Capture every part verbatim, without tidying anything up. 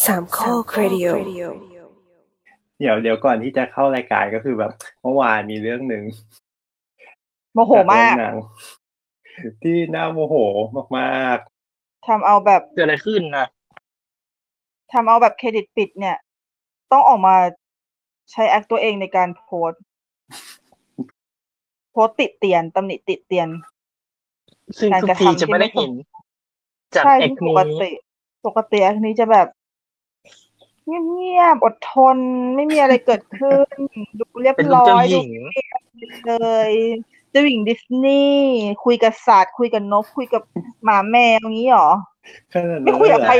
สามข้อครดิโอเดี๋ยวเดี๋ยวก่อนที่จะเข้ารายการก็คือแบบเมื่อวานมีเรื่องหนึ่งโมโหมากที่น่าโมโหมากๆทำเอาแบบเกิดอะไรขึ้นนะทำเอาแบบเครดิตปิดเนี่ยต้องออกมาใช้แอคตัวเองในการโพสโพสติดเตียนตำหนิติดเตียนซึ่งทุกทีจะไม่ได้เห็นจากแอคนี้ปกติปกติแอคนี้จะแบบเงียบๆอดทนไม่มีอะไรเกิดขึ้นดูเรียบร้อยดูเลยเจ้าหญิงดิสนีย์คุยกับสัตว์คุยกับนกคุยกับหมาแมวอย่างนี้หรอไม่คุยกับใคร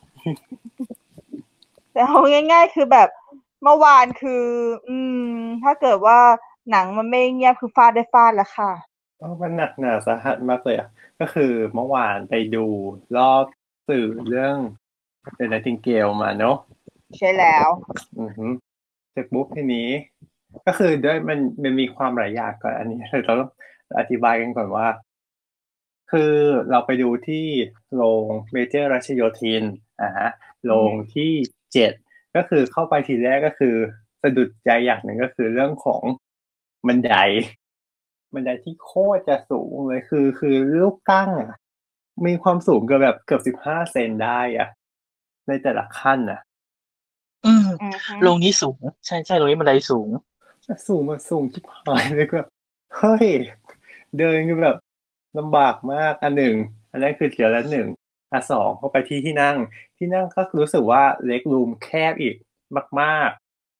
แต่เอาง่ายๆคือแบบเมื่อวานคืออืมถ้าเกิดว่าหนังมันไม่เงียบคือฟาดได้ฟาดแล้วค่ะอ๋อมันหนักหนาสาหัสมากเลยอ่ะก็คือเมื่อวานไปดูรอบสื่อเรื่อง The Nightingale มาเนาะใช่แล้วอือฮึเสร็จปุ๊บทีนี้ก็คือด้วยมันมันมีความหลายอย่างก่อนอันนี้เราต้องอธิบายกันก่อนว่าคือเราไปดูที่โรงเมเจอร์รัชโยธินอ่าฮะโรงที่เจ็ดก็คือเข้าไปทีแรกก็คือสะดุดใจอย่างหนึ่งก็คือเรื่องของบันไดบันไดที่โคตรจะสูงเลยคือคือลูกตั้งอ่ะมีความสูงเกือบแบบเกือบสิบห้าเซนได้อ่ะในแต่ละขั้นอ่ะอืมโรงนี้สูงใช่ใช่โรงนี้บันไดสูงสูงมาสูงชิบหายเลยแบบเฮ้ยเดินคือแบบลำบากมากอันหนึ่งอันนั้นคือเสียแล้วหนึ่งอันสองเข้าไปที่ที่นั่งที่นั่งก็รู้สึกว่าเล็กรูมแคบอีกมาก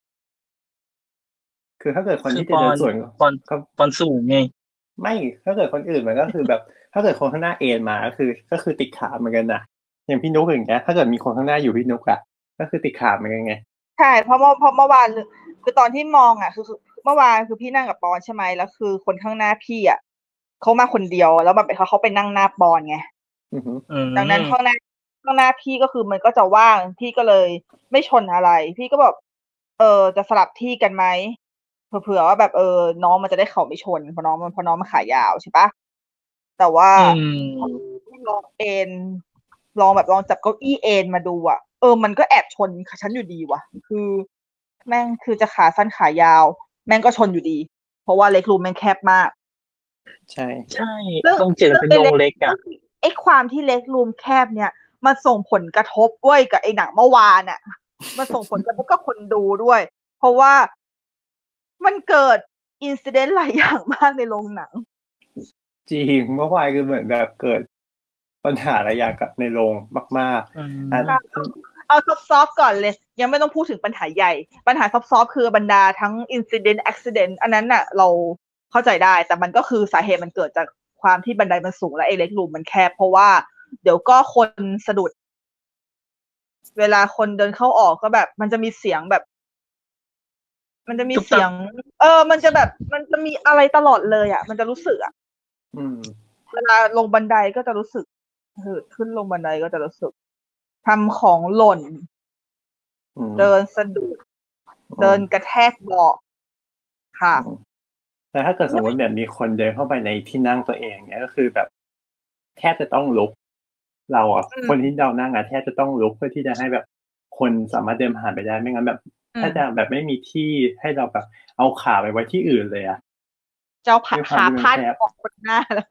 ๆคือถ้าเกิดคนที่จะเดินส่วนปอนปอนสูงไงไม่ถ้าเกิดคนอื่นมันก็คือแบบถ้าเกิดคนข้างหน้าเอ็นมาก็คือก็คือติดขาเหมือนกันนะอย่างพี่นุ๊กอย่างเงี้ยถ้าเกิดมีคนข้างหน้าอยู่พี่นุ๊กอะก็คือติดขาเหมือนกันไงใช่เพราะเมื่อเพราะเมื่อวานคือตอนที่มองอ่ะคือเมื่อวานคือพี่นั่งกับปอนใช่ไหมแล้วคือคนข้างหน้าพี่อ่ะเขามาคนเดียวแล้วแบบเขาเขาไปนั่งหน้าปอนไงดังนั้นข้างหน้าข้างหน้าพี่ก็คือมันก็จะว่างพี่ก็เลยไม่ชนอะไรพี่ก็แบบเออจะสลับที่กันไหมเผื่อว่าแบบเออน้องมันจะได้เข่าไม่ชนเพราะน้องมันเพราะน้องมันขายาวใช่ปะแต่ว่าลองเอ็นลองแบบลองจับเก้าอี้เอ็นมาดูอ่ะเออมันก็แอบชนฉันอยู่ดีว่ะคือแม่งคือจะขาสั้นขายาวแม่งก็ชนอยู่ดีเพราะว่าเล็กรูมแม่งแคบมากใช่ใช่ต้องเจ็ดเป็นโรงเล็กอ่ะไอ้ความที่เล็กรูมแคบเนี่ยมันส่งผลกระทบด้วยกับไอ้หนังเมื่อวานอ่ะมันส่งผลกระทบกับคนดูด้วยเพราะว่ามันเกิดอินซิเดนต์หลายอย่างมากในโรงหนังจริงเมื่อวานคือเหมือนแบบเกิดปัญหาหลายอย่างกับในโรงมากๆเอาซอฟต์ๆก่อนเลยยังไม่ต้องพูดถึงปัญหาใหญ่ปัญหาซอฟต์ๆคือบรรดาทั้ง incident accident อันนั้นน่ะเราเข้าใจได้แต่มันก็คือสาเหตุมันเกิดจากความที่บันไดมันสูงและไอ้เล็กรูมมันแคบเพราะว่าเดี๋ยวก็คนสะดุดเวลาคนเดินเข้าออกก็แบบมันจะมีเสียงแบบมันจะมีเสียงเออมันจะแบบมันจะมีอะไรตลอดเลยอ่ะมันจะรู้สึกอ่ะเวลาลงบันไดก็จะรู้สึกเหินขึ้นลงบันไดก็จะรู้สึกทำของหล่นเดินสะดุดเดินกระแทกเบาะค่ะแต่ถ้าเกิดสมมติแบบมีคนเดินเข้าไปในที่นั่งตัวเองเนี่ยก็คือแบบแทบจะต้องลุกเราอ่ะคนที่เรานั่งอ่ะแทบจะต้องลุกเพื่อที่จะให้แบบคนสามารถเดินผ่านไปได้ไม่งั้นแบบถ้าจะแบบไม่มีที่ให้เราแบบเอาขาไปไว้ที่อื่นเลยอ่ะเจ้าขาขาพัดออกบนหน้าแล้ว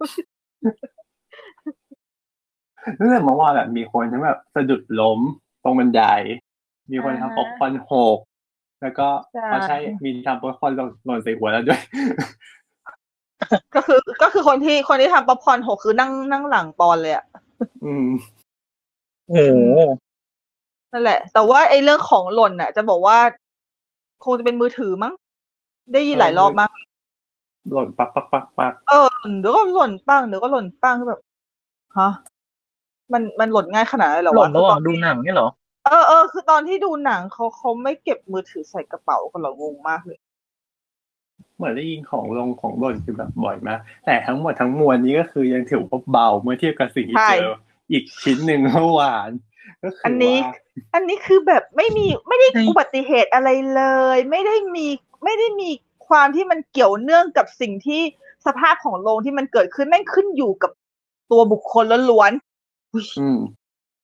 เรื่องเมื่อวานแบบมีคนทั้งแบบสะดุดล้มตรงบันไดมีคนทำป๊อปคอร์นหกแล้วก็เขาใช้มีทำป๊อปคอร์นหล่นใส่หัวแล้วด้วยก็คือก็คือคนที่คนที่ทำป๊อปคอร์นหกคือนั่งนั่งหลังปอนเลยอ่ะอืมโอ้นั่นแหละแต่ว่าไอ้เรื่องของหล่นน่ะจะบอกว่าคงจะเป็นมือถือมั้งได้ยินหลายรอบมากหล่นปักปักปักปักเออเดี๋ยวก็หล่นปังเดี๋ยวก็หล่นปังแบบฮะมันมันหล่นง่ายขนาดไหนหรอวะหล่นระหว่างดูหนังเนี่ยหรอเออเออคือตอนที่ดูหนังเขาเขาไม่เก็บมือถือใส่กระเป๋ากันหรองงมากเลยเหมือนได้ยินของลงของหล่นคือแบบบ่อยมากแต่ทั้งหมดทั้งมวลนี้ก็คือยังถือว่าเบาเมื่อเทียบกับสิ่งที่เจออีกชิ้นหนึ่งเมื่อวานก็คืออันนี้อันนี้คือแบบไม่มีไม่ได้อุบัติเหตุอะไรเลยไม่ได้มีไม่ได้มีความที่มันเกี่ยวเนื่องกับสิ่งที่สภาพของโรงที่มันเกิดขึ้นแม่งขึ้นอยู่กับตัวบุคคลล้วนๆอืม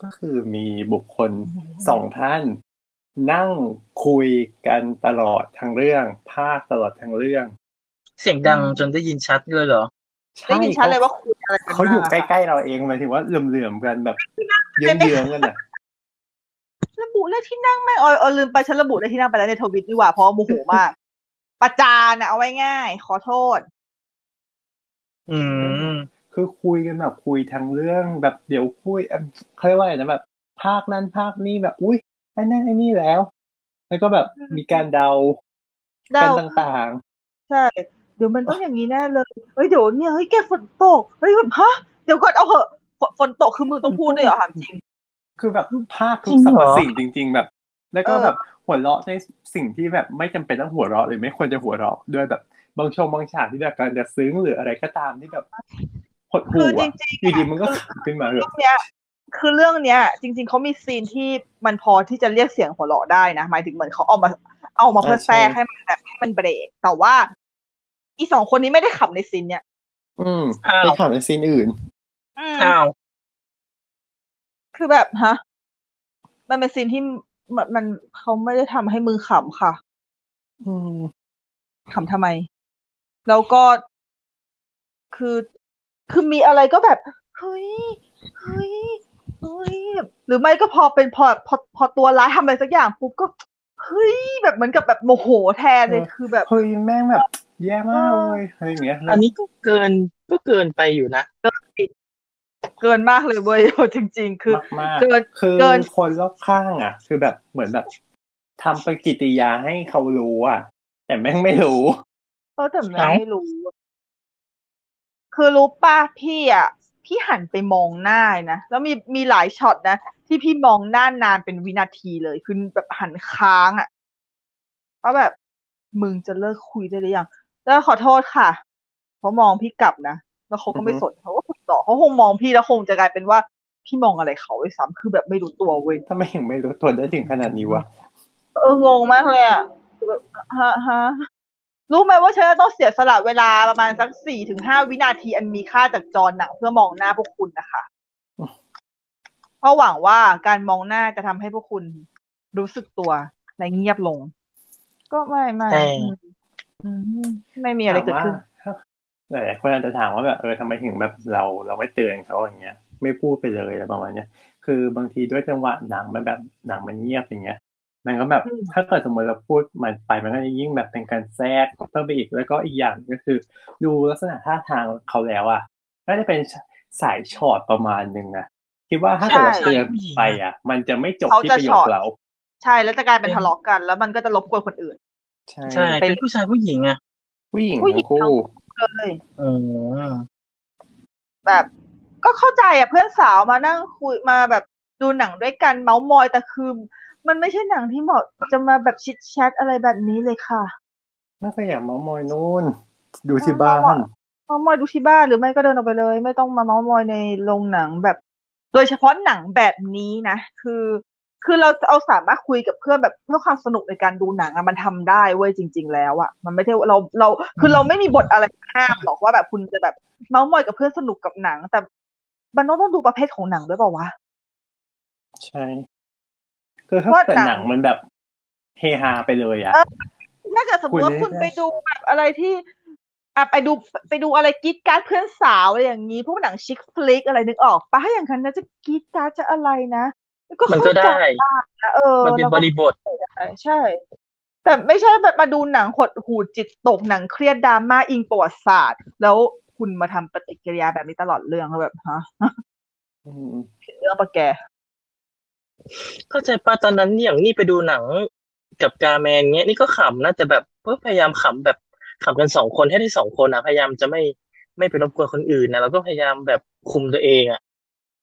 ก็คือมีบุคคลสองท่านนั่งคุยกันตลอดทั้งเรื่องภาคตลอดทั้งเรื่องเสียงดังจนได้ยินชัดเลยเหรอได้ยินชัดเลยว่าคุยอะไรกันเขาอยู่ใกล้ๆเราเองหมายถึงว่าเหลื่อมๆกันแบบเยื้องๆกันน่ะระบุเลขที่นั่งไม่ออยออยลืมไปฉันระบุเลขที่นั่งไปแล้วในทวิตดีกว่าเพราะโมโหมากประจานน่ะเอาไว้ง่ายขอโทษอืมคือคุยกันแบบคุยทั้งเรื่องแบบเดี๋ยวคุยเขาเรียกว่าอะไรนะแบบภาคนั้นภาคนี้แบบอุ้ยไอ้นั่นไอ้นี่แล้วแล้วก็แบบมีการเดากันต่างๆใช่เดี๋ยวมันต้องอย่างนี้แน่เลยเฮ้ยเดี๋ยวเนี่ยเฮ้ยแกฝนตกเฮ้ยแบบฮะเดี๋ยวก่อนเอาเหอะฝนตกคือมึงต้องพูดด้วยเหรอถามจริงคือแบบภาคทุกสรรพสิ่งจริงๆแบบแล้วก็แบบหัวเราะในสิ่งที่แบบไม่จำเป็นต้องหัวเราะหรือไม่ควรจะหัวเราะด้วยแบบบางช่วงบางฉากที่แบบการจะซึ้งหรืออะไรก็ตามที่แบบหดหู่อ่ะอยู่ดีมันก็ขึ้นมาเลยเนี้ยคือเรื่องเนี้ยจริงๆเขามีซีนที่มันพอที่จะเรียกเสียงหัวเราะได้นะหมายถึงเหมือนเขาเอามาเอามาเพื่อแทรกให้มันแบบให้มันเบรกแต่ว่าอีสองคนนี้ไม่ได้ขำในซีนเนี้ยอืมไปขำในซีนอื่นอ้าวคือแบบฮะมันเป็นซีนที่มันมันเขาไม่ได้ทำให้มือขำค่ะอืมขำทำไมแล้วก็คือคือมีอะไรก็แบบเฮ้ยเฮ้ยเฮ้ยหรือไม่ก็พอเป็นพอพอพอตัวร้ายทำอะไรสักอย่างปุ๊บก็เฮ้ยแบบเหมือนกับแบบโมโหแทนเลยคือแบบเฮ้ยแม่งแบบแย่มากเลยอะไรอย่างเงี้ยอันนี้ก็เกินก็เกินไปอยู่นะเกินมากเลยเว้ยจริงๆคือเกินคือคนรอบข้างอ่ะคือแบบเหมือนแบบทำปฏิกิริยาให้เขารู้อ่ะแต่แม่งไม่รู้เออแต่แม่งไม่รู้คือรู้ป่ะพี่อ่ะพี่หันไปมองหน้านะแล้วมีมีหลายช็อตนะที่พี่มองหน้านานเป็นวินาทีเลยคือแบบหันค้างอ่ะเพราะแบบมึงจะเลิกคุยได้หรือยังแล้วขอโทษค่ะเขามองพี่กลับนะแล้วเขาก็ไม่สนเขาก็คุยต่อเขาคงมองพี่แล้วคงจะกลายเป็นว่าพี่มองอะไรเขาไอ้ซ้ำคือแบบไม่รู้ตัวเว้ยทำไมถึงไม่รู้ตัวได้ถึงขนาดนี้วะเอองงมากเลยอ่ะฮะฮะรู้ไหมว่าฉันจะต้องเสียสละเวลาประมาณสักสี่ถึงห้าวินาทีอันมีค่าจากจอหนังเพื่อมองหน้าพวกคุณนะคะเพราะหวังว่าการมองหน้าจะทำให้พวกคุณรู้สึกตัวและเงียบลงก็ไม่ไม่ไม่มีอะไรเกิดขึ้นหลายคนอาจจะถามว่าแบบเออทำไมถึงแบบเราเราไม่เตือนเขาอย่างเงี้ยไม่พูดไปเลยอะไรประมาณเนี้ยคือบางทีด้วยจังหวะหนังมันแบบหนังมันเงียบอย่างเงี้ยมันก็แบบถ้าเกิดสมมติเราพูดมันไปมันก็จะยิ่งแบบเป็นการแทรกเพิ่มไปอีกแล้วก็อีกอย่างก็คือดูลักษณะท่าทางเขาแล้วอ่ะน่าจะเป็นสายช็อตประมาณนึงนะคิดว่าถ้าเกิดเราเตือนไปอ่ะมันจะไม่จบที่ประโยคเราใช่แล้วจะกลายเป็นทะเลาะกันแล้วมันก็จะรบกวนคนอื่นใช่ใช่เป็นผู้ชายผู้หญิงอ่ะผู้หญิงทั้งคู่เลยอืมแบบก็เข้าใจอ่ะเพื่อนสาวมานั่งคุยมาแบบดูหนังด้วยกันเมาส์มอยแต่คือมันไม่ใช่หนังที่เหมาะจะมาแบบชิดแชทอะไรแบบนี้เลยค่ะน่าจะอยากเมาส์มอยนู่นดูที่บ้านเมาส์มอยดูที่บ้านหรือไม่ก็เดินออกไปเลยไม่ต้องมาเมาส์มอยในโรงหนังแบบโดยเฉพาะหนังแบบนี้นะคือคือเราเอาสามารถคุยกับเพื่อนแบบเพื่อความสนุกในการดูหนังอะมันทำได้เว้ยจริงๆแล้วอะมันไม่ใช่เราเราคือเราไม่มีบทอะไรห้ามหรอกว่าแบบคุณจะแบบเมาส์มอยกับเพื่อนสนุกกับหนังแต่มันต้องต้องดูประเภทของหนังด้วยเปล่าวะใช่คือถ้าเกิดหนังมันแบบเฮฮาไปเลยอะถ้าเกิดสมมติว่าคุณไปดูแบบอะไรที่อ่ะไปดูไปดูอะไรกิ๊ดการ์ดเพื่อนสาวอะไรอย่างนี้พวกหนังชิคฟลิกอะไรนึกออกปะถ้าอย่างนั้นนะจะกิ๊ดการ์ดจะอะไรนะมันก็ได้เออมันเป็นบริบทใช่แต่ไม่ใช่แบบมาดูหนังหดหูจิตตกหนังเครียดดราม่าอิงประวัติศาสตร์แล้วคุณมาทำปฏิกิริยาแบบนี้ตลอดเรื่องแบบฮะเรื่องปะแกเข้าใจป่ะตอนนั้นอย่างนี่ไปดูหนังกับกาแมนเงี้ยนี่ก็ขำนะแต่แบบพยายามขำแบบขำกันสองคนให้ได้สองคนนะพยายามจะไม่ไม่ไปรบกวนคนอื่นนะแล้วก็พยายามแบบคุมตัวเองอ่ะ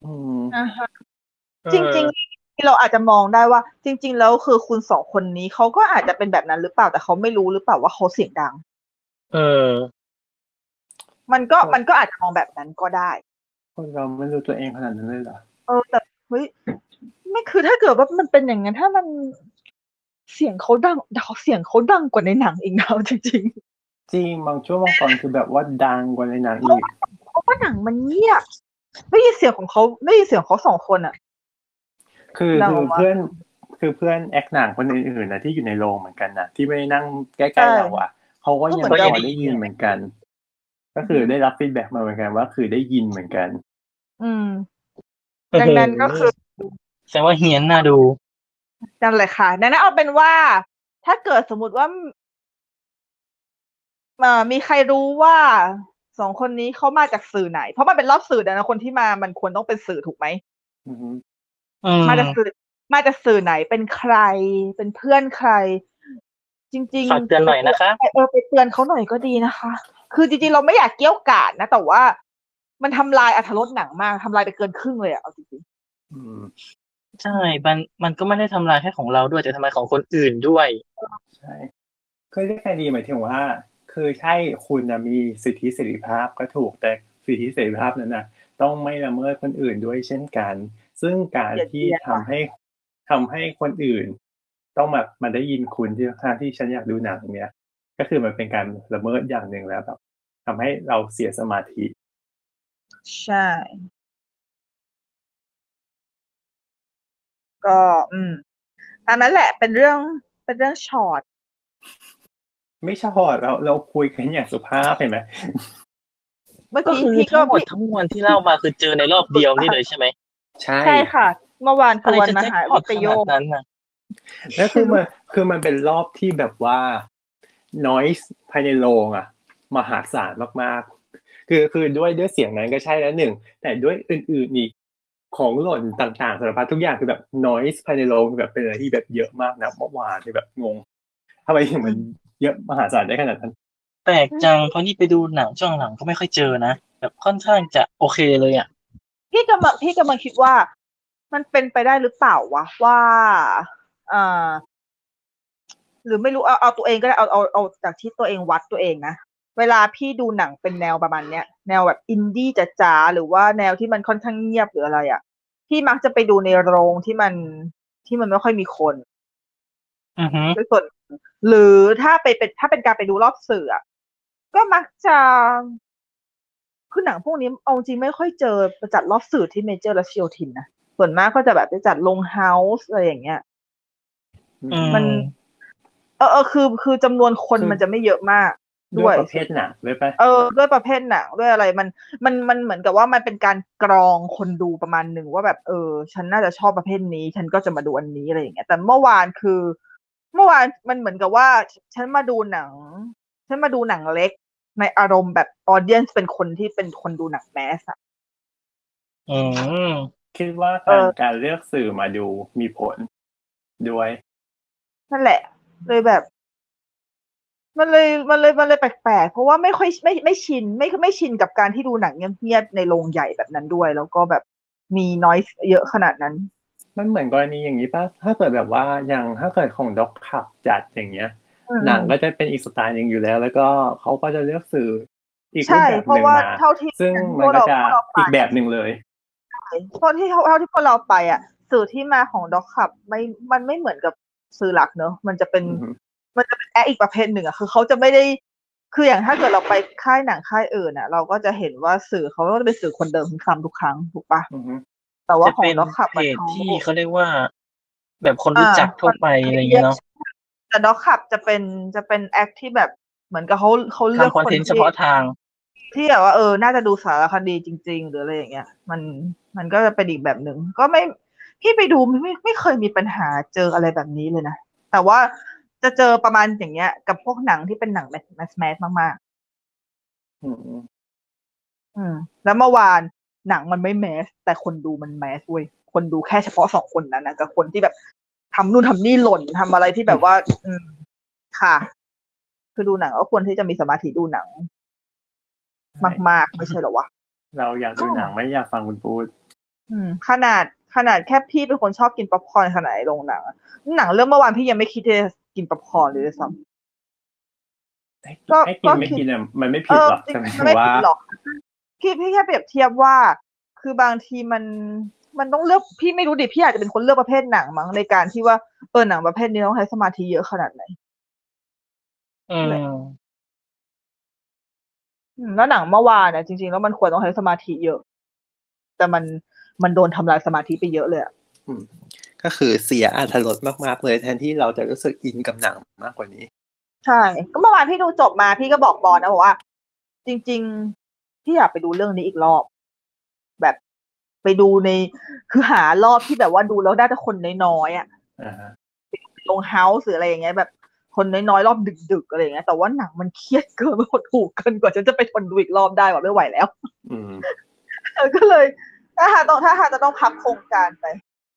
จริงๆเราอาจจะมองได้ว่าจริงๆแล้วคือคุณสองคนนี้เขาก็อาจจะเป็นแบบนั้นหรือเปล่าแต่เขาไม่รู้หรือเปล่าว่าเขาเสียงดังเออมันก็มันก็อาจจะมองแบบนั้นก็ได้คนเราไม่รู้ตัวเองขนาดนั้นเลยเหรอเออแต่เฮ้ยไม่คือถ้าเกิดว่ามันเป็นอย่างนั้นถ้ามันเสียงเขาดังเสียงเขาดังกว่าในหนังอีกนะจริงจริงบางช่วงบางตอนคือแบบว่าดังกว่าในหนังอีกเพราะว่าหนังมันเงียบไม่ยินเสียงของเขาไม่ยินเสียงเขาสองคนอ่ะคือหนังคือออกมาเพื่อนคือเพื่อนแอคหนังคนอื่นๆนะที่อยู่ในโรงเหมือนกันนะที่ไม่ได้นั่งใกล้ใช่ๆเราอ่ะเขาก็ก็ยังเหมือนพกันอได้ยินเหมือนกัน ก็คือได้รับฟีดแบ็กมาเหมือนกันว่าคือได้ยินเหมือนกันอืมโอ้ดัโหงนั้นก็คือแสดงว่าเฮี้ยนน่าดูนั่นแหละค่ะดังนั้นเอาเป็นว่า ถ้าเกิดสมมุติว่า เอ่อ มีใครรู้ว่า สอง คนนี้เขามาจากสื่อไหน เพราะมันเป็นรอบสื่อนะ คนที่มามันควรต้องเป็นสื่อถูกไหม? อือฮึอืมมาจากสื่อ มาจากสื่อไหน เป็นใคร เป็นเพื่อนใคร จริงฝากเตือนๆหน่อยนะคะเออ ไปเตือนเขาหน่อยก็ดีนะคะ คือจริง ๆ เราไม่อยากเกรี้ยวกราดนะ แต่ว่ามันทำลายอรรถรสหนังมาก ทำลายไปเกินครึ่งเลยอะเอาจริง ๆอืมใช่ มัน มันก็ไม่ได้ทำลายแค่ของเราด้วย แต่ทำลายของคนอื่นด้วยใช่ ก็เรียกไงดี หมายถึงว่า คือใช่ คุณน่ะมีสิทธิเสรีภาพก็ถูก แต่สิทธิเสรีภาพนั้นน่ะต้องไม่ละเมิดคนอื่นด้วยเช่นกัน ซึ่งการที่ทำให้ ทำให้คนอื่นต้องแบบมาได้ยินคุณที่ ทั้งๆที่ฉันอยากดูหนังเนี้ย ก็คือมันเป็นการละเมิดอย่างหนึ่งแล้วแบบทำให้เราเสียสมาธิใช่ ก็ อืม อันนั้นแหละเป็นเรื่อง เป็นเรื่องชอตไม่ชอต เรา เราคุยกันอย่างสุภาพเห็นไหม? เมื่อก็กี้คือพี่ทัก็้งหมพดทั้งมวลที่เล่ามา คือเจอในรอบเดียวนี่เลยใช่ไหม? ใช่ใช่ค่ะ เมื่อวาน คอะไรือวันจะมแจ็กหาพอต ขวิปโยนาดคนั้นน่ะแล้วคือมัน คือมันเป็นรอบที่แบบว่า Noise ภายในโรงอะมหาศาลมาก ๆ คือ คือด้วย ด้วยเสียงนั้นก็ใช่แล้ว หนึ่ง แต่ด้วยอื่น ๆ อีก ของหล่นต่าง ๆ สารพัดทุกอย่าง คือแบบ Noise ภายในโรงคือแบบเป็นอะไรที่แบบเยอะมากนะ เมื่อวานนี่แบบงง ทำไมถึงมันเยอะมหาศาลได้ขนาดนั้น? แปลกจัง เพราะนี่ไปดูหนังช่วงหลังก็ไม่ค่อยเจอนะ แบบค่อนข้างจะโอเคเลยอะพี่กำลัง พี่กำลังคิดว่า มันเป็นไปได้หรือเปล่าวะว่า อ่า หรือไม่รู้ เอา เอาตัวเองก็ได้ เอา เอา เอาจากที่ตัวเองวัดตัวเองนะ เวลาพี่ดูหนังเป็นแนวประมาณเนี้ย แนวแบบ Indie จ๋า ๆ หรือว่าแนวที่มันค่อนข้างเงียบหรืออะไรอะ พี่มักจะไปดูในโรงที่มัน ที่มันไม่ค่อยมีคนอือฮึด้วยส่วน หรือถ้าไปเป็น ถ้าเป็นการไปดูรอบสื่ออะ ก็มักจะ คือหนังพวกนี้เอาจริง ๆ ไม่ค่อยเจอไปจัดรอบสื่อที่เมเจอร์รัชโยธินนะ ส่วนมากก็จะแบบไปจัดโรงเฮาส์ อะไรอย่างเงี้ยอือืมมันมเออ ๆ คือ คือจำนวนคนคือมันจะไม่เยอะมากด้ด้ววย ยประเภทหนังด้วยเปล่า? เออ ด้วยประเภทหนัง ด้วยอะไร มัน มัน มันเหมือนกับว่ามันเป็นการกรองคนดูประมาณหนึ่งว่าแบบ เออ ฉันน่าจะชอบประเภทนี้ ฉันก็จะมาดูอันนี้ อะไรอย่างเงี้ย แต่เมื่อวานคือ เมื่อวานมันเหมือนกับว่า ฉ ฉันมาดูหนัง ฉันมาดูหนังเล็กในอารมณ์แบบ ออเดียนซ์ เป็นคนที่เป็นคนดูหนัง mass อะอืมคิดว่าเการออการเลือกสื่อมาดูมีผลด้วยนั่นแหละ เลยแบบ มันเลย มันเลย มันเลยแปลก ๆ เพราะว่าไม่ค่อย ช ไม่ ไม่ชิน ไม่ ไม่ชินกับการที่ดูหนังเงียบ ๆ ในโรงใหญ่แบบนั้นด้วย แล้วก็แบบมี Noise เยอะขนาดนั้นมันเหมือนกรณีอย่างงี้เปล่า? ถ้าเกิดแบบว่า อย่างถ้าเกิดของ Dokkan จัด อย่างเงี้ยอืหนังมก็ๆจะเป็นอีกสไตล์หนึ่งอยู่แล้ว แล้วก็เขาก็จะเลือกสื่ออีกใชรูป่แบบเพราหนะึ่งว่ามาเท่าที่ซึ่งอย่างที่มพันวกกเ็ราจะพวกเราไปอีกแบบหนึ่งเลยใช่ เพราะที่ เท่า เท่าที่พวกเราไปอะ สื่อที่มาของ Dokkan ไม่ มันไม่เหมือนกับสื่อหลักเนาะ มันจะเป็นอือฮึมันจะเป็นแอ๊กอีกประเภทหนึ่งอะ คือเขาจะไม่ได้ คืออย่างถ้าเกิดเราไปค่ายหนังค่ายอื่นน่ะ เราก็จะเห็นว่าสื่อเขาก็จะเป็นสื่อคนเดิมซ้ำๆทุกครั้ง ถูกเปล่า? อือฮึแต่ว่จาะขอเปง็น Dokkan เพอะจเขาที่เขาเรียกว่า แบบคนอรู้าจักทั่วไป อะไรอย่างงี้เนาะแต่ Dokkan จะเป็น จะเป็นแอ๊กที่แบบเหมือนกับเขา เขาเลือกทำคอนคเทนต์เฉนที่พาะทางที่แบบว่า เออ น่าจะดูสารคดีจริง ๆ หรืออะไรอย่างเงี้ย มัน มันก็จะเป็นอีกแบบหนึ่ง ก็ไม่ พี่ไปดูไม่ ไม่เคยมีปัญหาเจออะไรแบบนี้เลยนะ แต่ว่าจะเจอประมาณอย่างเงี้ย กับพวกหนังที่เป็นหนังแบบ mass mass มาก ๆอืมอืม แล้วเมื่อวานหนังมันไม่ mass แต่คนดูมัน mass เว้ย คนดูแค่เฉพาะ สอง คนนั้นน่ะ กับคนที่แบบทำนู่นทำนี่หล่น ทำอะไรที่แบบว่า อืม ค่ะ คือดูหนังก็ควรที่จะมีสมาธิดูหนังใช่มาก ๆ ไม่ใช่เหรอวะ? เราอยากดูหนัง ไม่อยากฟังคุณพูดอืม ขนาด ขนาดแค่พี่เป็นคนชอบกินพ็อปคอร์นขนาดในโรงหนังอะ หนังเรื่องเมื่อวานพี่ยังไม่คิดที่จะกินพ็อปคอร์นเลยด้วยซ้ำให้ก็ให้กิก็นไม่คิดกินอะมันไม่เผอิดอหรอกจริงแต่หมายถมัึนงว่าไม่ผิดหรอก พี่ พี่แค่เปรียบเทียบว่า คือบางทีมัน มันต้องเลือก พี่ไม่รู้ดิ พี่อาจจะเป็นคนเลือกประเภทหนังมั้ง ในการที่ว่า เออ หนังประเภทนี้ต้องใช้สมาธิเยอะขนาดไหนอืนั่นแหละมอืม แล้วหนังเมื่อวานอะ จริง ๆ แล้วมันควรต้องใช้สมาธิเยอะ แต่มัน มันโดนทำลายสมาธิไปเยอะเลยอะอืมก็คือเสียอรรถรสมากๆเลยแทนที่เราจะรู้สึกอินกับหนังมากกว่านี้ใช่ก็เมื่อวานพี่ดูจบมาพี่ก็บอกบอลนะบอกว่าจริงๆพี่อยากไปดูเรื่องนี้อีกรอบแบบไปดูในคือหารอบที่แบบว่าดูแล้วได้แต่คนน้อยๆอ่ะลงเฮาส์หรืออะไรอย่างเงี้ยแบบคนน้อยๆรอบดึกๆอะไรอย่างเงี้ยแต่ว่าหนังมันเครียดเกินมันหดหู่เกินกว่าฉันจะไปทนดูอีกรอบได้ว่าไม่ไหวแล้วก็เลยถ้าหาต้องถ้าหาจะต้องพับโครงการไป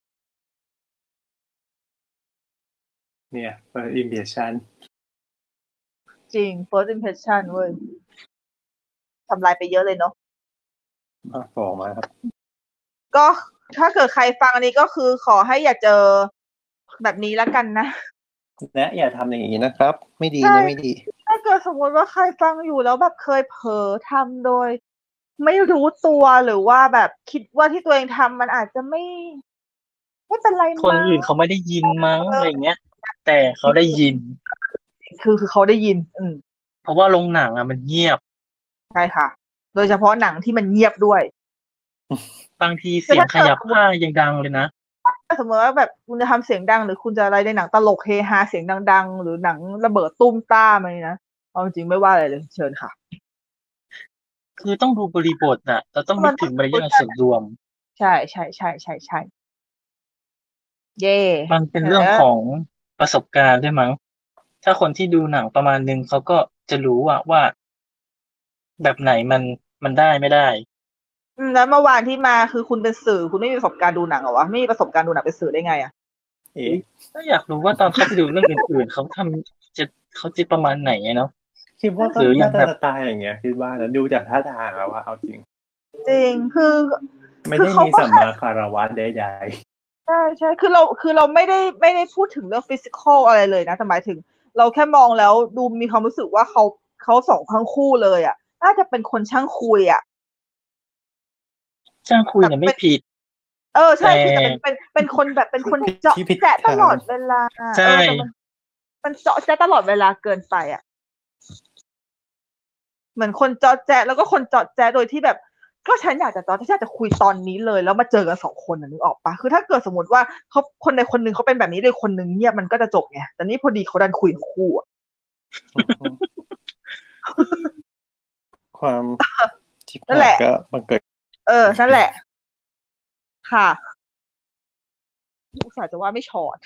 เนี่ย first impression จริง first impression เว้ยทำลายไปเยอะเลยเนาะมาบอกมาครับก็ถ้าเกิดใครฟังอันนี้ก็คือขอให้อย่าเจอแบบนี้แล้วกันนะและอย่าทำอย่างนี้นะครับไม่ดีนะไม่ดีถ้าเกิดสมมติว่าใครฟังอยู่แล้วแบบเคยเผลอทำโดยไม่รู้ตัวหรือว่าแบบคิดว่าที่ตัวเองทำมันอาจจะไม่ไม่เป็นไรคนอื่นเขาไม่ได้ยินมั้งอะไรเงี้ยแต่เขาได้ยินคือคือเขาได้ยินอืมเพราะว่าโรงหนังอ่ะมันเงียบใช่ค่ะโดยเฉพาะหนังที่มันเงียบด้วยบางทีเสียงขยับผ้ายังดังเลยนะสมมติว่าแบบคุณจะทำเสียงดังหรือคุณจะอะไรในหนังตลกเฮฮาเสียงดังๆหรือหนังระเบิดตุ้มต้ามอะไรนะเอาจริงไม่ว่าอะไรเลยเชิญค่ะคือต้องดูบริบทน่ะเราต้องนึกถึงมารยาทส่วนรวมใช่ใช่ใช่ใช่ใช่เย่มันเป็นเรื่องของประสบการณ์ด้วยมั้งถ้าคนที่ดูหนังประมาณนึงเขาก็จะรู้ว่าว่าแบบไหนมันมันได้ไม่ได้แล้วเมื่อวานที่มาคือคุณเป็นสื่อคุณไม่มีประสบการณ์ดูหนังเหรอวะไม่มีประสบการณ์ดูหนังเป็นสื่อได้ไงอ่ะเอ๊ะก็อยากรู้ว่าตอนเขาไปดูเรื่องอื่นๆเขาทำจะเขาจะประมาณไหนเนาะคิดว่าก็น่าจะสไตล์อย่างเงี้ยคิดว่าแล้วดูจากท่าทางแล้วว่าเอาจริงจริงคือไม่ได้มีสัมมาคารวะใดๆใช่ใช่คือเราคือเราไม่ได้ไม่ได้พูดถึงเรื่องฟิสิกอลอะไรเลยนะแต่หมายถึงเราแค่มองแล้วดูมีความรู้สึกว่าเขาเขาสองทั้งคู่เลยอ่ะน่าจะเป็นคนช่างคุยอ่ะช่างคุยเนี่ยไม่ผิดเออใช่แต่เป็นเป็นเป็นคนแบบเป็นคนเจาะแจ๊ตลอดเวลาใช่มันเจาะแจ๊ตลอดเวลาเกินไปอ่ะเหมือนคนเจาะแจ๊แล้วก็คนเจาะแจ๊โดยที่แบบก็ฉันอยากจะเจาะฉันอยากจะคุยตอนนี้เลยแล้วมาเจอกันสองคนนึกออกปะคือถ้าเกิดสมมติว่าเขาคนใดคนหนึ่งเขาเป็นแบบนี้โดยคนหนึ่งเงียบมันก็จะจบไงแต่นี่พอดีเขาดันคุยทั้งคู่อ่ะความชิบหายก็บังเกิดเออนั่นแหละค่ะอุตส่าห์จะว่าไม่ช็อต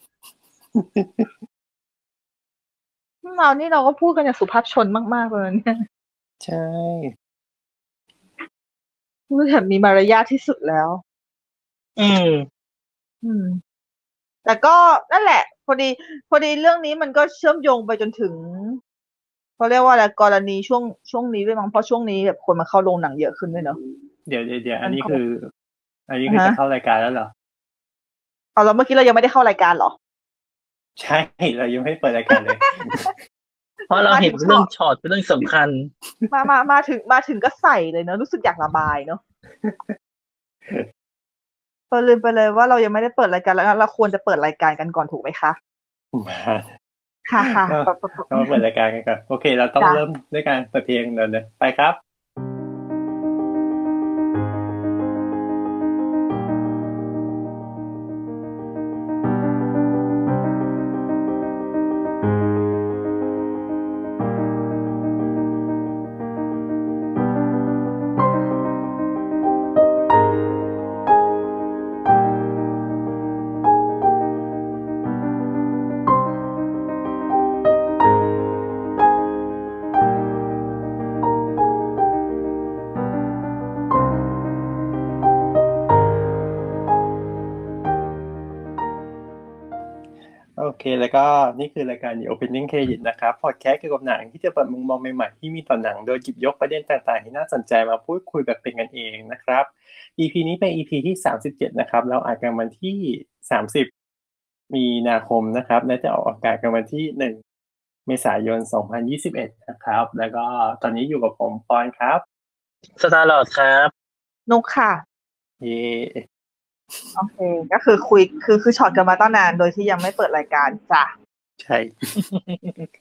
เรานี่เราก็พูดกันอย่างสุภาพชนมากๆเลยเนี่ยใช่พูดแบบมีมารยาทที่สุดแล้วอืมอืมแต่ก็นั่นแหละพอดีพอดีเรื่องนี้มันก็เชื่อมโยงไปจนถึงเขาเรียกว่าอะไรกรณีช่วงช่วงนี้ด้วยมั้งเพราะช่วงนี้แบบคนมาเข้าโรงหนังเยอะขึ้นด้วยเนาะเดี๋ยวเดี๋ยวอันนี้คืออันนี้คือจะเข้ารายการแล้วเหรอเอาแล้วเมื่อกี้เรายังไม่ได้เข้ารายการเหรอใช่เรายังไม่เปิดรายการเลยเพราะเราเห็นเรื่องช็อตเป็นเรื่องสำคัญมามามาถึงมาถึงก็ใส่เลยเนาะรู้สึกอยากระบายเนาะเปิดลืมไปเลยว่าเรายังไม่ได้เปิดรายการแล้วเราควรจะเปิดรายการกันก่อนถูกไหมคะค่ะค่ะเราเปิดรายการกันก่อนโอเคเราต้องเริ่มด้วยการเปิดเพลงเดินเลยไปครับโอเคแล้วก็นี่คือรายการ The Opening Credit นะครับพอดแคสต์เกี่ยวกับหนังที่จะเปิดมุมมองใหม่ๆที่มีต่อหนังโดยหยิบยกประเด็นต่างๆที่น่าสนใจมาพูดคุยแบบเป็นกันเองนะครับ อี พี นี้เป็น อี พี ที่สามสิบเจ็ดนะครับเราอัดกันวันที่สามสิบมีนาคมนะครับและจะออกอากาศกันวันที่หนึ่งเมษายนสองพันยี่สิบเอ็ดนะครับแล้วก็ตอนนี้อยู่กับผมปอนครับสตาร์ลอร์ดครับนกค่ะเย่โอเคก็คือคุยคือคือช็อตกันมาตั้งนานโดยที่ยังไม่เปิดรายการจ้ะใช่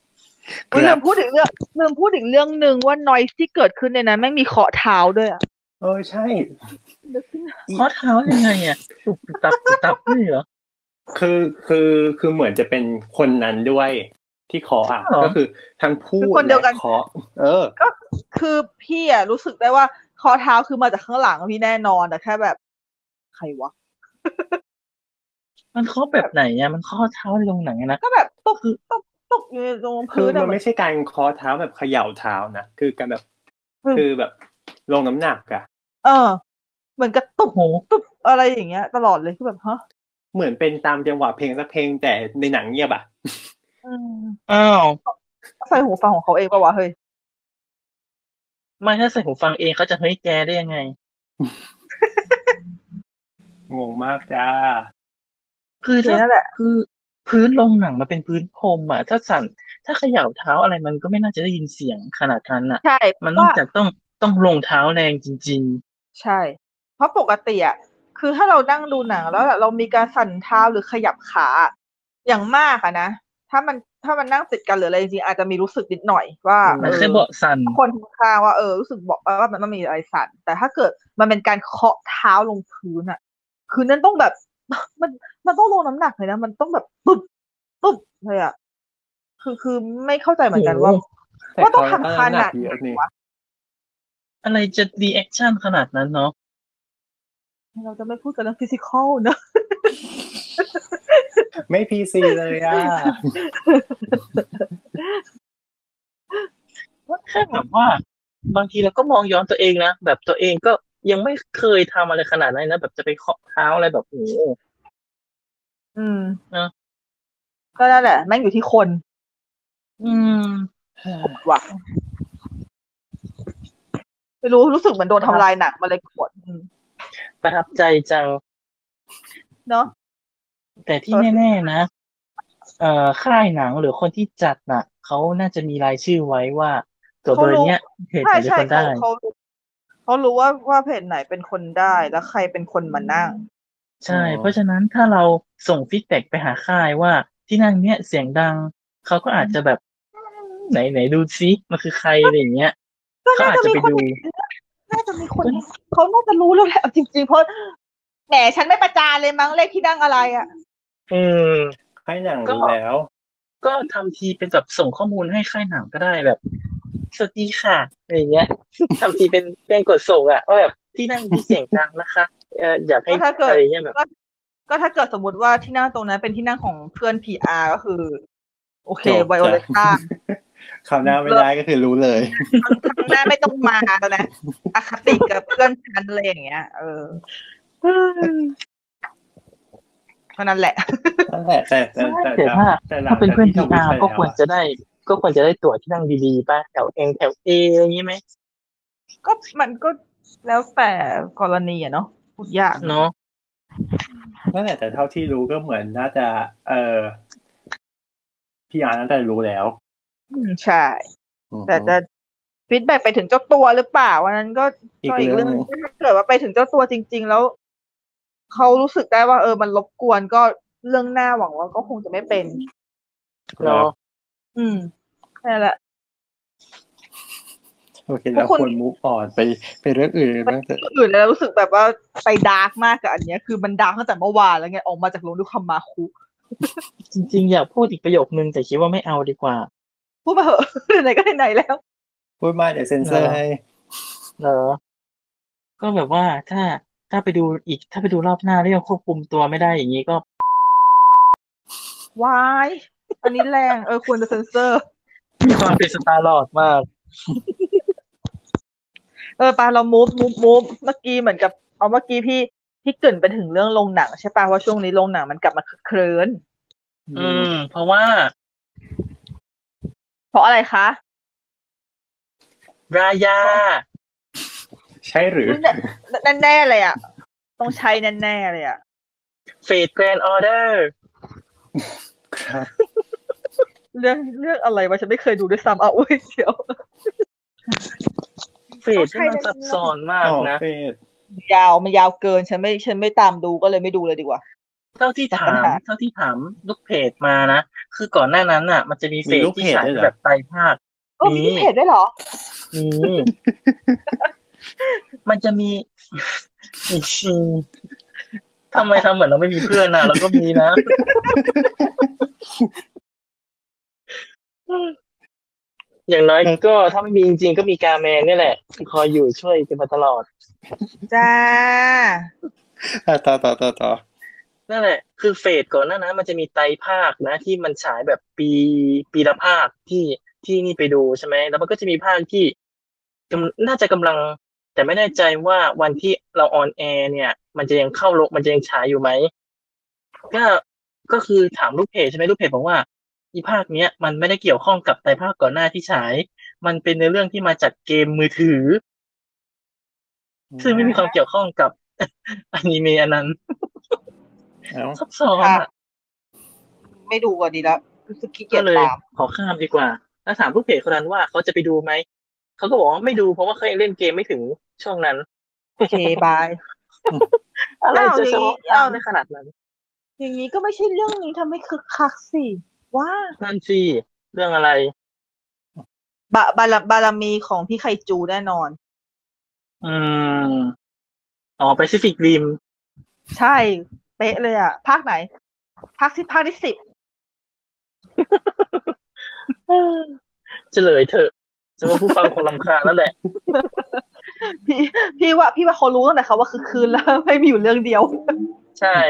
ลืมพูดถึงเรื่องลืมพูดถึงเรื่องนึงว่า noise ที่เกิดขึ้นในนั้นแม่งมีเคาะเท้าด้วยอ่ะเออใช่ข้อเท้ายังไงอ่ะตุบตับตุบตับนี่เหรอคือคือคือเหมือนจะเป็นคนนั้นด้วยที่เคาะอ่ะอ๋อก็คือทั้งพูดคือคนเดียวกันและเคาะเออก็คือพี่อะรู้สึกได้ว่าคอเท้าคือมาจากข้างหลังพี่แน่นอนแต่แค่แบบใครวะมันข้อแบบไหนอ่ะมันข้อเท้าในโรงหนังอะนะก็แบบตกตกตกอยู่ตรงคืพื้อน มัอะนเหมือนไม่ใช่การเคาะเท้าแบบเขย่าเท้านะคือการแบบอืมคือแบบลงน้ำหนักอะเออ เหมือนกระตุกโหตุบอะไรอย่างเงี้ย ตลอดเลยคือแบบฮะเหมือนเป็นตามจังหวะเพลงสักเพลงแต่ในหนังเงียบอะอืมอ้าวใส่หูฟังของเขาเองปะวะเฮ้ยไม่ถ้าใส่หูฟังเองเขาจะเฮ้ยแกได้ยังไงงงมากจ้าคือถ้านั่นแหละคือพื้นโรงหนังมันเป็นพื้นพรมอ่ะถ้าสั่นถ้าเขย่าเท้าอะไรมันก็ไม่น่าจะได้ยินเสียงขนาดนั้นอ่ะใช่มันนอกว่าจากต้องต้องลงเท้าแรงจริงใช่ เพราะปกติอ่ะคือถ้าเรานั่งดูหนังแล้วเรามีการสั่นเท้าหรือขยับขาอย่างมากอะนะถ้ามันถ้ามันนั่งติดกันหรืออะไรจริงๆอาจจะมีรู้สึกนิดหน่อยว่าๆ มันเอแค่อเบาะสั่นคนข้างๆว่าเออรู้สึกบอกว่ามันมันมีอะไรสั่นแต่ถ้าเกิดมันเป็นการเคาะเท้าลงพื้นอ่ะ คือนั่นต้องแบบ มันมันต้องลงน้ำหนักเลยนะมันต้องแบบปึ๊บปึ๊บเลยอ่ะคือคือไม่เข้าใจเหมือนกันว่าแต่ว่าต้องเขาก็ทำขน้ำหนันาก ดเยอะนี่วะอะไรจะรีแอคชั่นขนาดนั้นเนาะเราจะไม่พูดกันเรื่องฟิสิกอลเนอะไม่พีซีเลยอ่ะแค่แบบว่า บางทีเราก็มองย้อนตัวเองนะแบบตัวเองก็ยังไม่เคยทำอะไรขนาดนั้นนะแบบจะไปเคาะเท้าอะไรแบบโอ้โหอืมเนอะก็นั่นแหละแม่งอยู่ที่คนอืมว่ะไม่รู้รู้สึกเหมือนโดนทำลายหนักมาเลยกดอืมประทับใจจังเนาะแต่ที่แน่ๆนะเอ่อค่ายหนังหรือคนที่จัดน่ะเขาน่าจะมีรายชื่อไว้ว่าตัวเบอร์เนี้ยเพจไหใช่นเป็นใช่คนเขาได้เขาเขารู้ว่าว่าเพจไหนเป็นคนได้แล้วใครเป็นคนมานั่งใช่อ๋อเพราะฉะนั้นถ้าเราส่งฟีดแบ็กไปหาค่ายว่าที่นั่งเนี้ยเสียงดังเขาก็อาจจะแบบไหนไหนดูซิมันคือใครอะไรอย่างเงี้ยก็เขาน่าอาจจะจะมีไปคนดูน่าจะมีคนเขาน่าจะรู้แล้วแหละจริงๆเพราะแหมฉันไม่ประจานเลยมั้งเลขที่นั่งอะไรอ่ะอืมให้หนังก็รู้แล้วก็ทำทีเป็นแบบส่งข้อมูลให้ค่ายหนังก็ได้แบบสวัสดีค่ะอะไรอย่างเงี้ย ทำทีเป็นเป็นกดส่งอะว่าแบบที่นั่งที่เสียงดังนะคะเอออยากให้ก็ถ้าเกิดอะไรเงี้ยแบบก็ก็ถ้าเกิดสมมติว่าที่นั่งตรงนั้นเป็นที่นั่งของเพื่อน พี อาร์ ก็คือ โอเคจบไวโอเลจ้ะต้าคราวหน้าไม่ได้ก็คือรู้เลยครั้งหน้าไม่ต้องมาแล้วนะอคติกับเพื่อนฉันอะไรอย่างเงี้ย เออก็นั่นแหละนั่นแหละแต่แต่แต่แต่ถ้าแต่หลัถ้าง เป็นจากเพื่อนที่พีทวิตอาร์ไปก็แล้วควรอะจะได้ ก็ควรจะได้ตั๋วที่นั่งดีๆป่ะแถวเองแถวเออะไรอย่างงี้ไหมก็มันก็แล้วแต่กรณีอะเนาะพูดยากเนาะนั่นแหละแต่เท่าที่รู้ก็เหมือนน่าจะ เออพี่อาร์น่าจะรู้แล้วอืมใช่อือฮึแต่จะฟีดแบ็กไปถึงเจ้าตัวหรือเปล่าวันนั้นก็อีกก็อีกเรื่เรื่ออง งหนึ่งถ้าเกิดว่าไปถึงเจ้าตัวจริง ๆ แล้วเขารู้สึกได้ว่าเออมันรบกวนก็เรื่องหน้าหวังว่าก็คงจะไม่เป็นเนาะอืมนั่นแหละโอเคแล้วพวกคุณควรมูฟออนไปไปเรื่องอื่นบ้างเถอะอื่นแล้วรู้สึกแบบว่าไปดาร์กมากกับอันเนี้ยคือมันดาร์กตั้งแต่เมื่อวานแล้วไงออกมาจากโรงด้วยความมาคุจริงๆอยากพูดอีกประโยคนึงแต่คิดว่าไม่เอาดีกว่าพูดมาเหอะ ไหนๆก็ไหนๆแล้วพูดมาเดี๋ยวเซ็นเซอร์ให้เหรอ ก็แบบว่าถ้าถ้าไปดูอีกถ้าไปดูรอบหน้าแล้วยังควบคุมตัวไม่ได้อย่างนี้ก็วายอันนี้แรงเออควรจะเซ็นเซอร์มีความเป็นสตาร์ลอร์ดมากเออปาเรามูฟมูฟมูฟเมื่อกี้เหมือนกับเอาเมื่อกี้พี่พี่เกรินไปถึงเรื่องโรงหนังใช่ป่ะว่าช่วงนี้โรงหนังมันกลับมาคึกครื้นอืม เพราะว่าเพราะอะไรคะรายาใช่หรือแน่แน่ๆเลยอ่ะต้องใช้แน่ๆเลยอ่ะเฟดแกรนด์ออเดอร์ครับเรื่องเรื่องอะไรวะฉันไม่เคยดูด้วยซ้ำเอาอุ้ยเดี๋ยวเฟดที่มันซับซ้อนมากอ๋อนะเฟสยาวมันยาวเกินฉันไม่ฉันไม่ตามดูก็เลยไม่ดูเลยดีกว่าเท่าที่แต่ถาปัญมหาเท่าที่ถามลูกเพจมานะ คือก่อนหน้านั้นน่ะ มันจะมีเฟมีสลูกที่เพจฉายด้วยเหรอแบบไตรภาคเออมีเพจด้วยเหรอมีมันจะมีอีกทีทำไมทำเหมือนเราไม่มีเพื่อนน่ะเราก็มีนะอย่างน้อยก็ถ้าไม่มีจริงๆก็มีกาแมนนี่แหละคอยอยู่ช่วยกันมาตลอดจ้าต่อต่อต่อต่อนั่นแหละคือเฟสก่อนหน้านั้นมันจะมีไตรภาคนะที่มันฉายแบบปีปีละภาคที่ที่นี่ไปดูใช่ไหมแล้วมันก็จะมีภาคที่กำน่าจะกำลังแต่ไม่แน่ใจว่าวันที่เราออนแอร์เนี่ยมันจะยังเข้าโรงมันจะยังฉายอยู่ไหมก็ก็คือถามลูกเพจใช่ไหมลูกเพจบอกว่าอีภาคเนี้ยมันไม่ได้เกี่ยวข้องกับไตรภาคก่อนหน้าที่ฉายมันเป็นในเรื่องที่มาจากเกมมือถือซึ่งไม่มีความเกี่ยวข้องกับอนิเมะอันนั้นซับซ้อนอ่ะไม่ดูก่อนดีแล้วรู้สึกขี้เกีก็ยจเลยตามขอข้ามดีกว่าแล้วถามลูกเพจคนนั้นว่าเขาจะไปดูไหมเขาก็บอกว่าไม่ดูเพราะว่าเขายังเล่นเกมไม่ถึงช่วงนั้นโอเคบายอะไรอ้าวจะอย่างนี้เฉพาะทาอ้าวงได้ขนาดนั้นอย่างนี้ก็ไม่ใช่เรื่องนี้ทำให้คึกคักสิว่านั่นสิเรื่องอะไรบาบารบารมีของพี่ไคจูแน่นอนอืมอ๋อ Pacific Rim ใช่เป๊ะเลยอ่ะ ภาคไหน ภาคที่ภาคที่สิบเฉลยเถอะจะว่าผู้ฟังคงรำคาญแล้วแหละพี่พี่ว่าพี่ว่าเขารู้ตั้งแต่เขาว่าคือคืนแล้ว ไม่มีอยู่เรื่องเดียวใช่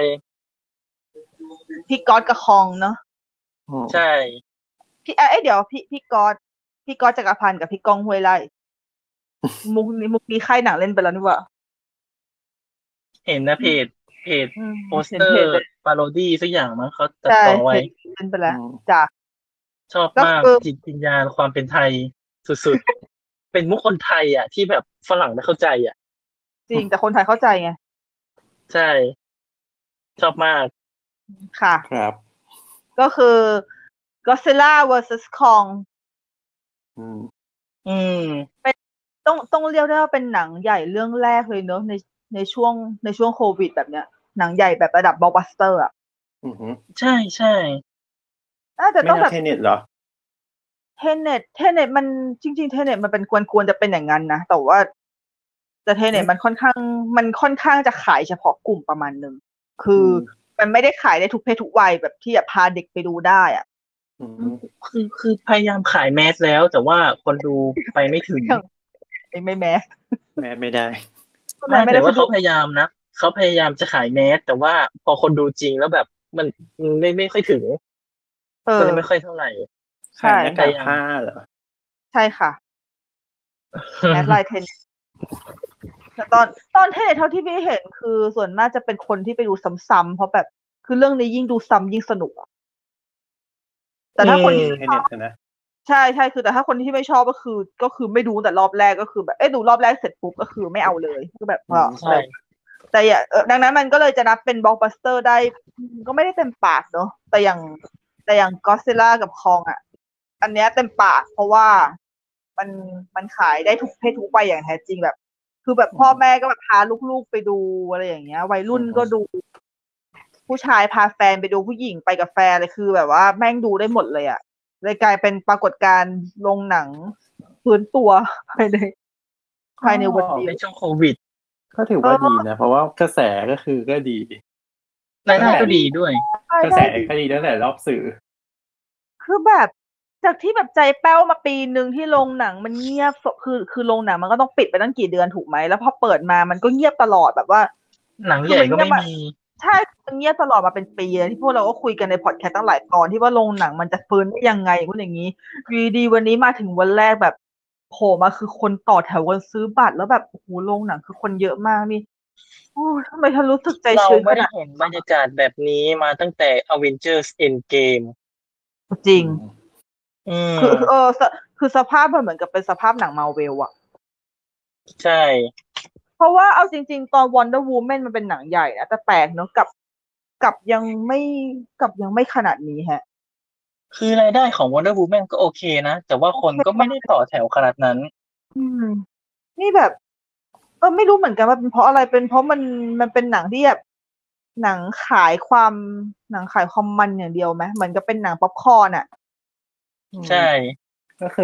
พี่ก๊อตกับคองเนาะใช่พี่เอ้ยเดี๋ยวพี่พี่ก๊อตพี่ก๊อตจักรพันธ์กับพี่ก้องห้วยไร่มุกนี้มุกนี้ค่ายหนังเล่นไปแล้วนี่หว่าเห็นนะเพจเพจอืมโปสเตอร์ปาโรดี้สักอย่างมั้งเขาตัดใช่ต่อไว้เล่นไปแล้วจ้ะชอบก็มากคือจิตวิญญาณความเป็นไทยสุดๆ เป็นมุกคนไทยอ่ะ ที่แบบฝรั่งไม่เข้าใจอ่ะจริงแต่คนไทยเข้าใจไงใช่ ชอบมากค่ะครับก็คือ Godzilla versus Kong อืมอืมเป็นต้องต้องเรียกได้ว่าเป็นหนังใหญ่เรื่องแรกเลยเนอะในในช่วงในช่วงโควิดแบบเนี้ยหนังใหญ่แบบระดับบล็อกบัสเตอร์อ่ะอือฮึใช่ใช่น่าจะไม่ต้องนัแบบ บเทเน็ตเหรอเทเน็ตเทเน็ตมันจริงๆเทเน็ตมันเป็นควรควรจะเป็นอย่างนั้นนะแต่ว่าแต่เทเน็ตมันค่อนข้างมันค่อนข้างจะขายเฉพาะกลุ่มประมาณหนึ่งคือมันไม่ได้ขายได้ทุกเพศทุกวัยแบบที่จะพาเด็กไปดูได้อ่ะอืมคือคือพยายามขายแมสแล้ว แต่ว่าคนดูไปไม่ถึงไม่ไม่แมสแม่ไม่ได้ไม่แต่ว่าเขาพยายามนะเขาพยายามจะขายแมสแต่ว่าพอคนดูจริงแล้วแบบมันไม่ไม่ค่อยถึงก็เลยไม่ค่อยเท่าไหร่ขายหน้ากากผ้าเหรอใช่ค่ะแมสลายเทนแต่ตอนตอนเทเน็ตเท่าที่พี่เห็นคือส่วนมากจะเป็นคนที่ไปดูซ้ำๆเพราะแบบคือเรื่องนี้ยิ่งดูซ้ำยิ่งสนุกอะแต่ถ้าคนที่เทเน็ตนะใช่ใช่คือแต่ถ้าคนที่ไม่ชอบก็คือ ก็คือไม่ดูแต่รอบแรกก็คือแบบเอ้ดูรอบแรกเสร็จปุ๊บก็คือไม่เอาเลยคือแบบเพราะแบบแต่อย่าเออดังนั้นมันก็เลยจะนับเป็นบล็อกบัสเตอร์ได้ก็ไม่ได้เต็มปากเนาะแต่อย่างแต่อย่างก็อดซิลล่ากับคองอ่ะอันเนี้ยเต็มปากเพราะว่ามันมันขายได้ทุกเพศทุกวัยอย่างแท้จริงแบบ คือแบบพ่อแม่ก็แบบพาลูกๆไปดูอะไรอย่างเงี้ยวัยรุ่นก็ดู ผู้ชายพาแฟนไปดูผู้หญิงไปกับแฟนเลยคือแบบว่าแม่งดูได้หมดเลยอ่ะเลยกลายเป็นปรากฏการณ์โรงหนังฟื้นตัวภายในภายในวันเดียวในช่วงโควิดก็ถือว่าดีนะเพราะว่ากระแสก็คือก็ดีรายได้ก็ดีด้วยกระแสก็ดีตั้งแต่รอบสื่อคือแบบจากที่แบบใจแป้วมาปีนึงที่โรงหนังมันเงียบคือคือโรงหนังมันก็ต้องปิดไปตั้งกี่เดือนถูกไหมแล้วพอเปิดมามันก็เงียบตลอดแบบว่าหนังใหญ่ก็ไม่มีใช่มันเงียบตลอดมาเป็นปีเลยที่พวกเราก็คุยกันในพอดแคสต์ตั้งหลายตอนที่ว่าโรงหนังมันจะฟื้นได้ยังไงพวกอย่างนี้วีดีวันนี้มาถึงวันแรกแบบโผล่มาคือคนต่อแถวกันซื้อบัตรแล้วแบบโอ้โหโรงหนังคือคนเยอะมากนี่โอ้ทำไมฉันรู้สึกใจชื้นเราไม่ได้เห็นบรรยากาศแบบนี้มาตั้งแต่ Avengers Endgame จริงคือเออคือสภาพมันเหมือนกับเป็นสภาพหนังมาร์เวลอะใช่เพราะว่าเอาจริงๆตอน Wonder Woman มันเป็นหนังใหญ่นะแต่แปลกเนอะกับกับยังไม่กับยังไม่ขนาดนี้ฮะคือรายได้ของ Wonder Woman ก็โอเคนะแต่ว่าคนก็ไม่ได้ต่อแถวขนาดนั้นอืมนี่แบบเออไม่รู้เหมือนกันว่าเป็นเพราะอะไรเป็นเพราะมันมันเป็นหนังที่แบบหนังขายความหนังขายความมันอย่างเดียวไหมเหมือนกับเป็นหนังป๊อปคอร์นอ่ะใช่ก็คือ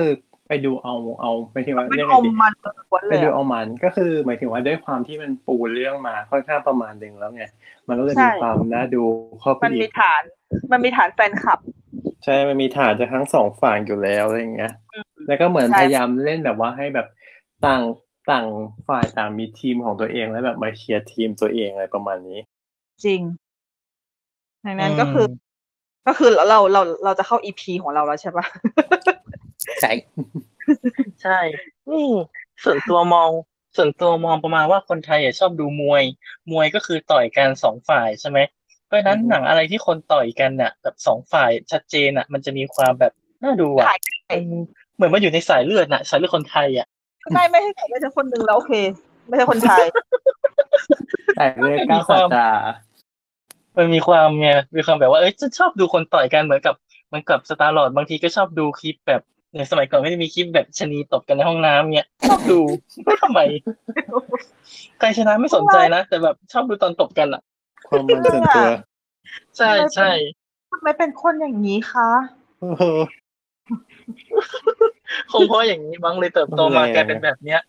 ไปดูเอาเอาหมายถึงว่าไม่เรื่องอไงมดีมันล้วนไปเลยดูอะเอามันก็คือหมายถึงว่าด้วยความที่มันปูเรื่องมาค่อนข้างประมาณนึงแล้วไงมันก็เลยใช่มีความน่าดูเข้าไปมันอีมีกฐาน มันมีฐานแฟนคลับใช่มันมีฐานจากทั้งสองฝั่งอยู่แล้วอะไรอย่างเงี้ยอืมแล้วก็เหมือนใช่พยายามเล่นแบบว่าให้แบบต่างต่างฝ่ายต่างมีทีมของตัวเองแล้วแบบมาเชียร์ทีมตัวเองอะไรประมาณนี้จริง ดังอืนั้นก็คือมก็คือเราเราเราจะเข้า อี พี ของเราแล้วใช่เปล่าใช่ใช่ นี่ส่วนตัวมอง ส่วนตัวมองประมาณว่าคนไทยอะชอบดูมวย มวยก็คือต่อยกันสองฝ่ายใช่ไหม เพราะฉะนั้นอือฮึหนังอะไรที่คนต่อยกันน่ะแบบสองฝ่ายชัดเจนน่ะ มันจะมีความแบบน่าดูอะถ่ายได้มันเหมือนมันอยู่ในสายเลือดน่ะ สายเลือดคนไทยอะไม่ ไม่ใช่ ไม่ใช่คนหนึ่งแล้วโอเค ไม่ใช่คนไทยแต่เรื่องมันก้ามีวควาสัจมจามันมีความไง มีความแบบว่า เฮ้ย ฉันชอบดูคนต่อยกันเหมือนกับ เหมือนกับ Star-Lord บางทีก็ชอบดูคลิปแบบอย่างสมัยก่อนก็จะมีคลิปแบบชะนีตบกันในห้องน้ำเงี้ย ชอบดู ไม่รู้ทำไม ใครชนะไม่สนใจนะ แต่แบบชอบดูตอนตบกันอะความมันส่วนตัวใช่ ๆทำไมเป็นคนอย่างงี้คะโอ้โฮคงเพราะอย่างงี้มั้งเลยเติบโตมากลายเป็นแบบเนี้ย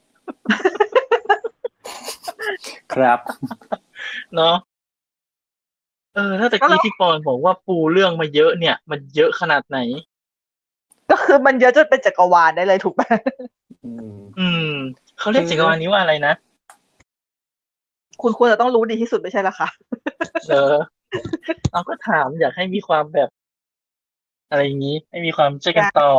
ครับเนาะ เออ ถ้าตะกี้ที่ปอนบอกว่าปูเรื่องมาเยอะเนี่ย มันเยอะขนาดไหน? ก็คือมันเยอะจนเป็นจักรวาลได้เลยถูก ไหม? อืมอืม เขาเรียกจักรวาลนี้ว่าอะไรนะ? คุณควรจะต้องรู้ดีที่สุดไม่ใช่เหรอคะ? เหรอ? อ้าว ก็ถามอยากให้มีความแบบ อะไรอย่างงี้ ให้มีความช่วยกันตอบ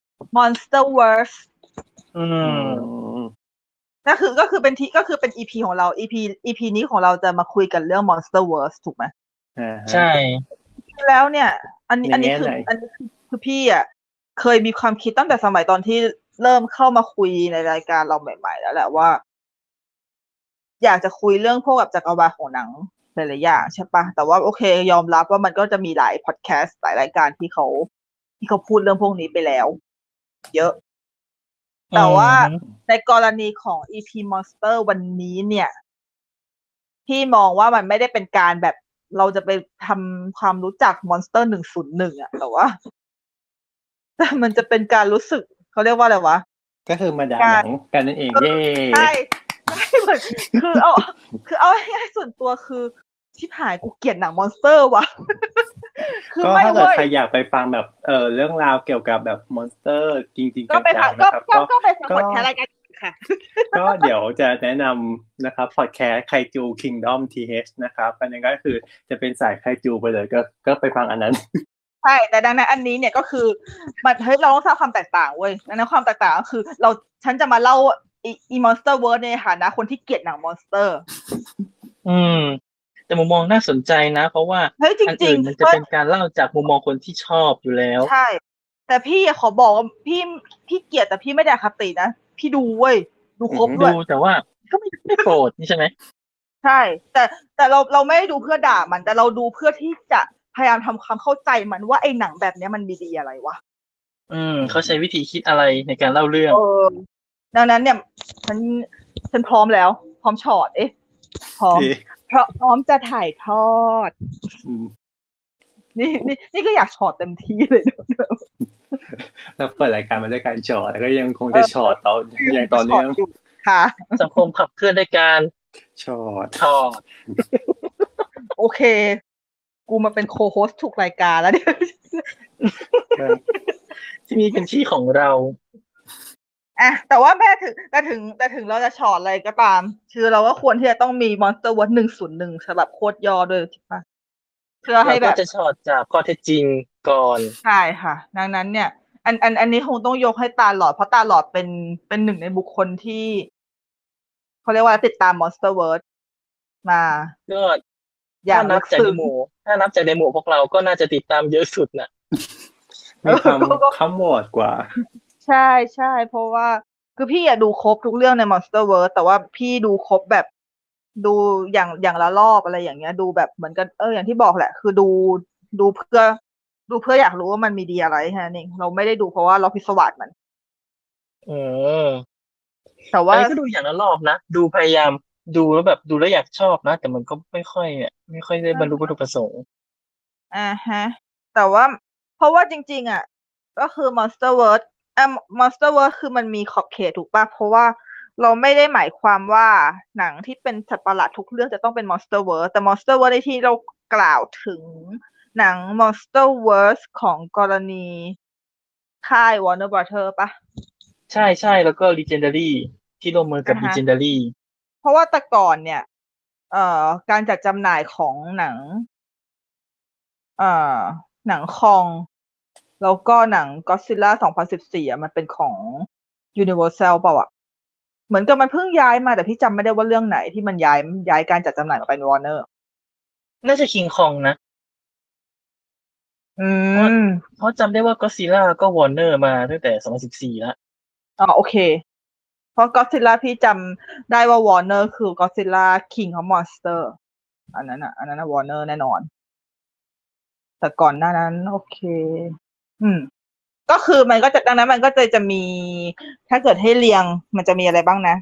Monsterverse อือืมมก็คือ ก็คือเป็นที ก็คือเป็น อี พี ของเรา อี พี อี พี นี้ของเราจะมาคุยกันเรื่อง Monsterverse ถูกไหม? อะฮะใช่แล้วเนี่ย อันนี้ในอันนี้แง่คือไหน? อันนี้คือ คือพี่อะเคยมีความคิดตั้งแต่สมัยตอนที่เริ่มเข้ามาคุยในรายการเราใหม่ ๆ แล้วแหละว่า อยากจะคุยเรื่องพวกแบบจักรวาลของหนังหลาย ๆ อย่างใช่เปล่า แต่ว่าโอเคยอมรับว่ามันก็จะมีหลายพอดแคสต์หลายรายการที่เขา ที่เขาพูดเรื่องพวกนี้ไปแล้ว เยอะ แต่ว่าอือฮึในกรณีของ อี พี Monster วันนี้เนี่ย พี่มองว่ามันไม่ได้เป็นการแบบเราจะไปทำความรู้จัก Monster หนึ่งศูนย์หนึ่ง อะ แต่ว่า แต่มันจะเป็นการรู้สึก เขาเรียกว่าอะไรวะก็คือมาด่ากาหรนังกันนั่นเองเออเย้ใช่ ใช่ เหมือน คือเอา คือเอาง่าย ๆ ส่วนตัวคือ ชิบหายกูเกลียดหนัง Monster ว่ะ คือก็ไม่ถ้าเเกิดว้ยใครอยากไปฟังแบบ เอ่อ เรื่องราวเกี่ยวกับแบบ Monster จริง ๆก็ไปจัฟังง ๆก็นะครับก็ก็ก็ไปฟังก็พอดแคสต์รายการอื่นค่ะก็เดี๋ยวจะแนะนำนะครับ พอดแคสต์ Kaiju Kingdom ที เอช นะครับ อันนั้นก็คือจะเป็นสาย Kaiju ไปเลย ก็ ก็ไปฟังอันนั้นใช่ แต่ดังนั้นอันนี้เนี่ยก็คือมัน เฮ้ย เราต้องสร้างความแตกต่างเว้ย ดังนั้นความแตกต่างก็คือเรา ฉันจะมาเล่าอี อี Monsterverse ในฐานะคนที่เกลียดหนัง Monster อืม แต่มุมมองน่าสนใจนะ เพราะว่าเฮ้ย จอันรอิง่นมันๆจะเป็นการเล่าจากมุมมองคนที่ชอบอยู่แล้วใช่ แต่พี่อะขอบอกว่าพี่ พี่เกลียดแต่พี่ไม่ได้อคตินะ พี่ดูเว้ย ดูครบอือฮึด้ดวยูแต่ว่าก็ไม่ ไม่โกรธงี้ใช่ไหม? ใช่ แต่ แต่เรา เราไม่ได้ดูเพื่อด่ามัน แต่เราดูเพื่อที่จะพยายามทำความเข้าใจมันว่าไอ้หนังแบบเนี้ยมันมีดีอะไรวะอืม เขาใช้วิธีคิดอะไรในการเล่าเรื่องเออ ดังนั้นเนี่ย ฉัน ฉันพร้อมแล้ว พร้อมฉอด เอ๊ะ พร้อมดีเพราะพร้อมจะถ่ายทอดอืมนี่ นี่ นี่ก็อยากฉอดเต็มที่เลยแล้วเปิดรายการมาด้วยการฉอด แล้วก็ยังคงเอจะอฉอดต่อ อย่างต่อเนื่องฉอดอยู่ ค่ะสังคมขับเคลื่อนด้วยการฉอดฉอดโอเค กูมาเป็น co-host ทุกรายการแล้ว เนี่ยครับที่นี่เป็นที่ของเราอะ แต่ว่าแม้ถึง แต่ถึง แต่ถึงเราจะฉอดอะไรก็ตาม คือเราก็ควรที่จะต้องมี Monsterverse หนึ่งศูนย์หนึ่ง ฉบับโคตรย่อด้วย ถูกเปล่า เพื่อให้เราแบก็บจะฉอดจากข้อเท็จจริงก่อนใช่ค่ะ ดังนั้นเนี่ย อัน อัน อันนี้คงต้องยกให้ Star-Lord เพราะ Star-Lord เป็น เป็นหนึ่งในบุคคลที่ เขาเรียกว่าติดตาม Monsterverse มาก็อย่าถ้าง นัลึบกจากซึ้ในงหมู่ ถ้านับจากในหมู่พวกเราก็น่าจะติดตามเยอะสุดน่ะมีความก็ ก็ค้ำวอร์ดกว่าใช่ ๆ เพราะว่า คือพี่อะดูครบทุกเรื่องใน Monsterverse แต่ว่าพี่ดูครบแบบ ดูอย่าง อย่างละรอบ อะไรอย่างเงี้ย ดูแบบเหมือนกับ เออ อย่างที่บอกแหละ คือดู ดูเพื่อ ดูเพื่ออยากรู้ว่ามันมีดีอะไรแค่นั้นเอง เราไม่ได้ดูเพราะว่าเราพิศวาสมันอืมแต่วอั่านนี้ก็ดูอย่างละรอบนะ ดูพยายามดูแล้วแบบดูแล้วอยากชอบนะ แต่มันก็ไม่ค่อยอะ ไม่ค่อยได้บรรลุวัตถุประสงค์อะฮะ แต่ว่า เพราะว่าจริง ๆ อะ ก็คือ Monsterverse อ่ะ Monsterverse คือมันมีขอบเขตถูกป่ะเพราะว่าเราไม่ได้หมายความว่าหนังที่เป็นสัตว์ประหลาดทุกเรื่องจะต้องเป็น Monsterverse แต่ Monsterverse ในที่เรากล่าวถึงหนัง Monsterverse ของกรณีค่าย Warner Brother ป่ะใช่ใช่แล้วก็ Legendary ที่ร่วมมือกับอ่าฮะ Legendary เพราะว่าแต่ก่อนเนี่ยเอ่อการจัดจำหน่ายของหนังเอ่อหนังคองแล้วก็หนัง Godzilla สองพันสิบสี่อ่ะมันเป็นของ Universal เปล่าอ่ะเหมือนกับมันเพิ่งย้ายมาแต่พี่จำไม่ได้ว่าเรื่องไหนที่มันย้ายย้ายการจัดจำหน่ายมาเป็น Warner น่าจะ King Kong นะอืเพราะมเพราะจำได้ว่า Godzilla ก็ Warner มาตั้งแต่สองพันสิบสี่แล้วอ๋อโอเคเพราะ Godzilla พี่จำได้ว่า Warner คือ Godzilla King of Monster อันนั้นอ่ะอันนั้นอ่ะ Warner แน่นอนแต่ก่อนหน้านั้นโอเค อืม ก็คือมันก็จะดังนั้นมันก็จะจะมี ถ้าเกิดให้เรียงมันจะมีอะไรบ้างนะ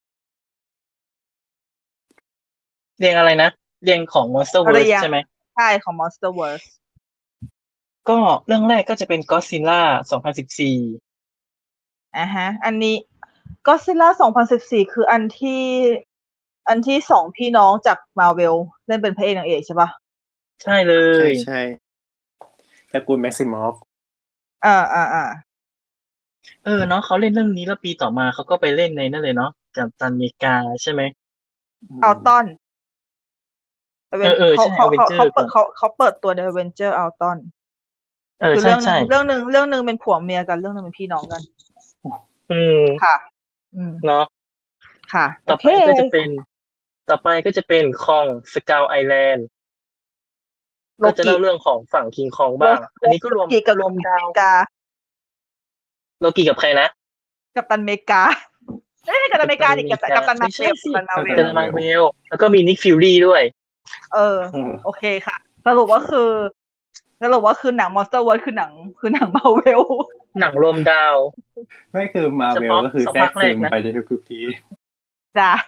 เรียงอะไรนะ เรียงของเรี Monsterverse ยงใช่ไหมใช่ของ Monsterverse ก็เรื่องแรกก็จะเป็น Godzilla สองพันสิบสี่อ่าฮะ อันนี้ Godzilla สองพันสิบสี่คืออันที่ อันที่สองพี่น้องจาก Marvel เล่นเป็นพระเอกนางเอกใช่ปะใช่เลใช่ยใช่ตระกูลแม็กซิมอฟอ่าอ่าอ่าเออเนาะเขาเล่นเรื่องนี้แล้วปีต่อมาเขาก็ไปเล่นในนั่นเลยเนาะกับตันอเมริกาใช่ไหมเอาตอนเออเออเขาใช่เขาเขา Avenger เขาเปิก่ดอนเขาเขาเปิดตัวใน Avenger เอาตอนเออคือใช่เรื่องหนึใช่งเรื่องหนึ่งเรื่องหนึ่งเป็นผัวเมียกันเรื่องหนึงเป็นพี่น้องกันอืมค่ะ อืมเนาะค่ะต่โออเคไปก็จะเป็น ต่อไปก็จะเป็นคองสกาวไอแลนด์โลก็จะกิเล่าเรื่องของฝั่งคิงคองโลบ้าง อันนี้ก็รวมกิกับรวมดาวอเมริกาโลกิกับใครนะกับตันอเมริกาเอ้ยกับตันอเมริกาดิกับกับตันมาไม่เวใช่ลสิกับตันมาเวกัลนมาเวลแล้วก็มีนิกฟิลลี่ด้วยเออ โอเคค่ะ สรุปว่าคือสรุปว่าคือหนัง Monster World คือหนังคือหนังมาเวลหนังรวมดาวไม่คือมาเฉเวลพาะก็คือสองแทรภาก คแรซึกมนะไปในทุกๆทีจ้ะ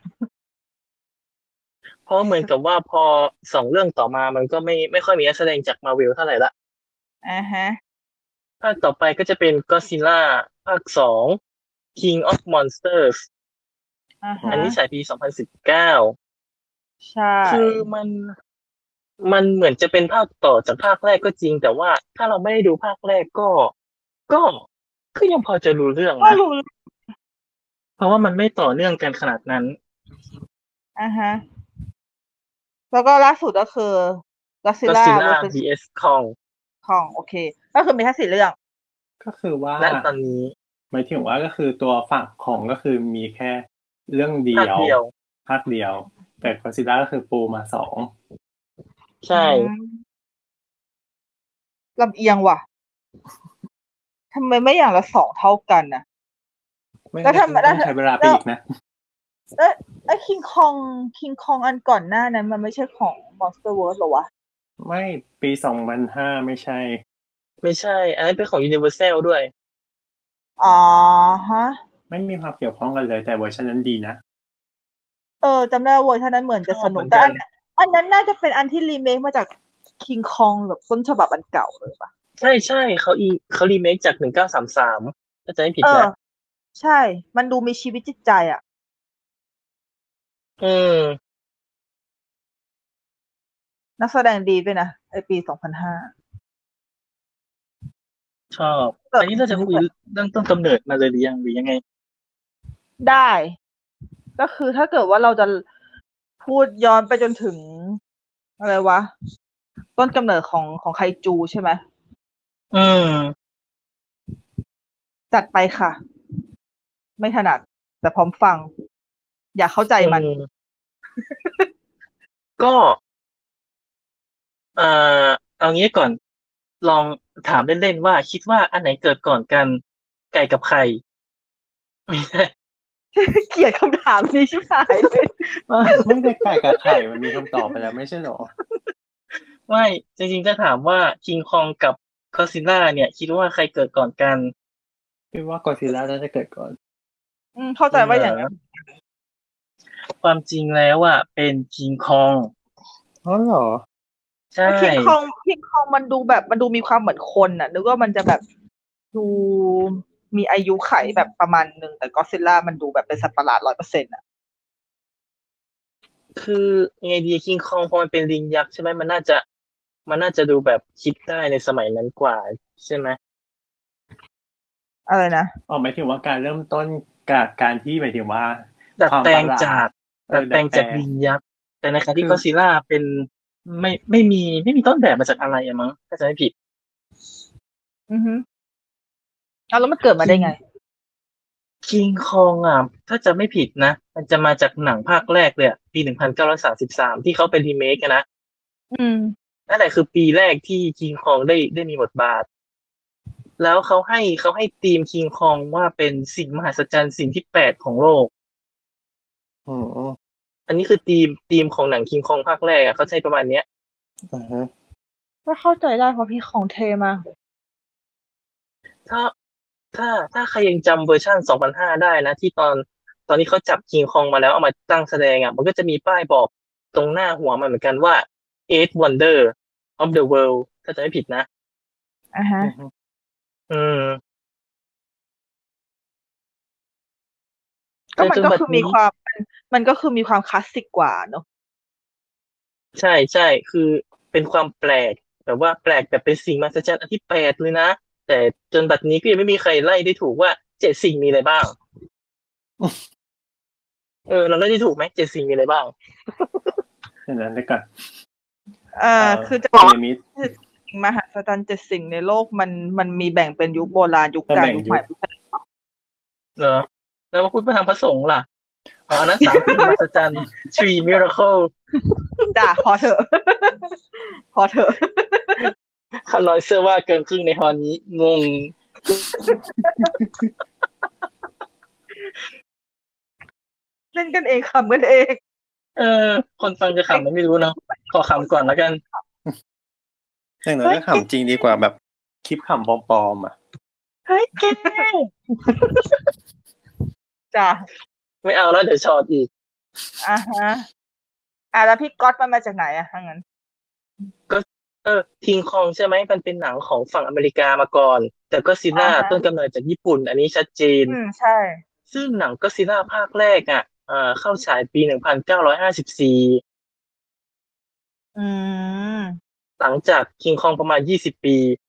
เพราะเหมือนกับว่าพอสองเรื่องต่อมามันก็ไม่ไม่ค่อยมีนักแสดงจากมาเวลเท่าไหร่ละอ่าฮะภาคต่อไปก็จะเป็น Godzilla ภาคสอง King of Monsters อ่าฮะอันนี้ฉายปีสองพันสิบเก้าใช่คือมันมันเหมือนจะเป็นภาคต่อจากภาคแรกก็จริง แต่ว่าถ้าเราไม่ได้ดูภาคแรกก็ก็ก็ยังพอจะรู้เรื่องก็นะรู้เพราะว่ามันไม่ต่อเนื่องกันขนาดนั้นอ่าฮะ แล้วก็ล่าสุดก็คือ Godzilla Godzilla versus วี เอส Kong ของโอเค ก็คือมีแค่สี่เรื่องก็คือว่าและตอนนี้หมายถึงว่าก็คือตัวฝั่งของก็คือมีแค่เรื่องเดีภาคยวเดียวภาคเดียว แต่ก็ซิล่าก็คือปูมาสองใช่อืมลำเอียงว่ะทำไมไม่อย่างละสองเท่ากันน่ะไม่แล้วงั้นทำแล้วต้องใช้เวลาไปแล้วอีกนะเอ้ยไอ้คิงคองคิงคองอันก่อนหน้านั้นมันไม่ใช่ของ Monster World หรอวะไม่ปีสองพันห้าไม่ใช่ไม่ใช่ อันนั้นเป็นของ Universal ด้วยอ๋อฮะไม่มีความเกี่ยวข้องกันเลย แต่เวอร์ชันนั้นดีนะเออจำได้ว่าเวอร์ชันนั้นเหมือนจะสนุกชอบเหมือนแต่กัอันนอันนั้นน่าจะเป็นอันที่รีเมคมาจากคิงคองแบบต้นฉบับอันเก่าเลยปะใช่ใช่เขาอีเขารีเมคจากหนึ่งเก้าสามสามถ้าจะไม่ผิดเออนะใช่ มันดูมีชีวิตจิตใจอ่ะอืมนักแสดงดีด้วยนะไอปีสองพันห้าชอบ อันนี้เราจะคุยเรื่องต้นกำเนิดมาเลยหรือยังหรือยังไงได้ ก็คือถ้าเกิดว่าเราจะพูดย้อนไปจนถึงอะไรวะ ต้นกำเนิดของของไคจูใช่ไหมอืมจัดไปค่ะ ไม่ถนัด แต่พร้อมฟัง อยากเข้าใจมันอืม ก็เอ่อเอางี้ก่อน ลองถามเล่นๆว่าคิดว่าอันไหนเกิดก่อนกัน ไก่กับไข่ ไม่ใช่เกลียดคำถามนี้ชิบหายเลยไม่ได้ไก่กับไข่มันมีคำตอบไปแล้วไม่ใช่หรอไม่จริงๆจะถามว่าคิงคองกับกอซิล่าเนี่ย คิดว่าใครเกิดก่อนกันคิดว่ากอซิล่าน่าจะเกิดก่อนอืมเข้าใจว่าอย่างนั้นความจริงแล้วอ่ะเป็นคิงคองอ๋อเหรอใช่คิงคองคิงคองมันดูแบบมันดูมีความเหมือนคนน่ะนึกว่ามันจะแบบดูมีอายุไขแบบประมาณหนึ่งแต่ก็อดซิลล่ามันดูแบบเป็นสัตว์ประหลาดร้อยเปอร์เซ็นต์อ่ะคือไงดีคิงคองพอมันเป็นลิงยักษ์ใช่ไหมมันน่าจะมันน่าจะดูแบบคิดได้ในสมัยนั้นกว่าใช่ไหมอะไรนะอ๋อหมายถึงว่าการเริ่มต้นกับการที่หมายถึงว่าดัดความแปลประงหลาจากดเอดัอดแปดัลดงแปลจากงลิงยักษ์แต่ในขณะคืที่อก็อดซิลล่าเป็นไม่ไม่มีไม่มีต้นแบบมาจากอะไรอะมั้งถ้าจะไม่ผิดอือฮึเอาแล้วมันเกิดมาได้ไงคิงคองอ่ะถ้าจะไม่ผิดนะมันจะมาจากหนังภาคแรกเลยอะปีหนึ่งพันเก้าร้อยสามสิบสามที่เขาเป็นรีเมคอะนะอืมนั่นแหละคือปีแรกที่คิงคองได้ได้มีบทบาท แล้วเขาให้เขาให้ธีมคิงคองว่าเป็นสิ่งมหัศจรรย์สิ่งที่แปลกของโลกอืมอืมอันนี้คือธีมธีมของหนังคิงคองภาคแรกอ่ะเขาใช้ประมาณเนี้ยอ่าฮะก็เข้าใจได้เพราะพี่ของเทมากถ้าถ้าถ้าใครยังจำเวอร์ชันสองพันห้าได้นะที่ตอนตอนนี้เขาจับคิงคองมาแล้วเอามาตั้งแสดงอ่ะมันก็จะมีป้ายบอกตรงหน้าหัวมันเหมือนกันว่า eight wonder of the world ถ้าจะไม่ผิดนะอ่าฮะอือฮึอืมก็มันจนก็บัดคือมีนี้ความมันมันก็คือมีความคลาสสิกกว่าเนอะใช่ใช่คือเป็นความแปลกแบบว่าแปลกแบบเป็นสิ่งมหัศจรรย์อันที่แปลกเลยนะแต่จนบัดนี้ก็ยังไม่มีใครไล่ได้ถูกว่าเจ็ดสิ่งมีอะไรบ้างเออเราไล่ได้ถูกไหมเจ็ดสิ่งมีอะไรบ้างเดี๋ยวนั้นได้ก่อนอ่าเอ่อคือจะบอกพีว่าระมิดสิ่งมหัศจรรย์เจ็ดสิ่งในโลกมันมันมีแบ่งเป็นยุคโบราณยุคมันกลางแบ่งยุคใหม่ยุคเหรอแล้วมาพูดไปทางพระสงฆ์ล่ะอ๋ออันนั้นสามสิ่งมหัศจรรย์ three miracle จ้ะพอเถอะ พอเถอะข้าน้อยเชื่อว่าเกินครึ่งในฮอนนี้งงเล่นกันเองขำกันเองเออ คนฟังจะขำไหมไม่รู้เนาะขอขำก่อนแล้วกันอย่างน้อยก็ขำจริงดีกว่าแบบคลิปขำปลอมๆอ่ะเฮ้ยแกจ้ะไม่เอาแล้วเดี๋ยวช็อตอีกอ่าฮะอ่าแล้วพี่ก๊อตมันมาจากไหนอะถ้างั้นก็เออคิงคองใช่ไหมมันเป็นหนังของฝั่งอเมริกามาก่อน แต่ก็ซิล่าอ่าฮะต้นกำเนิดจากญี่ปุ่น อันนี้ชัดเจนอืมใช่ซึ่งหนังก็ซิล่าภาคแรกอ่ะเอ่อเข้าฉายปีหนึ่งพันเก้าร้อยห้าสิบสี่อืมหลังจากคิงคองประมาณยี่สิบปี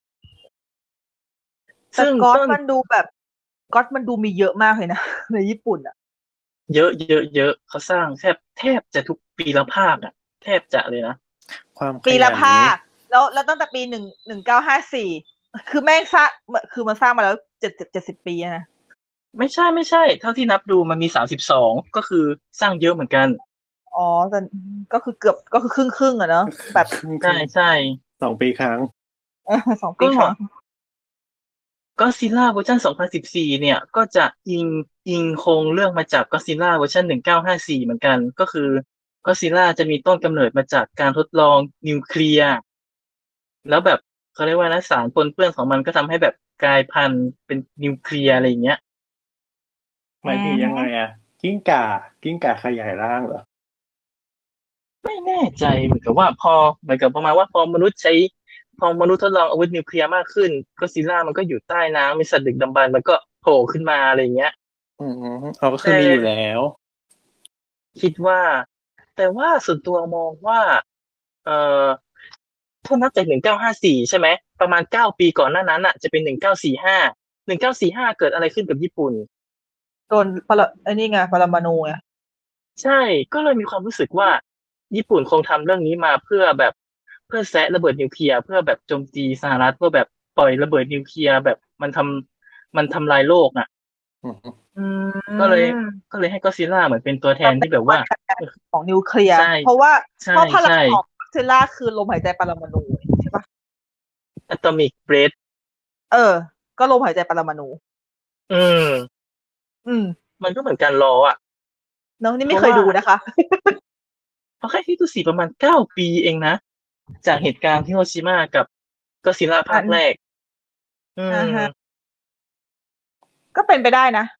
แต่ซึ่งก๊อตต้นมันดูแบบก๊อตมันดูมีเยอะมากเลยนะ ในญี่ปุ่นอะเยอะเยอะเยอะเขาสร้างแทบแทบจะทุกปีละภาคอ่ะ แทบจะเลยนะความขปียัละนภานี้คแล้วแล้วตั้งแต่ปีหนึ่งหนึ่งเก้าห้าสี่คือแม่งสร้างคือมันสร้างมาแล้วเจ็ดเจ็ดเจ็ดสิบปีอะนะไม่ใช่ไม่ใช่ เท่าที่นับดูมันมีสามสิบสองก็คือสร้างเยอะเหมือนกันอ๋อแต่ก็คือเกือบก็คือครึ่งครึ่งๆอะเนาะแบบครึ่งใช่ใช่สองปีครั้งเออสองปีครั้งก็ซิล่าเวอร์ชันสองพันสิบสี่เนี่ยก็จะอิงอิงโครงเรื่องมาจากก็ซิล่าเวอร์ชันหนึ่งเก้าห้าสี่เหมือนกัน ก็คือก็ซิล่าจะมีต้นกำเนิดมาจากการทดลองนิวเคลียร์แล้วแบบเขาเรียกว่านะสารปนเปื้อนของมันก็ทำให้แบบกลายพันธุ์เป็นนิวเคลียร์อะไรอย่างเงี้ยหมายถึงยังไงอ่ะ กิ้งก่า กิ้งก่าขยายร่างเหรอไม่แน่ใจเหมือนกับว่าพอเหมือนกับประมาณว่าพอมนุษย์ใช้พอมนุษย์ทดลองอาวุธนิวเคลียร์มากขึ้นก็ซิล่ามันก็อยู่ใต้น้ำมีสัตว์ดึกดำบรรพ์มันก็โผล่ขึ้นมาอะไรอย่างเงี้ยอืมเอาก็คือมีอยู่แล้วคิดว่า แต่ว่าส่วนตัวมองว่า เอ่อถ้านับจากหนึ่งเก้าห้าสี่ใช่ไหมประมาณเก้าปีก่อนหน้านั้นอ่ะจะเป็นหนึ่งเก้าสี่ห้าหนึ่งเก้าสี่ห้าเกิดอะไรขึ้นกับญี่ปุ่นโดนปรไอ้นี่ไงปรมาณูไงใช่ก็เลยมีความรู้สึกว่า ญี่ปุ่นคงทำเรื่องนี้มาเพื่อแบบเพื่อแซะระเบิดนิวเคลียร์เพื่อแบบโจมตีสหรัฐเพื่อแบบปล่อยระเบิดนิวเคลียร์แบบมันทำมันทำลายโลกอ่ะอืมอืมก็เลยก็เลยให้ก็อดซิลล่าเหมือนเป็นตัวแทนที่แบบว่าของนิวเคลียร์ใช่เพราะว่าใช่เพราะพลังใช่ของก็อดซิลล่าคือลมหายใจปรมาณูใช่ปะอะตอมิกเบรดเออ ก็ลมหายใจปรมาณูอืมอืมมันก็เหมือนการรออ่ะน้องนี่ไม่เคยดูนะคะเพราะแค่ที่ตุสีประมาณเก้าปีเองนะ จากเหตุการณ์ที่ฮิโรชิมากับก็อดซิลล่าภาคแรก อือ่าม ฮะ ก็เป็นไปได้นะ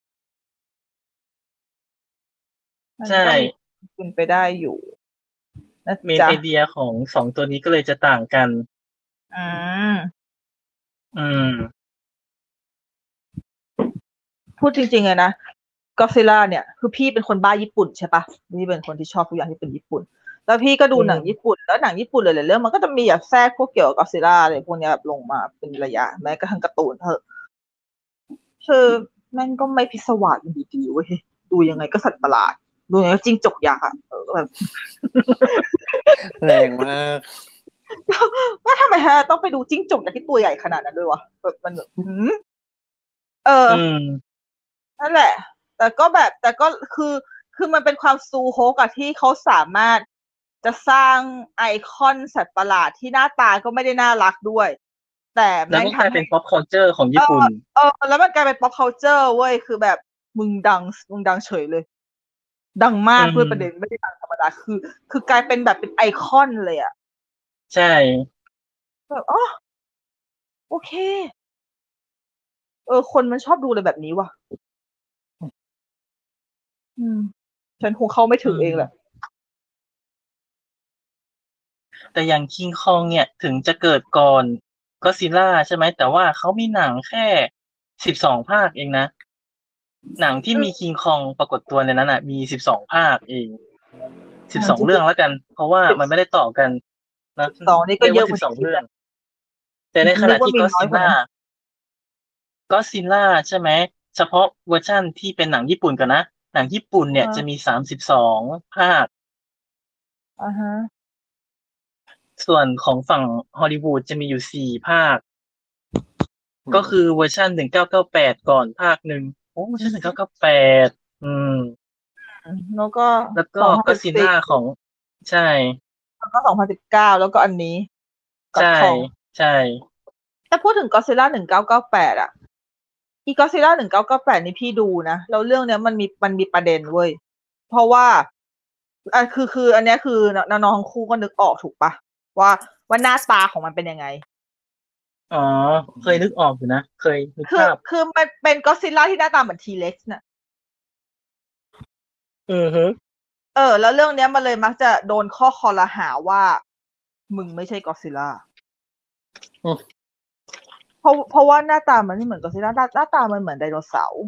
มันใช่ก็มีเป็นไปได้อยู่นะเมนจ๊ะไอเดียของสองตัวนี้ก็เลยจะต่างกันอืมอืมพูดจริงๆเลยนะก็ซิล่าเนี่ยคือพี่เป็นคนบ้าญี่ปุ่นใช่ปะพี่เป็นคนที่ชอบทุกอย่างที่เป็นญี่ปุ่นแล้วพี่ก็ดูหนังญี่ปุ่นแล้วหนังญี่ปุ่นหลายๆเรื่องมันก็จะมีแบบแทรกพวกเกี่ยวกับก็ซิล่าอะไรพวกเนี้ยแบบลงมาเป็นระยะแม้กระทั่งการ์ตูนเถอะคือแม่งก็ไม่พิศวาสอยู่ดีๆเว้ยดูยังไงก็สัตว์ประหลาดดูยังไงก็จิ้งจกยักษ์อ่ะเออแบบแรงมากว่าทำไมฮะต้องไปดูจิ้งจกยักษ์ที่ตัวใหญ่ขนาดนั้นด้วยวะแบบมันแบบหืมเอออืมนั่นแหละ แต่ก็แบบแต่ก็คือคือมันเป็นความซูโฮกอะที่เขาสามารถจะสร้างไอคอนสัตว์ประหลาดที่หน้าตาก็ไม่ได้น่ารักด้วย แต่แล้วแม่งก็กลายทำเป็ให้น pop culture ของญี่ปุ่นเออแล้วมันกลายเป็น pop culture เว้ยคือแบบมึงดังมึงดังเฉยเลย ดังมากอืมด้วยประเด็นไม่ได้ดังธรรมดาคือ คือกลายเป็นแบบเป็นไอคอนเลยอะใช่แบบอ๋อโอเค เออ คนมันชอบดูอะไรแบบนี้ว่ะ อืม ฉันคงเข้าไม่ถึงอืมเองแหละแต่อย่าง King Kong เนี่ยถึงจะเกิดก่อน Godzilla ใช่ไหมแต่ว่าเขามีหนังแค่สิบสองภาคเองนะ หนังที่มี King Kong ปรากฏตัวในนั้นน่ะมีสิบสองภาคเองสิบสองเรื่องแล้วกัน เพราะว่ามันไม่ได้ต่อกันนะสิบสองนี่ก็เรียกเยว่าอะกสิว่าบสองที่คิดเรื่ออะง แต่ในขนึณะกว่าที่มีน้อยกว่า Godzilla นั้น Godzilla ใช่ไหมเฉพาะเวอร์ชันที่เป็นหนังญี่ปุ่นก่อนนะ หนังญี่ปุ่นเนี่ยอ่าจะมีสามสิบสองภาคอ่าฮะส่วนของฝั่งฮอลลีวูดจะมีอยู่สี่ภาคอืมก็คือเวอร์ชันหนึ่งเก้าเก้าแปดก่อนภาคหนึ่งโอ้เวอร์ชันหนึ่งเก้าเก้าแปดอืมแล้วก็แล้วก็สองพันสิบสี่ Godzilla ของ ใช่แล้วก็สองพันสิบเก้าแล้วก็อันนี้ก็ใช่ทองใช่แต่พูดถึง Godzilla หนึ่งเก้าเก้าแปด อ่ะ อี Godzilla หนึ่งเก้าเก้าแปด นี่พี่ดูนะแล้วเรื่องเนี้ยมันมีมันมีประเด็นเว้ยเพราะว่าอ่ะคือคืออันเนี้ยคือน้องๆทั้งคู่ก็นึกออกถูกปะว่าว่าหน้าตาของมันเป็นยังไงอ๋อ เคยนึกออกอยู่นะ เคยนึกคือภาพคือมันเป็น Godzilla ที่หน้าตาเหมือน T-Rex น่ะอือฮึเออ แล้วเรื่องเนี้ยมันเลยมักจะโดนข้อคอรหาว่ามึงไม่ใช่ Godzilla อืมเพราะเพราะว่าหน้าตามันไม่เหมือน Godzilla หน้าหน้าตามันเหมือนไดโนเสาร์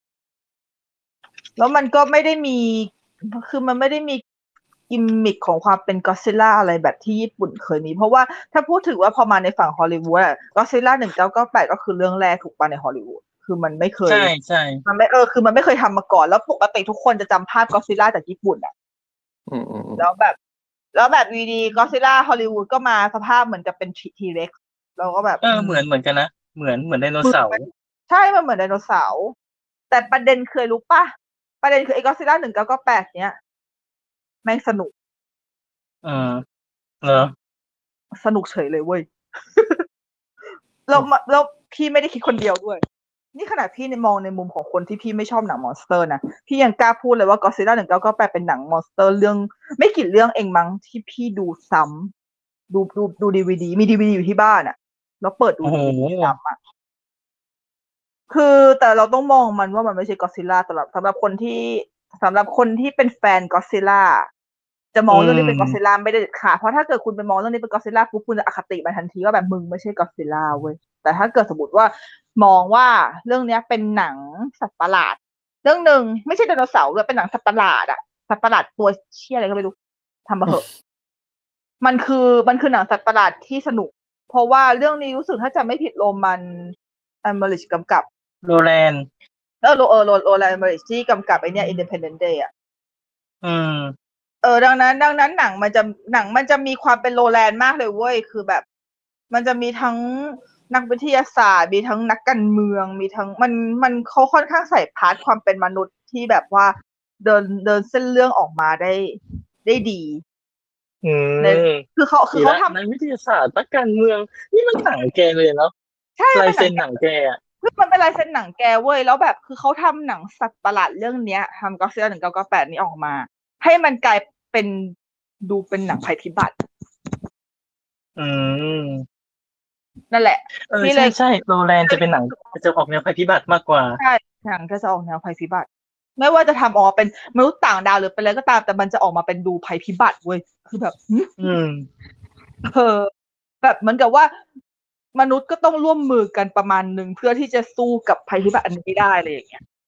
แล้วมันก็ไม่ได้มีคือมันไม่ได้มีกิมมิคของความเป็น Godzilla อะไรแบบที่ญี่ปุ่นเคยมีเพราะว่าถ้าพูดถึงว่าพอมาในฝั่งฮอลลีวูดอะ Godzilla หนึ่งเก้าเก้าแปดก็คือเรื่องแรกถูกป่ะในฮอลลีวูดคือมันไม่เคยใช่ใช่มันไม่เออคือมันไม่เคยทำมาก่อนแล้วปกติทุกคนจะจำภาพ Godzilla จากญี่ปุ่นอะอืมอืมอืมแล้วแบบ แล้วแบบวีดี Godzilla ฮอลลีวูดก็มาสภาพเหมือนกับเป็น T-Rex เราก็แบบเออ เหมือนเหมือนกันนะ เหมือนเหมือนไดโนเสาร์ใช่ มันเหมือนไดโนเสาร์แต่ประเด็นเคยรู้ป่ะประเด็นคือไอ้ Godzilla หนึ่งเก้าเก้าแปด เนี้ยแม่งสนุกเออเหรอสนุกเฉยเลยเว้ย แล้วมาแล้วพี่ไม่ได้คิดคนเดียวด้วย นี่ขนาดพี่ในมองในมุมของคนที่พี่ไม่ชอบหนังมอนสเตอร์นะพี่ยังกล้าพูดเลยว่า Godzilla หนึ่งเก้าเก้าแปด เป็นหนังมอนสเตอร์เรื่องไม่กี่เรื่องเองมั้งที่พี่ดูซ้ำดูดูดูดีวีดีมีดีวีดีอยู่ที่บ้านอะแล้วเปิดดูโอ้โหดีวีดีซ้ำอะคือแต่เราต้องมองมันว่ามันไม่ใช่ Godzilla สำหรับสำหรับคนที่สำหรับคนที่เป็นแฟน Godzilla จะมองเรื่องนี้เป็น Godzilla ไม่ได้เด็ดขาดเพราะถ้าเกิดคุณไปมองเรื่องนี้เป็น Godzilla ปุ๊บคุณจะอคติมาทันทีว่าแบบมึงไม่ใช่ Godzilla เว้ยแต่ถ้าเกิดสมมติว่ามองว่าเรื่องเนี้ยเป็นหนังสัตว์ประหลาดเรื่องหนึ่งไม่ใช่ไดโนเสาร์ด้วยเป็นหนังสัตว์ประหลาดอะสัตว์ประหลาดตัวเชี่ยอะไรก็ไม่รู้ทำมาเหอะมันคือมันคือหนังสัตว์ประหลาดที่สนุกเพราะว่าเรื่องนี้รู้สึกถ้าจะไม่ผิดโรมันอันเมริชกำกับโรแลนด์เออโรเออโรโรแลนด์เมริชที่กำกับไอเนี้ย Independent Day อะอืมเออดังนั้นดังนั้นหนังมันจะหนังมันจะมีความเป็นโรแลนด์มากเลยเว้ยคือแบบ มันจะมีทั้งนักวิทยาศาสตร์มีทั้งนักการเมืองมีทั้งมันมันเขาค่อนข้างใส่พาร์ทความเป็นมนุษย์ที่แบบว่าเดินเดินเส้นเรื่องออกมาได้ได้ดีอืมคือเขาคือเขาทำนักวิทยาศาสตร์นักการเมือง นี่มันหนังแกเลยเนาะใช่ลายเป็นหนัเซ็งนหนังแกอ่ะคือมันเป็นลายเซ็นหนังแกเว้ยแล้วแบบคือเขาทำหนังสัตว์ประหลาดเรื่องเนี้ยทำ Godzilla หนึ่งเก้าเก้าแปดนี้ออกมา ให้มันกลายเป็นดูเป็นหนังภัยพิบัติอืมนั่นแหละเออพี่เลใช่ยใช่โรแลนด์จะเป็นหนังจะออกแนวภัยพิบัติมากกว่าใช่หนังก็จะออกแนวภัยพิบัติ ไม่ว่าจะทำออกเป็นมนุษย์ต่างดาวหรือเป็นอะไรก็ตามแต่มันจะออกมาเป็นดูภัยพิบัติเว้ยคือแบบหึอืมเออแบบเหมือนกับว่ามนุษย์ก็ต้องร่วมมือกันประมาณหนึ่งเพื่อที่จะสู้กับภัยพิบัติอันนี้ได้อะไรอย่างเงี้ย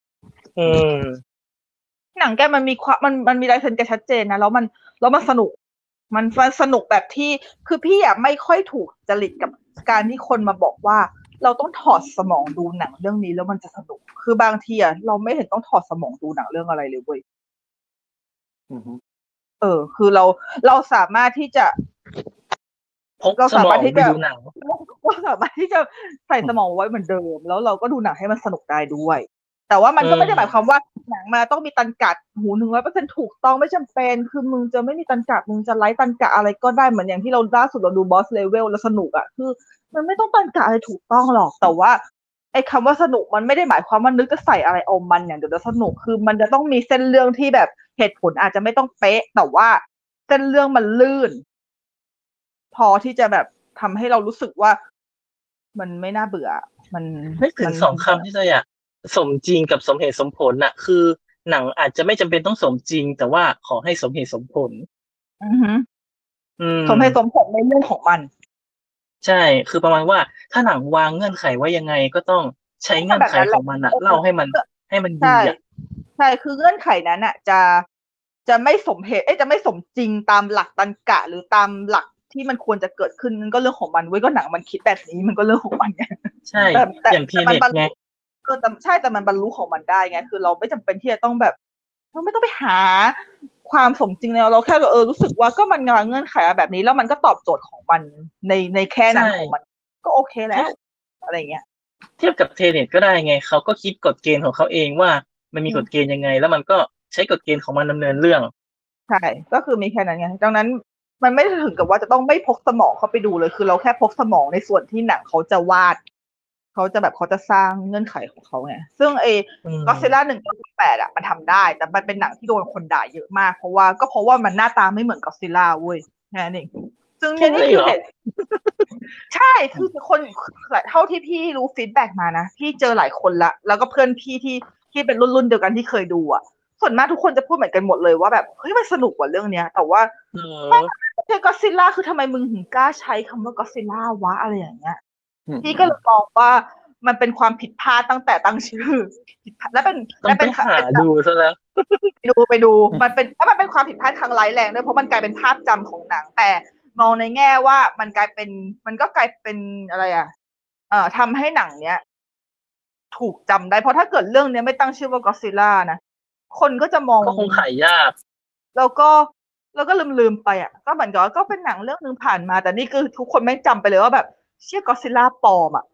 อืมหนังแกมันมีความมันมันมีลายเซ็นแกชัดเจนนะแล้วมันแล้วมันสนุกมันมันสนุกแบบที่คือพี่อ่ะไม่ค่อยถูกจริตกับการที่คนมาบอกว่าเราต้องถอดสมองดูหนังเรื่องนี้แล้วมันจะสนุกคือบางทีอ่ะเราไม่เห็นต้องถอดสมองดูหนังเรื่องอะไรเลยเว้ยอือฮึเออคือเราเราสามารถที่จะพกเราสมอสามารถที่จะงไปดูหนังเราสามารถที่จะใส่สมองไว้เหมือนเดิมแล้วเราก็ดูหนังให้มันสนุกได้ด้วยแต่ว่ามันอืก็ไม่ได้หมายความมว่าหนังมาต้องมีตันกัดหูหนึ่งร้อยเปอร์เซ็นต์ถูกต้องไม่จำเป็นคือมึงจะไม่มีตันกัดมึงจะไร้ตันกัดอะไรก็ได้เหมือนอย่างที่เราล่าสุดเราดูบอสเลเวลแล้วสนุกอ่ะคือมันไม่ต้องตันกัดอะไรถูกต้องหรอกแต่ว่าไอ้คำว่าสนุกมันไม่ได้หมายความว่านึกจะใส่อะไรเอามันอย่างเดียวแล้วสนุกคือมันจะต้องมีเส้นเรื่องที่แบบเหตุผลอาจจะไม่ต้องเป๊ะแต่ว่าเส้นเรื่องมันลื่นพอที่จะแบบทำให้เรารู้สึกว่ามันไม่น่าเบื่อมันนึกถึมันงสองคำที่จะอยากสมจริงกับสมเหตุสมผลน่ะคือหนังอาจจะไม่จำเป็นต้องสมจริงแต่ว่าขอให้สมเหตุสมผลอือฮึอืสมเหตุสมมผลในเรื่องของมันใช่คือประมาณว่าถ้าหนังวางเงื่อนไขไว้ยังไงก็ต้องใช้เงื่อนไขแบบนั้นแหละของมันอะเออเล่าให้มันให้มันดีใช่อะใช่คือเงื่อนไขนั้นอ่ะจะจะไม่สมเหตุเอ้ยจะไม่สมจริงตามหลักตรรกะหรือตามหลักที่มันควรจะเกิดขึ้นนั่นก็เรื่องของมันเว้ยก็หนังมันคิดแบบนี้มันก็เรื่องของมันไงใช่แต่แต่อย่างเทแต่มันบรรลุเน็ตไงเออแต่ใช่แต่มันบรรลุของมันได้ไงคือเราไม่จำเป็นที่จะต้องแบบเราไม่ต้องไปหาความสมจริงแล้วเราแค่เออรู้สึกว่าก็มันงานเงื่อนไขแบบนี้แล้วมันก็ตอบโจทย์ของมันในในแค่ใช่นั้นของมันก็โอเคแล้เทียบวอะไรเงี้ยเทียบกับเทเน็ตก็ได้ไงเขาก็คิดกฎเกณฑ์ของเขาเองว่ามันมีอืมกฎเกณฑ์ยังไงแล้วมันก็ใช้กฎเกณฑ์ของมันดำเนินเรื่องใช่ก็คือมีแค่นั้นไงดังนั้นมันไม่ได้ถึงกับว่าจะต้องไม่พกสมองเข้าไปดูเลยคือเราแค่พกสมองในส่วนที่หนังเขาจะวาดเขาจะแบบเขาจะสร้างเงื่อนไขของเขาไงซึ่งไอ้อืก็ซิล่ามหนึ่งเก้าแปดอ่ะมันทำได้แต่มันเป็นหนังที่โดนคนด่าเยอะมากเพราะว่าก็เพราะว่ามันหน้าตาไม่เหมือนก็ซิล่าเว้ยแค่นั้นเองซึ่งแค่เนี่ยนั้นเองเหรอนี่คือเหตุใช่คือคนเท่าที่พี่รู้ฟีดแบ็กมานะพี่เจอหลายคนละแล้วก็เพื่อนพี่ที่ที่เป็นรุ่นรุ่นเดียวกันที่เคยดูอ่ะส่วนมากทุกคนจะพูดเหมือนกันหมดเลยว่าแบบเฮ้ยมันสนุกกว่าเรื่องเนี้ยแต่ว่าเอไม่อใช่ก็ซิล่าคือทำไมมึงถึงกล้าใช้คำว่าก็ซิล่าวะอะไรอย่างเงี้ยอืพี่ก็เลยมมองว่ามันเป็นความผิดพลาดตั้งแต่ตั้งชื่อผิดพลาดและเป็นและเป็นต้องไปหาเป็นดูซะแล้วไปดูไปดูอืมมันเป็นแล้วมันเป็นความผิดพลาดครั้งร้ายแรงด้วยเพราะมันกลายเป็นภาพจำของหนังแต่มองในแง่ว่ามันกลายเป็นมันก็กลายเป็นอะไรอ่ะเอ่อทำให้หนังเนี้ยถูกจำได้เพราะถ้าเกิดเรื่องเนี้ยไม่ตั้งชื่อว่าก็อดซิลล่านะคนก็จะมองก็คงขายยากแล้วก็แล้วก็ลืมลืมไปอ่ะก็เหมือนกับว่าก็เป็นหนังเรื่องนึงผ่านมาแต่นี่คือทุกคนไม่จำไปเลยว่าแบบเชี่ยก็อดซิลล่าปลอมอ่ะ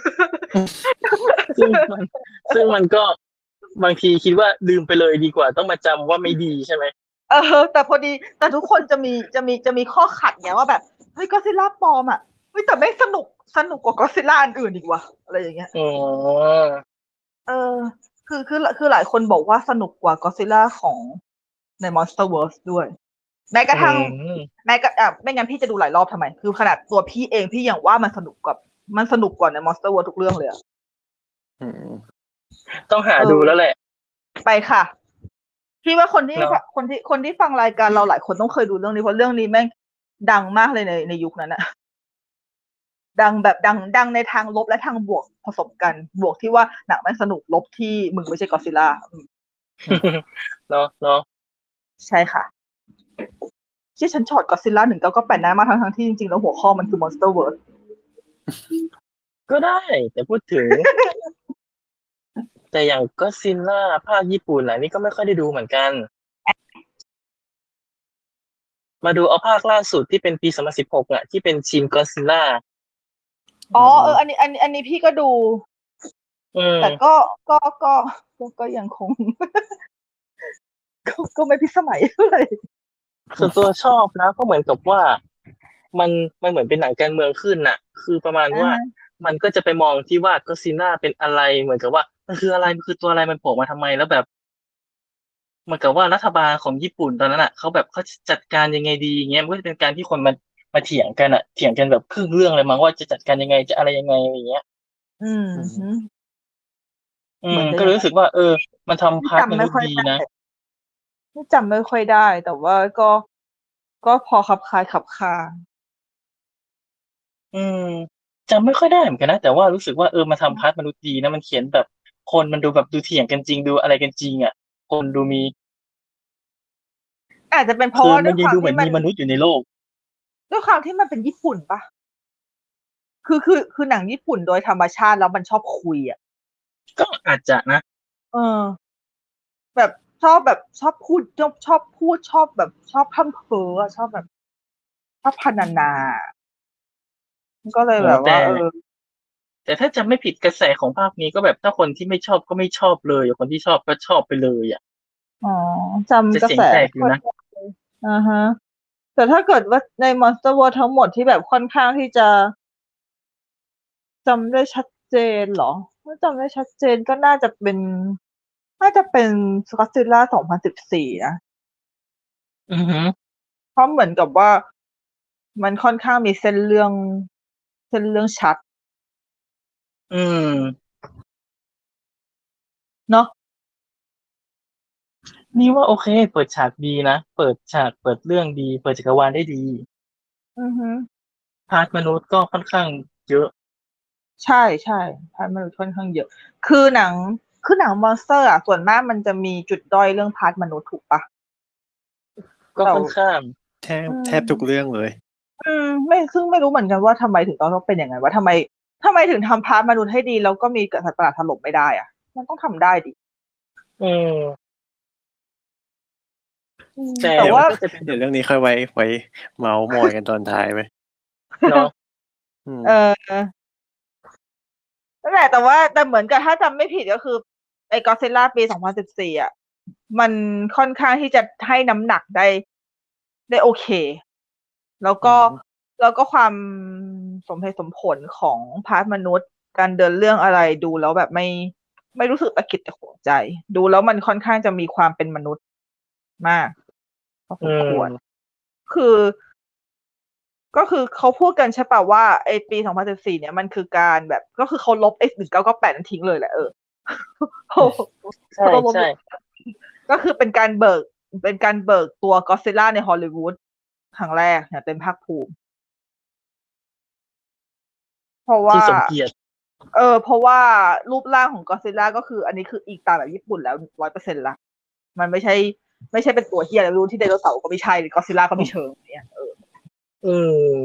ซึ่งมันซึ่งมันก็บางทีคิดว่าลืมไปเลยดีกว่าต้องมาจำว่าไม่ดีใช่ไหมเออแต่พอดีแต่ทุกคนจะมีจะมีจะมีข้อขัดไงว่าแบบเฮ้ยก็ซิล่าปลอมอ่ะเฮ้ยแต่ไม่สนุกสนุกกว่าก็ซิล่าอันอื่นอีกว่ะอะไรอย่างเงี้ยอ๋อเออคือคือคือหลายคนบอกว่าสนุกกว่าก็ซิล่าของใน Monsterverse ด้วยแม้กอืระทั่งมแม้กระอ่ะไม่งั้นพี่จะดูหลายรอบทำไมคือขนาดตัวพี่เองพี่ยังว่ามันสนุกกว่ามันสนุกกว่าใน Monsterverse ทุกเรื่องเลยอะอืมต้องหาเออดูแล้วแหละไปค่ะพี่ว่าคนที่เนาะคนที่คนที่ฟังรายการเราหลายคนต้องเคยดูเรื่องนี้เพราะเรื่องนี้แม่งดังมากเลยในในยุคนั้นอะ ดังแบบดังดังในทางลบและทางบวกผสมกันบวกที่ว่าหนังมันสนุกลบที่มึงไม่ใช่ก็อดซิลล่าเนาะเนาะใช่ค่ะที่ฉันช็อตก็อดซิลล่าหนึ่งเก้าก็แปดนะมาทั้งทั้งที่จริงๆแล้วหัวข้อมันคือ Monsterverse ก็ได้แต่พูดถึงแต่อย่างก็ซิลล่าภาคญี่ปุ่นอะนี่ก็ไม่ค่อยได้ดูเหมือนกันมาดูเอาภาคล่าสุดที่เป็นปีสองพันสิบหกอะที่เป็นชินก็ซิลล่าอ๋อเอออันนี้อันนี้อันนี้พี่ก็ดูอืแต่มก็ก็ก็ก็ก็ยังคงก็ก็ไม่พิสมัยเท่าไหร่ส่วนตัวชอบนะเพราะเหมือนกับว่ามันมันเหมือนเป็นหนังการเมืองขึ้นน่ะคือประมาณว่าอ่าฮะมันก็จะไปมองที่ว่าก็อดซิลล่าเป็นอะไรเหมือนกับว่ามันคืออะไรมันคือตัวอะไรมันโผล่มาทำไมแล้วแบบเหมือนกับว่ารัฐบาลของญี่ปุ่นตอนนั้นอ่ะเขาแบบเขาจัดการยังไงดีอย่างเงี้ยมันก็จะเป็นการที่คนมามาเถียงกันอ่ะเถียงกันแบบครึ่งเรื่องเลยมั้งว่าจะจัดการยังไงจะอะไรยังไงอย่างเงี้ยอืมอืฮึมอืมเหมือนจะอย่างนั้นก็รู้สึกว่าเออมันทำพาร์ทมจำไม่ค่อยได้นุษย์ดีนะจำไม่ค่อยได้แต่ว่าก็ก็พอคับคายคับคาอืมจำไม่ค่อยได้เหมือนกันนะแต่ว่ารู้สึกว่าเออมาทำพาร์ทมนุษย์ดีนะมันเขียนแบบคนมันดูแบบดูเถียงกันจริงดูอะไรกันจริงอ่ะคนดูมีอาจจะเป็นเพคืราะอว่าด้มัวน ยยัคงวามดูเหมืที่อนมัมีนมนุษย์อยู่ในโลกด้วยความที่มันเป็นญี่ปุ่นปะคือคือคือหนังญี่ปุ่นโดยธรรมชาติแล้วมันชอบคุยอ่ะก็อาจจะนะเออ แบบชอบแบบชอบพูดชอบชอบพูดชอบแบบชอบพร่ำเพ้ออะชอบแบบชอบพรรณนาก็เลยโอ้แบบแต่ว่า เออแต่ถ้าจำไม่ผิดกระแสของภาคนี้ก็แบบถ้าคนที่ไม่ชอบก็ไม่ชอบเลยคนที่ชอบก็ชอบไปเลยอ่ะอ๋อจะจำกระเสียแสงแตไมกอ่คยู่อยนะได้เลย อะฮะ แต่ถ้าเกิดว่าใน Monster World ทั้งหมดที่แบบค่อนข้างที่จะจำได้ชัดเจนเหรอ ถ้าจำได้ชัดเจนก็น่าจะเป็น น่าจะเป็น Godzilla สองพันสิบสี่ นะอือฮึเพราะเหมือนกับว่า มันค่อนข้างมีเส้นเรื่อง เส้นเรื่องชัดอืมเนาะนี่ว่าโอเค เปิดฉากดีนะ เปิดฉากเปิดเรื่องดี เปิดจักรวาลได้ดีอือฮึพาร์ทมนุษย์ก็ค่อนข้างเยอะใช่ ๆ พาร์ทมนุษย์ค่อนข้างเยอะ คือหนัง คือหนัง Monster อะ ส่วนมากมันจะมีจุดด้อยเรื่องพาร์ทมนุษย์ถูกเปล่า? ก็แต่ค่อนข้างแทบอืมแทบทุกเรื่องเลยอืม ไม่ ซึ่งไม่รู้เหมือนกันว่าทำไมถึงต้อง ต้องเป็นอย่างงั้นวะ ทำไม ทำไมถึงทำพาร์ทมนุษย์ให้ดี แล้วก็มีก สัตว์ประหลาดถล่มไม่ได้อะ มันต้องทำได้ดิอืมอืมแต่แต่เดี๋ยวว่าก็จะเป็นแเดบี๋ยวบเรื่องนี้ค่อยไว้ ไว้เมาท์มอยกันตอนท้ายไหม? เนาะอืมเออ นั่นแหละ แต่ว่า แต่เหมือนกับถ้าจำไม่ผิดก็คือไอ้ Godzilla ปี สองพันสิบสี่ อะ มันค่อนข้างที่จะให้น้ำหนักได้ ได้โอเค แล้วอืก็อฮึแล้วก็ความสมเหตุสมผลของพาร์ทมนุษย์ การเดินเรื่องอะไรดูแล้วแบบไม่ ไม่รู้สึกตะขิดตะขวงใจ ดูแล้วมันค่อนข้างจะมีความเป็นมนุษย์มาก พออืสมควรมคือ ก็คือเขาพูดกันใช่เปล่าว่าไอ้ปี สองพันสิบสี่ เนี่ยมันคือการแบบ ก็คือเขาลบไอ้ หนึ่งเก้าเก้าแปด นั้นทิ้งเลยแหละ เออ โอ้โฮใเขาต้องลบช่ ๆก็คือเป็นการเบิก เป็นการเบิกตัว Godzilla ในฮอลลีวูดครั้งแรกอย่างเต็มภาคภูมิ เพราะวที่่าสมเกียรติเออ เพราะว่ารูปร่างของ Godzilla ก็คือ อันนี้คืออิงตามแบบญี่ปุ่นแล้ว ร้อยเปอร์เซ็นต์ แล้ว มันไม่ใช่ ไม่ใช่เป็นตัวเหี้ยอะไรไม่รู้ ที่ไดโนเสาร์ก็ไม่ใช่ Godzilla ก็ไม่เชิง อย่างเงี้ย เอออืม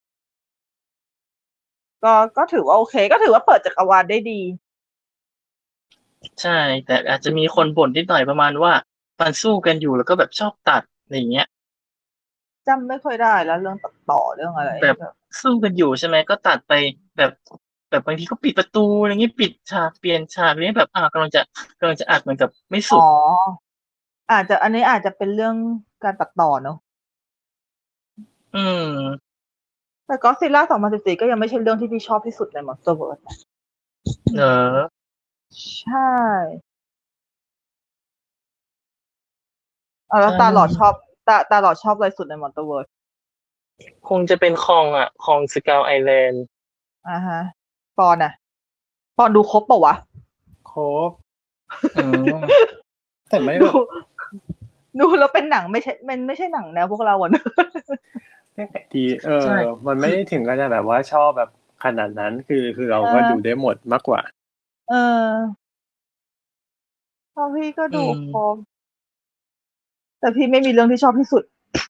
ก็ ก็ถือว่าโอเค ก็ถือว่าเปิดจักรวาลได้ดีใช่ แต่อาจจะมีคนบ่นนิดหน่อยประมาณว่า มันสู้กันอยู่แล้วก็แบบชอบตัด อะไรอย่างเงี้ยจำไม่ค่อยได้แล้วเรื่องตัดต่อ เรื่องอะไรแบบแบบสู้กันอยู่ใช่ไหม ก็ตัดไปแบบ แบบบางทีก็ปิดประตู อะไรงี้ ปิดฉาก เปลี่ยนฉาก อะไรงี้ แบบ อ่า กำลังจะ กำลังจะอัดเหมือนกับไม่สอุ๋อดอาจจะ อันนี้อาจจะเป็นเรื่องการตัดต่อเนาะอืมแต่ Godzilla สองพันสิบสี่ ก็ยังไม่ใช่เรื่องที่พี่ชอบที่สุดใน Monster World นะเหรอ? ใช่ อ้าว แล้วตาหลอดชอบ ตา ตาหลอดชอบอะไรสุดใน Monster World? คงจะเป็น Kong อะ Kong Skull Island อะฮะ ปอนอะ ปอนดูครบเปล่าวะ? ครบอืมแต่ไม่ดแบูบดูแล้วเป็นหนังไม่ใช่ มันไม่ใช่หนังแนวพวกเราอะเนอะยังไงดี เอใช่อ มันไคม่ือได้ถึงขนาดแบบว่าชอบแบบขนาดนั้น คือ คือเราก็ดูเออได้หมดมากกว่าเออ เพราะพี่ก็อืดูครมบ แต่พี่ไม่มีเรื่องที่ชอบที่สุด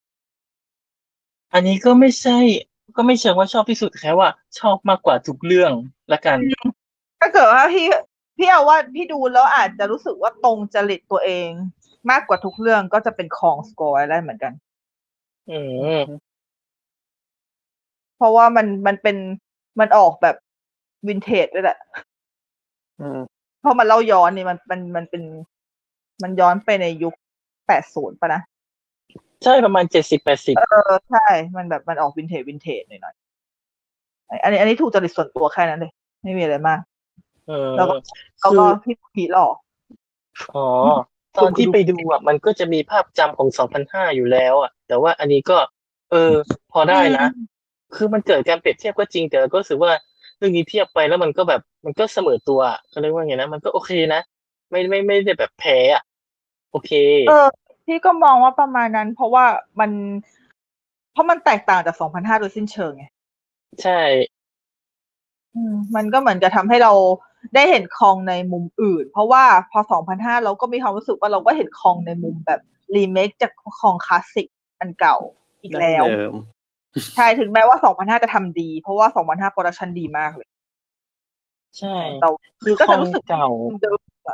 อันนี้ก็ไม่ใช่ ก็ไม่เชิงว่าชอบที่สุด แค่ว่าชอบมากกว่าทุกเรื่องแล้วกันอืม ถ้าเกิดว่าพี่ พี่เอาว่าพี่ดูแล้วอาจจะรู้สึกว่าตรงจริตตัวเองมากกว่าทุกเรื่อง ก็จะเป็น Kong Skull Island เหมือนกันอือือฮึมเพราะว่ามัน มันเป็น มันออกแบบ Vintage ด้วยแหละอืมเพราะมันเล่าย้อนนี่ มัน มัน มันเป็น มันย้อนไปในยุค แปดสิบ เปล่านะ? ใช่ ประมาณ เจ็ดสิบแปดสิบเออ ใช่ มันแบบมันออก Vintage Vintage หน่อย ๆ อ อันนี้ อันนี้ถูกจริตส่วนตัวแค่นั้นเลย ไม่มีอะไรมากเออแล้วก็ แคล้ือวก็พี่ พี่หล่ออ๋อ ตอนที่ไปดูอะ มันก็จะมีภาพจำของ สองพันห้า อยู่แล้วอะ แต่ว่าอันนี้ก็ เออ พออืได้นะมคือมันเกิดการเปรียบเทียบก็จริง แต่เราก็รู้สึกว่าเรื่องนี้เทียบไปแล้วมันก็แบบ มันก็เสมอตัวอะ เขาเรียกว่าไงนะ มันก็โอเคนะ ไม่ ไม่ ไม่ได้แบบแพ้อะ โอเคเออ พี่ก็มองว่าประมาณนั้น เพราะว่ามัน เพราะมันแตกต่างจาก สองพันห้า โดยสิ้นเชิงไงใช่อืม มันก็เหมือนกับทำให้เราได้เห็นคองในมุมอื่น เพราะว่าพอสองพันห้าเราก็มีความรู้สึกว่าเราก็เห็นคองในมุมแบบรีเมคจากคองคลาสสิกอันเก่าอีกแล้วใช่ถึงแม้ว่าสองพันห้าจะทำดีเพราะว่าสองพันห้าโปรดักชันดีมากเลยใช่แต่คือก็คอจะงรู้สึกเก่าเดิมอะ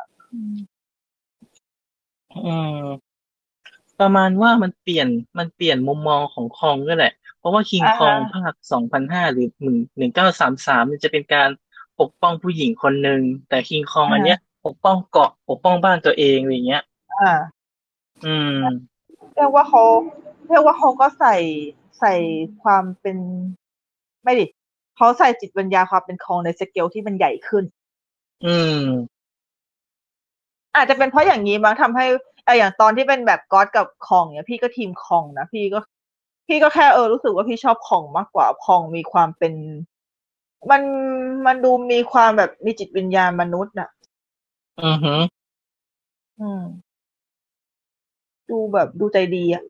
อืมประมาณว่ามันเปลี่ยนมันเปลี่ยนมุมมองของคองด้วยแหละเพราะว่าคิงอ่าฮะคองภาคสองพันห้าหรือหนึ่งหนึ่งเก้าสามสามมันจะเป็นการปกป้องผู้หญิงคนหนึ่งแต่คิงคองอ่าฮะอันเนี้ยปกป้องเกาะปกป้องบ้านตัวเองอะไรเงี้ยอ่าอืมเรียกว่าเขาเรียกว่าเขาก็ใส่ใส่ความเป็นไม่ดิเขาใส่จิตวิญญาณความเป็นคองในสเกลที่มันใหญ่ขึ้นอืมอาจจะเป็นเพราะอย่างนี้มั้งทำให้ไออย่างตอนที่เป็นแบบก๊อตกับคองเนี่ยพี่ก็ทีมคองนะพี่ก็พี่ก็แค่เออรู้สึกว่าพี่ชอบคองมากกว่าคองมีความเป็นมันมันดูมีความแบบมีจิตวิญญาณมนุษย์น่ะอือฮึอืมดูแบบดูใจดีอะ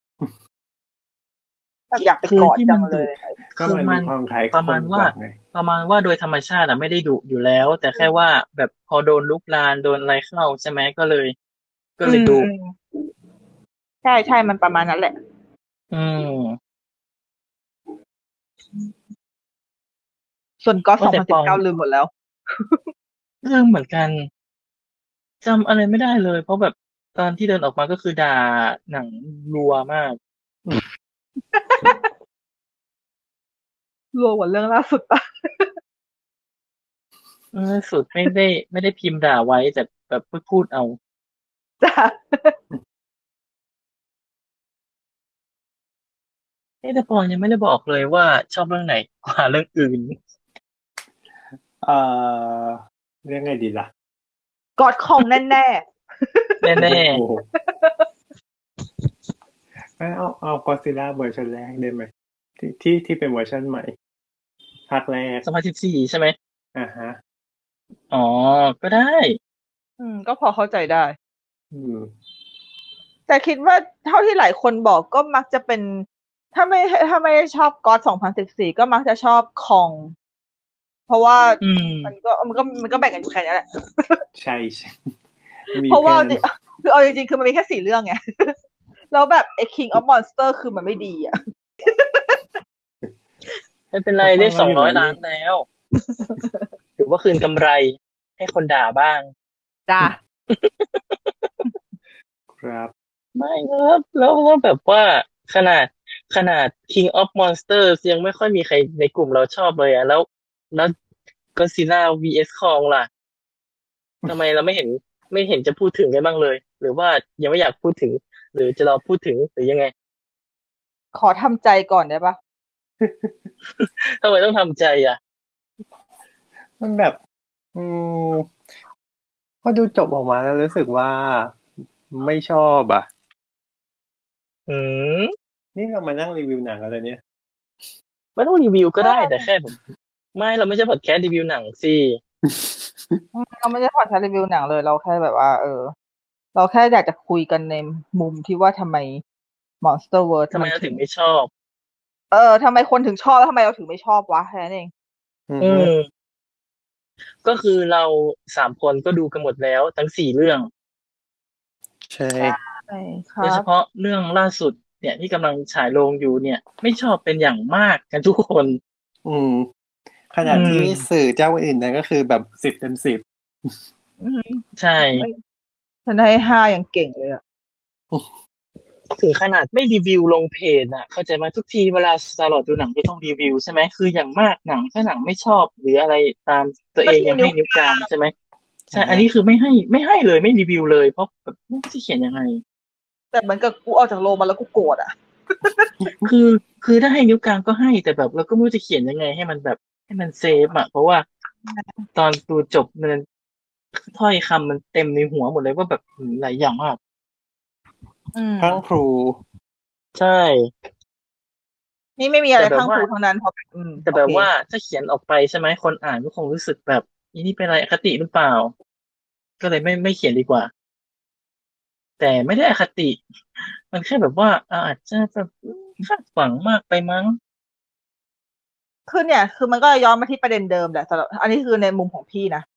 แบบอยากไปคือกอดที่มันดุจังเลยก็คือมันมันมีความคล้ายประคนมาณว่ากว่าไงประมาณว่าโดยธรรมชาติอะไม่ได้ดุอยู่แล้วแต่แค่ว่าแบบพอโดนลุกลานโดนอะไรเข้าใช่ไหมก็เลยก็อืเลยดุมอืมใช่ใช่มันประมาณนั้นแหละอืมส่วนก็สว่าแต่ปอนองพันสิบเก้าลืมหมดแล้วเรื่องเหมือนกันจำอะไรไม่ได้เลยเพราะแบบตอนที่เดินออกมาก็คือด่าหนังรัวมากรวมกว่าเรื่องล่าสุดปะเออสุดไม่ได้ไม่ได้พิมพ์ด่าไว้แต่แบบพูดพูดเอาจ้ะเอ๊ะแต่ปอนยังไม่ได้บอกเลยว่าชอบเรื่องไหนกว่าเรื่องอื่นเอ่อเรียกไงดีล่ะกอดของแน่แน่โอ้โหๆไม่เอาเอาก็ซิล่าเวอร์ชันแรกได้ไหมที่ที่ที่เป็นเวอร์ชันใหม่ภาคแรกสองพันสิบสี่ใช่ไหมอ่าฮะอ๋อก็ได้ๆอืมก็พอเข้าใจได้อืมแต่คิดว่าเท่าที่หลายคนบอกก็มักจะเป็นถ้าไม่ถ้าไม่ชอบก็อดสองพันสิบสี่ก็มักจะชอบคองเพราะว่าอืมมันก็มันก็มันก็แบ่งกันอยู่แค่นี้แหละใช่ใช่มีเพราะว่าแค่นั้นคือเอาจริงๆคือมันมีแค่สี่เรื่องไงแล้วแบบไอ้ King of Monster คือมันไม่ดีอ่ะไม่เป็นไรเขาฟังเราได้สองร้อยอยู่นะนี่ล้านแล้วถือว่าคืนกำไรให้คนด่าบ้างจ้าครับไม่ครับแล้วแล้วแบบว่าขนาดขนาด King of Monsters ยังไม่ค่อยมีใครในกลุ่มเราชอบเลยอ่ะแล้วแล้ว Godzilla วี เอส Kong ล่ะทำไมเราไม่เห็นไม่เห็นจะพูดถึงกันบ้างเลยหรือว่ายังไม่อยากพูดถึงหรือจะรอพูดถึงหรือยังไงขอทำใจก่อนได้ปะทำไมต้องทำใจอ่ะมันแบบอืมพอดูจบออกมาแล้วรู้สึกว่าไม่ชอบอ่ะอืมนี่เรามานั่งรีวิวหนังอะไรเนี่ยไม่ต้องรีวิวก็ได้แต่แค่ผมไม่เราไม่ใช่พอดแคสต์รีวิวหนังสิเราไม่ได้พอดแคสต์รีวิวหนังเลยเราแค่แบบว่าเออเราแค่อยากจะคุยกันในมุมที่ว่าทำไม Monster World ทำไมมันถึงเราถึงไม่ชอบเออทำไมคนถึงชอบแล้วทำไมเราถึงไม่ชอบวะแค่นั้นเองอือืมมก็คือเราสามคนก็ดูกันหมดแล้วทั้งสี่เรื่องใช่ใช่คโดยเฉรับพาะเรื่องล่าสุดเนี่ยที่กำลังฉายโรงอยู่เนี่ยไม่ชอบเป็นอย่างมากกันทุกคนอืมขอืณะที่มสื่อเจ้าอื่นนั้นก็คือแบบสิบเต็มสิบอืมใช่ไม่ฉันให้ห้ายังเก่งเลยอ่ะถึงขนาดไม่รีวิวลงเพจอ่ะเข้าใจไหมทุกทีเวลาสตาร์ลอดดูหนังก็ต้องรีวิวใช่ไหมคืออย่างมากหนังถ้าหนังไม่ชอบหรืออะไรตามตัวเอก็ที่นิ้วงยังให้นิ้วกลางใช่ไหมใช่อ่าฮะอันนี้คือไม่ให้ไม่ให้เลยไม่รีวิวเลยเพราะแบบไม่รู้จะเขียนยังไงแต่เหมือนกับกูออกจากโรงมาแล้วกูโกรธอ่ะคือคือถ้าให้นิ้วกลางก็ให้แต่แบบเราก็ไม่รู้จะเขียนยังไงให้มันแบบให้มันเซฟอ่ะเพราะว่าตอนดูจบมันถ้อยคำมันเต็มในหัวหมดเลยว่าแบบหืมหลายอย่างมากอืมพรังครูใช่นี่ไม่มีอะไรพรังพแต่แบบว่ารูทั้งนั้นเพราะอืมโอเคแต่แบบว่าถ้าเขียนออกไปใช่ไหมคนอ่านก็คงรู้สึกแบบอีนี่เป็นอะไรอคติหรือเปล่าก็เลยไม่ไม่เขียนดีกว่าแต่ไม่ได้อคติมันแค่แบบว่าอ่าอาจจะแบบคาดหวังมากไปมั้งคือเนี่ยคือมันก็ย้อนมาที่ประเด็นเดิมแหละสำหรับอันนี้คือในมุมของพี่นะ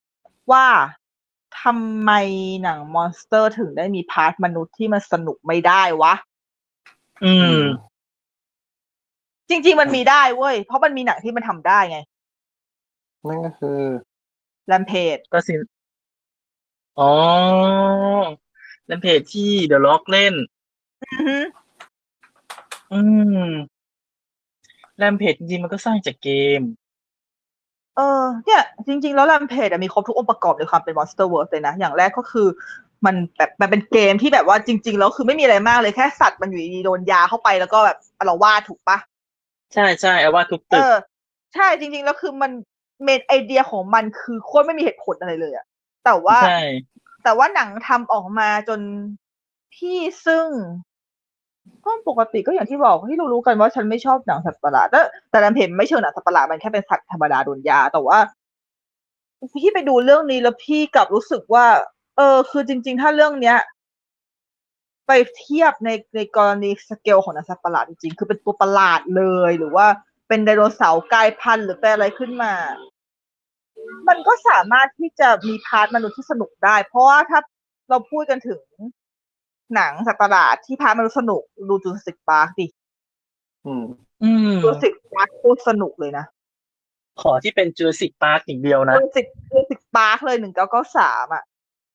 ว่าทำไมหนังมอนสเตอร์ถึงได้มีพาร์ทมนุษย์ที่มันสนุกไม่ได้วะอืมจริงๆมันมีได้เว้ยเพราะมันมีหนังที่มันทำได้ไงนั่นก็คือแรมเพจก็สิอ๋อแรมเพจที่เดอะล็อกเล่นอือฮึอืมแรมเพจจริงๆมันก็สร้างจากเกมเออเนี่ยจริงๆแล้วแรมเพจมีครบทุกองค์ประกอบในความเป็น Monsterverse เลยนะอย่างแรกก็คือมันแบบมันเป็นเกมที่แบบว่าจริงๆแล้วคือไม่มีอะไรมากเลยแค่สัตว์มันอยู่ดีๆโดนยาเข้าไปแล้วก็แบบอาละวาดถูกปะใช่ใช่เอาว่าทุบเอตึกอใช่จริงๆแล้วคือมันเมนไอเดียของมันคือโคตรไม่มีเหตุผลอะไรเลยอะแต่ว่าใช่แต่ว่าหนังทำออกมาจนที่ซึ่งก็ปกติก็อย่างที่บอกที่รู้ๆกันว่าฉันไม่ชอบหนังสัตว์ประหลาดแต่แต่แรมเพจไม่เชิงหนังสัตว์ประหลาดมันแค่เป็นสัตว์ธรรมดาโดนยาแต่ว่าพี่ไปดูเรื่องนี้แล้วพี่กลับรู้สึกว่า เออคือจริงๆถ้าเรื่องเนี้ย ไปเทียบในในกรณีสเกลของหนังสัตว์ประหลาดจริงๆคือเป็นตัวประหลาดเลยหรือว่าเป็นไดโนเสาร์กลายพันธุ์หรือเป็นอะไรขึ้นมา มันก็สามารถที่จะมีพาร์ทมนุษย์ที่สนุกได้ เพราะว่าถ้าเราพูดกันถึงหนังสัตว์ประหลาดที่พาร์ทมนุษย์สนุกดูจูราสสิคพาร์คดิอืมอืมจูราสสิคพาร์คโคตรสนุกเลยนะขอที่เป็นจูราสสิคพาร์คอย่างเดียวนะจูราสสิคจูราสสิคพาร์คเลยหนึ่งเก้าเก้าสามอ่ะ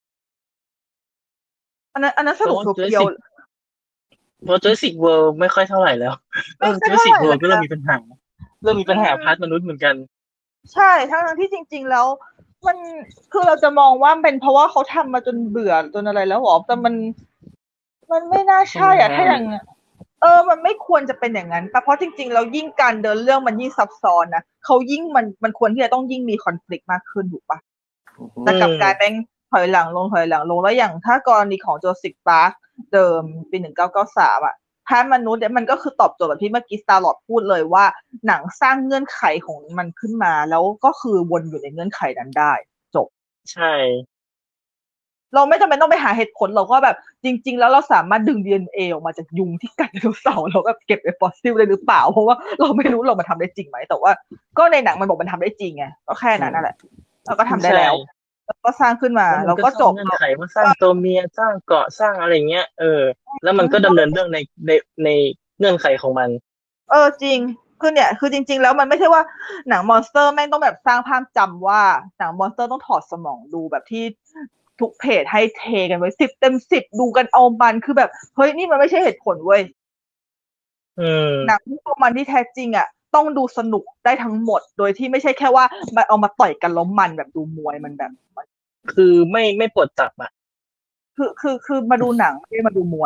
อันนั้นอันนั้นสนุกทุกเดียวเพราะจูราสสิคเวิลด์ไม่ค่อยเท่าไหร่แล้วเอไม่อใช่จูราสเท่าสิไหคร่เวิลนะด์ก็เริ่มมีปัญหาเริ่มมีปัญหาพาร์ทมนุษย์เหมือนกันใช่ทั้งที่จริงๆแล้วมันคือเราจะมองว่าเป็นเพราะว่าเขาทำมาจนเบื่อจนอะไรแล้วหรอแต่มัน มันไม่น่าใช่อ่ะถ้าอย่างเออมันไม่ควรจะเป็นอย่างนั้นแต่เพราะจริงๆแล้วยิ่งการเดินเรื่องมันยิ่งซับซ้อนนะเขายิ่งมันมันควรที่จะต้องยิ่งมีคอนฟ lict มากขึ้นถูกปะแต่กลับกลายเป็นถอยหลังลงถอยหลังลงแล้วอย่างถ้ากรณีของโจสิกพาร์คเดิมปีหนึ่งเก้าเก้าสามอ่ะพาร์ทมนุษย์เนี่ยมันก็คือตอบโจทย์แบบที่เมื่อกี้สตาร์ลอร์ดพูดเลยว่าหนังสร้างเงื่อนไขของมันขึ้นมาแล้วก็คือวนอยู่ในเงื่อนไขนั้นได้จบใช่เราไม่จำเป็นต้องไปหาเหตุผลเราก็แบบจริงๆแล้วเราสามารถดึง ดี เอ็น เอ ออกมาจากยุงที่กัดไดโนเสาร์แล้วแบบเก็บเป็นฟอสซิลได้หรือเปล่าเพราะว่าเราไม่รู้เรามาทำได้จริงไหมแต่ว่าก็ในหนังมันบอกมันทำได้จริงไงก็แค่นั้นนั่นแหละเราก็ทำได้แล้วแล้วก็สร้างขึ้นมาแล้วมันเราก็ก็สจร้างบเงื่อนไขว่าสร้างตัวเมียสร้างเกาะสร้างอะไรเงี้ยเออแล้วมันก็ดำเนินเรื่องในในในเงื่อนไขของมันเออจริงคือเนี่ยคือจริงๆแล้วมันไม่ใช่ว่าหนังมอนสเตอร์แม่งต้องแบบสร้างภาพจำว่าหนังมอนสเตอร์ต้องถอดสมองดูแบบที่ทุกเพจให้เทกันไว้สิบเต็มสิบดูกันเอามันคือแบบเฮ้ยนี่มันไม่ใช่เหตุผลเว้ยอืมหนังที่มันที่แท้จริงอ่ะต้องดูสนุกได้ทั้งหมดโดยที่ไม่ใช่แค่ว่ามันเอามาต่อยกันล้มมันแบบดูมวยมันแบบมันคือไม่ไม่ปวดตับอ่ะคือคือคือมาดูหนังไม่ได้มาดูมวย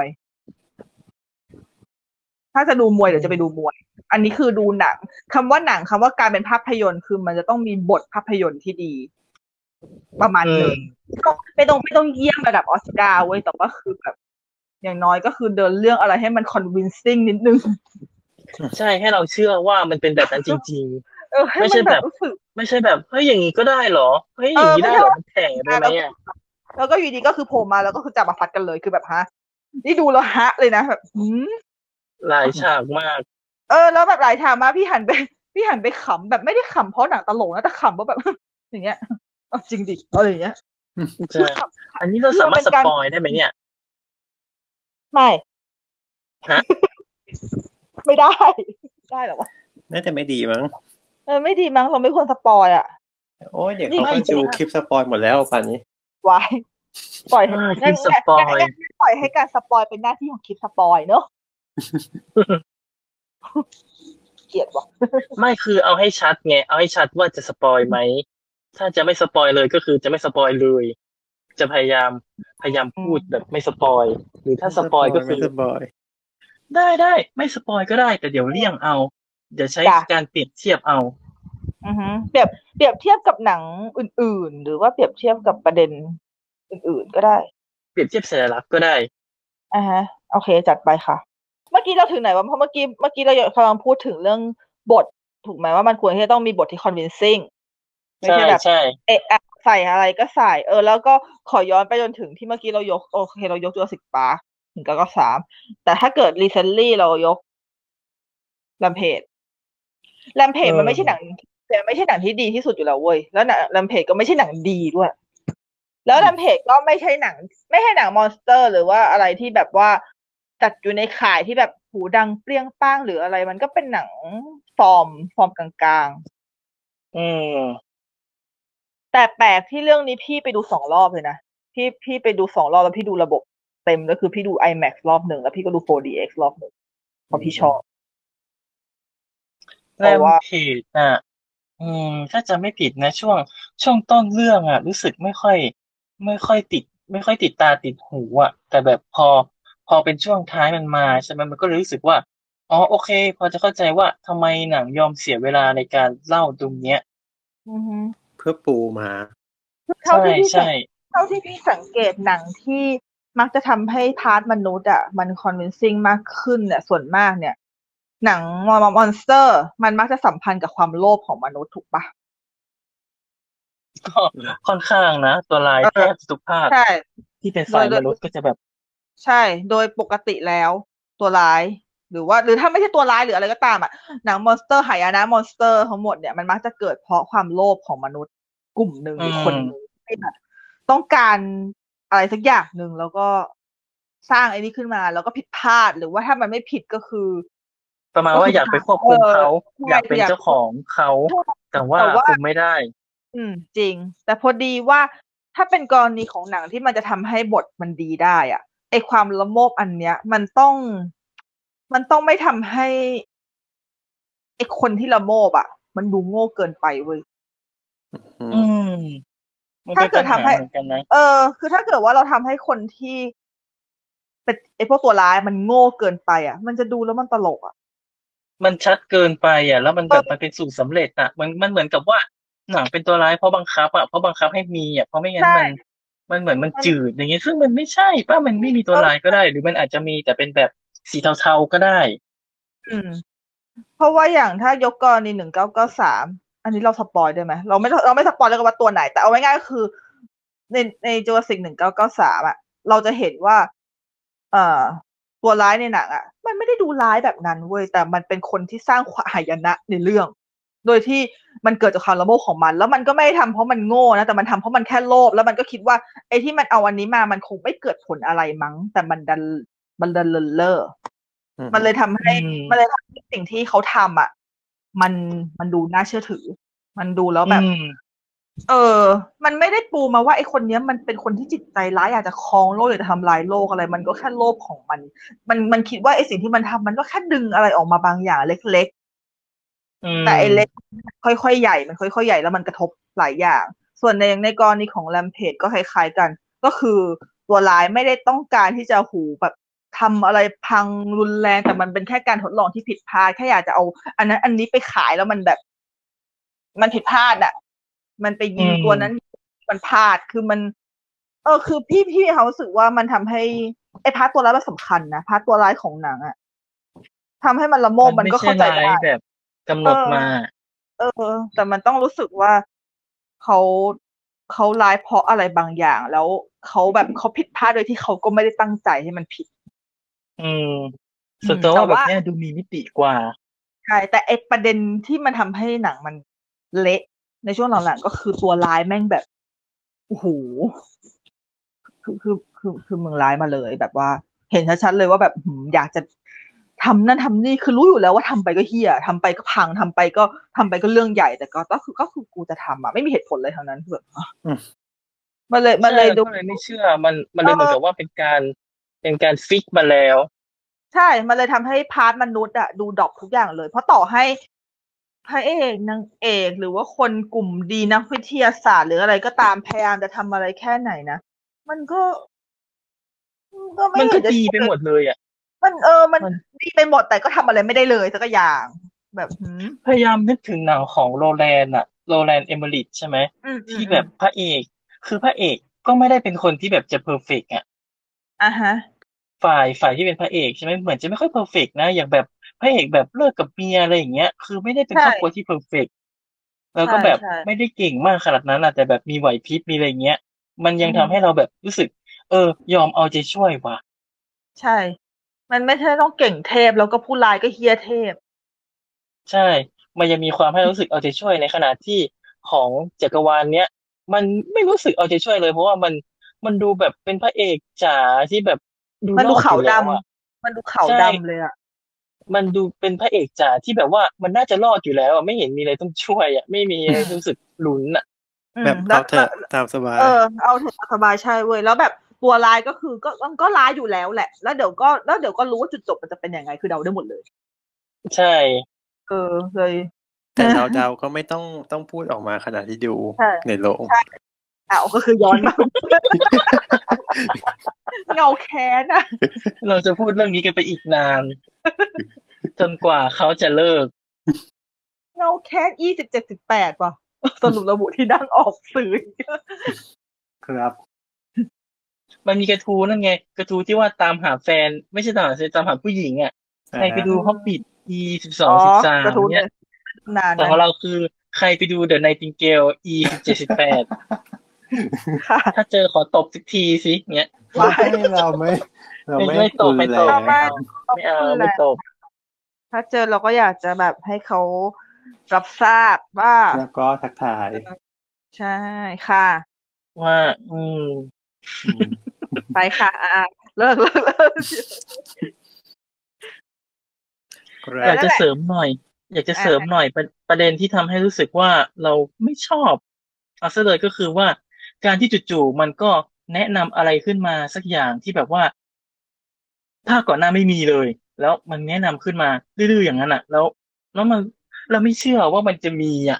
ถ้าจะดูมวยเดี๋ยวจะไปดูมวย อันนี้คือดูหนังคำว่าหนังคำว่าการเป็นภาพยนตร์คือมันจะต้องมีบทภาพยนตร์ที่ดี ประมาณอืหนึ่มงก็ไม่ต้องไม่ต้องเยี่ยมระดับออสการ์เว้ยแต่ว่าคือแบบ อย่างน้อยก็คือเดินเรื่องอะไรให้มัน convincing นิดนึงใช่ให้เราเชื่อว่ามันเป็นแบบนั้นจริงเออให้ไม่มัใช่นแบแบบ บรู้สึกๆ ไม่ใช่แบบเฮ้ยอย่างนี้ก็ได้เหรอเฮ้ยเออย่างอนี้ไม่ได้ใช่เหรอว่ามันแข่งกันได้ไหมแล้วอ่ะแล้วก็อยู่ดีก็คือโผล่มาแล้วก็คือจับมาฟัดกันเลยคือแบบฮะนี่ดูแล้วฮะเลยนะแบบหืมหลายฉากมากเออแล้วแบบหลายฉากมาพี่หันไปพี่หันไปขำแบบไม่ได้ขำเพราะหนังตลกนะแต่ขำเพราะแบบ อย่างเงี้ยเอาจริงดิอะไรอย่างเงี้ยใช่ อันนี้เราสามารถสปอยได้ไหมเนี่ยไม่ฮะไม่ได้ ได้เหรอวะน่าจะไม่ดีมั้งเออไม่ดีมั้งเราไม่ควรสปอยอ่ะโอ้ยเดี๋ยวเขาก็ดูคลิปสปอยหมดแล้วป่านนี้วายปล่อยให้อ่าคลิงั้นปสปอยงั้นงั้นปล่อยให้การสปอยเป็นหน้าที่ของคลิปสปอยเนอะเกลียดว่ะไม่คือเอาให้ชัดไงเอาให้ชัดว่าจะสปอยไหมถ้าจะไม่สปอยเลยก็คือจะไม่สปอยเลย จะพยายามพยายามพูดแบบไม่สปอยหรือถ้าสปอยก็คือไม่สปอยได้ได้ไม่สปอยก็ได้แต่เดี๋ยวเลี่ยงเอาเดี๋ยวใช้การเปรียบเทียบเอาอือฮึเปรียบเปรียบเทียบกับหนังอื่นๆ หรือว่าเปรียบเทียบกับประเด็นอื่นๆก็ได้เปรียบเทียบสัญลักษณ์ก็ได้อ่าฮะโอเคจัดไปค่ะ เมื่อกี้เราถึงไหนวะเพราะเมื่อกี้เมื่อกี้เรากำลังพูดถึงเรื่องบทถูกไหมว่ามันควรที่จะต้องมีบทที่ convincing ไม่ใช่ใช่แบบใช่เอะอะใส่อะไรก็ใส่เออแล้วก็ขอย้อนไปจนถึงที่เมื่อกี้เรายกโอเคเรายก Jurassic Park ถึงก็สามแต่ถ้าเกิด recently เรายก Rampage Rampage มันไม่ใช่หนังแต่ไม่ใช่หนังที่ดีที่สุดอยู่แล้วเว้ยแล้วหนัง Rampage ก็ไม่ใช่หนังดีด้วยแล้วแรมเพจก็ไม่ใช่หนัง ไม่ใช่หนังมอนสเตอร์ หรือว่าอะไรที่แบบว่าจัดอยู่ในข่ายที่แบบหูดังเปรี้ยงป้างหรืออะไร มันก็เป็นหนังฟอร์มฟอร์มกลางอืมๆแต่แปลกที่เรื่องนี้พี่ไปดูสองรอบเลยนะพี่พี่ไปดูสองรอบแล้วพี่ดูระบบเต็มก็คือพี่ดู IMAX รอบหนึ่งแล้วพี่ก็ดู โฟร์ ดี เอ็กซ์ รอบหนึ่งเพราะพี่ชอบเพแรมราะว่าเพจอ่ะอืมถ้าจะไม่ผิดนะช่วงช่วงต้นเรื่องอ่ะรู้สึกไม่ค่อยไม่ค่อยติดไม่ค่อยติดตาติดหูอ่ะแต่แบบพอพอเป็นช่วงท้ายมันมาใช่ไหมมันก็เลยรู้สึกว่าอ๋อโอเคพอจะเข้าใจว่าทำไมหนังยอมเสียเวลาในการเล่าตรงเนี้ยอือฮึเพื่อปูมาเท่าใช่ที่พี่ใช่สังเท่าที่พี่สังเกตหนังที่มักจะทำให้พาร์ทมนุษย์อ่ะมันคอนวินซิ่งมากขึ้นเนี่ยส่วนมากเนี่ยหนังมอนสเตอร์มันมักจะสัมพันธ์กับความโลภของมนุษย์ถูกปะก็ค่อนข้างนะตัวลายเออแทบทุกภาคใช่ที่เป็นโดยโดยฝ่ายมนุษย์ก็จะแบบใช่โดยปกติแล้วตัวร้ายหรือว่าหรือถ้าไม่ใช่ตัวร้ายหรืออะไรก็ตามอ่ะหนังมอนสเตอร์หายนะมอนสเตอร์ทั้งหมดเนี่ยมันมักจะเกิดเพราะความโลภของมนุษย์กลุ่มหนึ่งอืหรือคนหนึ่งมที่แบบต้องการอะไรสักอย่างหนึ่งแล้วก็สร้างไอ้นี้ขึ้นมาแล้วก็ผิดพลาดหรือว่าถ้ามันไม่ผิดก็คือประมาณก็ว่าอยากไปคือผ่านควบเออคุมเขาใช่อยากเป็นอยากเจ้าของเขาแต่ว่าแต่ว่าคุมไม่ได้อืมจริงแต่พอดีว่าถ้าเป็นกรณีของหนังที่มันจะทำให้บทมันดีได้อ่ะไอความละโมบอันเนี้ยมันต้องมันต้องไม่ทำให้ไอคนที่ละโมบอ่ะมันดูโง่เกินไปเว้ยอือืมมมันถ้าเป็นปัญหาเกิดทำให้เหมือนกันนะเออคือถ้าเกิดว่าเราทำให้คนที่เป็นไอพวกตัวร้ายมันโง่เกินไปอ่ะมันจะดูแล้วมันตลกอ่ะมันชัดเกินไปอ่ะแล้วมันแบบมันเออเป็นสูตรสำเร็จอ่ะมันมันเหมือนกับว่าหนังเป็นตัวร้ายเพราะบังคับอ่ะเพราะบังคับให้มีอ่ะเพราะไม่งั้นมันใช่มันเหมือนมันมันจืดอย่างเงี้ยซึ่งมันไม่ใช่ป่ะมันไม่มีตัวร้ายเออก็ได้หรือมันอาจจะมีแต่เป็นแบบสีเทาๆก็ได้อืม เพราะว่าอย่างถ้ายกกรณีหนึ่งเก้าเก้าสามอันนี้เราสปอยได้ไหมเราไม่เราไม่สปอยแล้วกันว่าตัวไหนแต่เอาไว้ง่ายก็คือในในจูราสสิกหนึ่งเก้าเก้าสามอ่ะเราจะเห็นว่าเอ่อตัวร้ายในหนังอ่ะมันไม่ได้ดูร้ายแบบนั้นเว้ยแต่มันเป็นคนที่สร้างความหายนะในเรื่องโดยที่มันเกิดจากความละโมบของมันแล้วมันก็ไม่ได้ทำเพราะมันโง่นะแต่มันทำเพราะมันแค่โลภแล้วมันก็คิดว่าไอ้ที่มันเอาอันนี้มามันคงไม่เกิดผลอะไรมั้งแต่มันดันมันดันเลินเล่ออืมันเลยมทำอืให้มันเลยมทำให้สิ่งที่เขาทำอ่ะมันมันดูน่าเชื่อถือมันดูแล้วอืแบบมเออมันไม่ได้ปูมาว่าไอ้คนเนี้ยมันเป็นคนที่จิตใจร้ายอยากจะครองโลกอยากจะทำลายโลกอะไรมันก็แค่โลภของมันมันมันคิดว่าไอ้สิ่งที่มันทำมันก็แค่ดึงอะไรออกมาบางอย่างเล็กอืๆแต่ไอ้เล็กมค่อยๆใหญ่มันค่อยๆใหญ่แล้วมันกระทบหลายอย่างส่วนในในกรณีของแรมเพจก็คล้ายๆกันก็คือตัวร้ายไม่ได้ต้องการที่จะหูแบบ ทำอะไรพังรุนแรงแต่มันเป็นแค่การทดลองที่ผิดพลาดแค่อยากจะเอาอันนั้นอันนี้ไปขายแล้วมันแบบมันผิดพลาดอ่ะมันไปอืยิงตัวนั้นมมันพลาดคือมันเออคือพี่พี่เขารู้สึกว่ามันทำให้ไอ้พาร์ทตัวร้ายมันสำคัญนะพาร์ทตัวร้ายของหนังอ่ะทำให้มันละโมมันไม่บมันก็เข้าใจใช่ร้ายได้แบบกำเออหนดมาเออแต่มันต้องรู้สึกว่าเขาเขาร้ายเพราะอะไรบางอย่างแล้วเขาแบบเขาผิดพลาดโดยที่เขาก็ไม่ได้ตั้งใจให้มันผิดอืมอืส่วนตัวว่าแบบมแต่ว่าเนี้ยดูมีมิติกว่าใช่แต่ไอประเด็นที่มันทำให้หนังมันเละในช่วงหลังๆก็คือตัวร้ายแม่งแบบโอ้โหคือคือคือคือเมืองร้ายมาเลยแบบว่าเห็นชัดๆเลยว่าแบบหืมอยากจะทำนั่นทำนี่คือรู้อยู่แล้วว่าทำไปก็เฮี้ยทำไปก็พังทำไปก็ทำไปก็เรื่องใหญ่แต่ก็ก็คือก็คือกูจะทำอ่ะไม่มีเหตุผลเลยทั้งนั้นคือแบบอืมมันเลยมันใช่เลยดูเราก็เลยไม่เชื่อมันมันเอเลยเหมือนกับอว่าเป็นการเป็นการฟิกมาแล้วใช่มันเลยทำให้พาร์ทมนุษย์อะดูดรอปทุกอย่างเลยเพราะต่อให้พระเอกนางเอกหรือว่าคนกลุ่มดีนักวิทยาศาสตร์หรืออะไรก็ตามพยายามจะทำอะไรแค่ไหนนะมันก็มันก็ไม่มันเห็นจะก็ดีไปช่วยหมดเลยอ่ะมันเออมันมันดีไปหมดแต่ก็ทำอะไรไม่ได้เลยสักอย่างแบบหืมพยายามนึกถึงหนังของโรแลนด์อะโรแลนด์เอเมริตใช่ไหมอืมอืมที่อืมแบบพระเอกคือพระเอกก็ไม่ได้เป็นคนที่แบบจะเพอร์เฟกต์อะอ่ะฮะฝ่ายฝ่ายที่เป็นพระเอกใช่ไหมเหมือนจะไม่ค่อยเพอร์เฟกต์นะอย่างแบบพระเอกแบบเลิกกับเมียอะไรอย่างเงี้ยคือไม่ได้เป็นใช่ครอบครัวที่เพอร์เฟกต์แล้วใช่ก็แบบใช่ไม่ได้เก่งมากขนาดนั้นอะแต่แบบมีไหวพริบมีอะไรเงี้ยมันอืยังทำให้เรามแบบรู้สึกเออยอมเอาใจช่วยว่ะใช่มันไม่ใช่ต้องเก่งเทพแล้วก็ผู้ร้ายก็เฮี้ยเทพใช่มันยังมีความให้รู้สึกเอาใจช่วยในขณะที่ของจักรวาลเนี้ยมันไม่รู้สึกเอาใจช่วยเลยเพราะว่ามันมันดูแบบเป็นพระเอกจ๋าที่แบบดูมันรอดอดูขาวดยู่แล้วอ่ะำมันดูขาวใช่ดำเลยอ่ะมันดูเป็นพระเอกจ๋าที่แบบว่ามันน่าจะรอดอยู่แล้วอ่ะไม่เห็นมีอะไรต้องช่วยอ่ะไม่มีอะไรให้รู้สึกลุ้นอ่ะอืแบมแล้วบเอาเถอะตามสบาเอย อเอาเถอะสบายใช่เว้ยแล้วแบบตัวร้ายก็คือก็มันก็ร้ายอยู่แล้วแหละแล้วเดี๋ยวก็แล้วเดี๋ยวก็รู้ว่าจุดจบมันจะเป็นยังไงคือเดาได้หมดเลยใช่เออเลยแต่เราเดาก็ไม่ต้องต้องพูดออกมาขณะที่ดูใช่ในโรงใช่อ้าวก็คือย้อนมา เงาแค้นอะเราจะพูดเรื่องนี้กันไปอีกนาน จนกว่าเขาจะเลิกเงาแค้นยี่สิบเจ็ดสิบแปดป่ะสรุประบุที่ดังออกสื่อครับมันมีกระทู้นั่นไงกระทู้ที่ว่าตามหาแฟนไม่ใช่ตามหาแฟนตามหาผู้หญิงอ่ะใครไปดูฮอบบิท อี สิบสองสิบสามกระทู้เนี่ยนานแต่ของเราคือใครไปดู The Nightingale อี สิบเจ็ดสิบแปดค่ะถ้าเจอขอตบสักทีสิเงี้ยไม่เราไม่เราไม่ไม่ตบไม่ตบรุนแรงไม่เอาไม่ตบถ้าเจอเราก็อยากจะแบบให้เขารับทราบว่าแล้วก็ทักทายใช่ค่ะว่า อืมอืมไปค่ะอ่ะเลิกเลิกเลิกคอยารับกจะเสริมหน่อย อยากจะเสริมหน่อยประประเด็นที่ทำให้รู้สึกว่าเราไม่ชอบเอาซะเลยก็คือว่าการที่จู่ๆมันก็แนะนำอะไรขึ้นมาสักอย่างที่แบบว่าภาคก่อนหน้าไม่มีเลย แล้วมันแนะนำขึ้นมาดื้อๆอย่างนั้นอ่ะ แล้ว แล้วมันเราไม่เชื่อว่ามันจะมีอ่ะ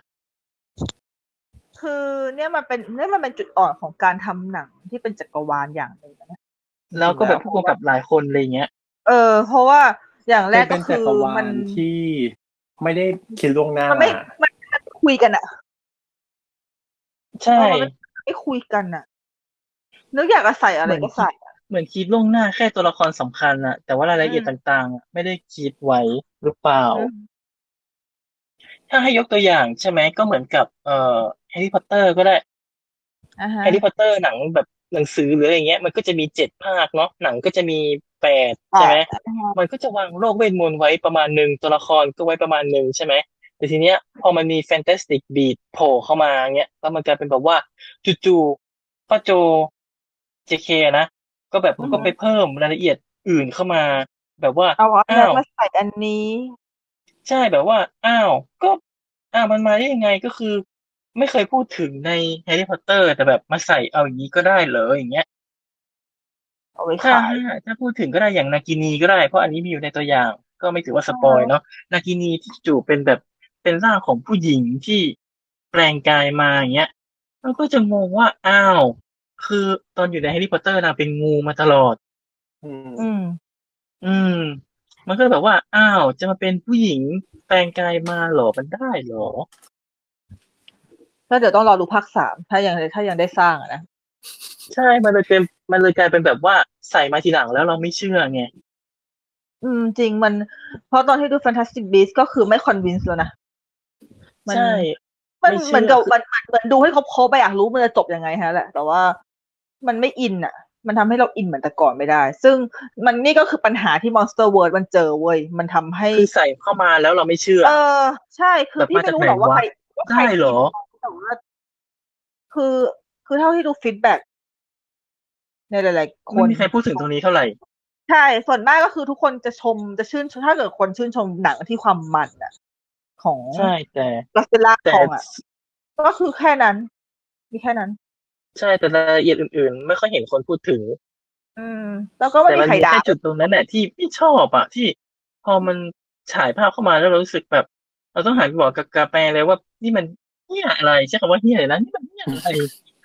คือเนี่ยมันเป็นเนี่ยมันเป็นจุดอ่อนของการทำหนังที่เป็นจักรวาลอย่างหนึ่งนะแล้วก็แบบผู้กำกับหลายคนอะไรเงี้ยเออ เพราะว่าอย่างแรกเป็ก็นคืจัอกรวามันลที่ไม่ได้คิดล่วงหน้ามันไม่มันไม่คุยกันอะใช่เออมันไม่คุยกันอะนึกอยากจะใส่อะไรก็ใส่อะเหมือนคิดล่วงหน้าแค่ตัวละครสำคัญอะแต่ว่ารายละเอียดอืมต่างๆอะไม่ได้คิดไว้หรือเปล่าอืมถ้าให้ยกตัวอย่างใช่ไหมก็เหมือนกับเอ่อแฮร์รี่พอตเตอร์ก็ได้อ่าฮะแฮร์รี่พอตเตอร์หนังแบบหนังสือหรืออะไรเงี้ยมันก็จะมีเจ็ดภาคเนาะหนังก็จะมีแปดใช่ไหมมันก็จะวางโลกเวทมนต์ไว้ประมาณหนึ่งตัวละครก็ไว้ประมาณหนึ่งใช่ไหมแต่ทีเนี้ยพอมันมีแฟนตาสติกบีทโผล่เข้ามาเงี้ยแล้วมันกลายเป็นแบบว่าจู่ๆป้าโจเจเคนะก็แบบอือฮึก็ไปเพิ่มรายละเอียดอื่นเข้ามา แบบว่าเอาอันอ้านั้นวมาใส่อันนี้ใช่แบบว่า อ้าว ก็ อ้าวมันมาได้ยังไงก็คือ ไม่เคยพูดถึงในแฮร์รี่พอตเตอร์แต่แบบมาใส่เอาอย่างนี้ก็ได้เหรออย่างเงี้ยเอาไว้ถ้าขายถ้าพูดถึงก็ได้อย่างนากินีก็ได้เพราะอันนี้มีอยู่ในตัวอย่าง ก็ไม่ถือว่าสปอยเนาะนากินีที่จู่เป็นแบบเป็นร่างของผู้หญิงที่แปลงกายมาอย่างเงี้ยเราก็จะงงว่าอ้าว คือตอนอยู่ในแฮร์รี่พอตเตอร์นางเป็นงูมาตลอดอืมอืมอืม มันก็แบบว่า อ้าว จะมาเป็นผู้หญิงแปลงกายมาเหรอมันได้เหรอแล้วเดี๋ยวต้องรอดูภาคสามถ้ายังถ้ายังได้สร้างอะนะใช่ มันเลยเป็นมันเลยกลายเป็นแบบว่าใส่มาทีหลังแล้วเราไม่เชื่อไงอืมจริงมันเพราะตอนที่ดู Fantastic Beasts ก็คือไม่ convince แล้วนะมันใช่มันไม่เชื่อเหมือนกับมันมันเหมือนดูให้ครบๆไปอยากรู้มันจะจบยังไงฮะแหละ แต่ว่ามันไม่อินอ่ะ มันทำให้เราอินเหมือนแต่ก่อนไม่ได้ ซึ่งมันนี่ก็คือปัญหาที่ Monster World มันเจอเว้ยมันทำให้คือใส่เข้ามาแล้วเราไม่เชื่อเออ ใช่คือแบบพี่มาไม่จากรู้ไหนหรอกว่าใครวะว่าใครได้เหรอคิดแต่ว่าคือคือเท่าที่ดูฟีดแบ็กในหลายๆคไม่นมีใครพูดถึงตรงนี้เท่าไหร่ใช่ ส่วนมากก็คือทุกคนจะชมจะชื่นถ้าเกิดคนชื่นชมหนังที่ความมันอะของใช่แต่ลัสเซล่าแต่ทองอะก็คือแค่นั้น มีแค่นั้นใช่แต่รายละเอียดอื่นๆ ไม่ค่อยเห็นคนพูดถึงอืม แล้วก็ไม่แต่มีมันใครมีด่าแค่จุดตรงนั้นแหละที่ไม่ชอบอ่ะที่พอมันฉายภาพเข้ามาแล้วเรารู้สึกแบบ เราต้องหันไปบอกกับกาแฟเลยว่านี่มันเนี่ยอะไรใช้คำว่าเนี่ยเลยนะนี่มันเนี่ยอะไร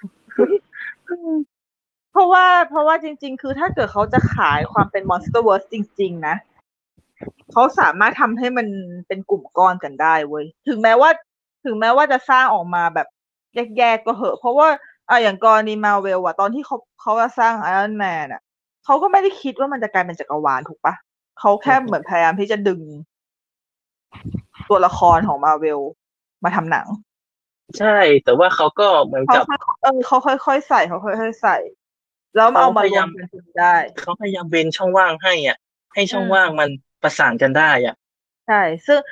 เพราะว่าเพราะว่าจริง ๆ คือถ้าเกิดเขาจะขายความเป็น Monsterverse จริง ๆ นะเขาสามารถทำให้มันเป็นกลุ่มก้อนกันได้เว้ยถึงแม้ว่า ถึงแม้ว่าจะสร้างออกมาแบบแยกๆก็เหอะ เพราะว่าอ่ะอย่างกรณีมาเวลอะตอนที่เขาเขาจะสร้าง Iron Man อะเขาก็ไม่ได้คิดว่ามันจะกลายเป็นจักรวาลถูกปะเขาแค่เหมือนพยายามที่จะดึง ตัวละครของมาเวลมาทำหนังใช่ แต่ว่าเขาก็เหมือนเขากับค่อยเออเขาค่อยๆใส่เขาค่อยๆใส่ แล้วเอามารวมกันจนได้เขาพยายามเว้นช่องว่างให้อ่ะ ให้ช่องอืมว่างมันประสานกันได้อ่ะใช่ ซึ่ง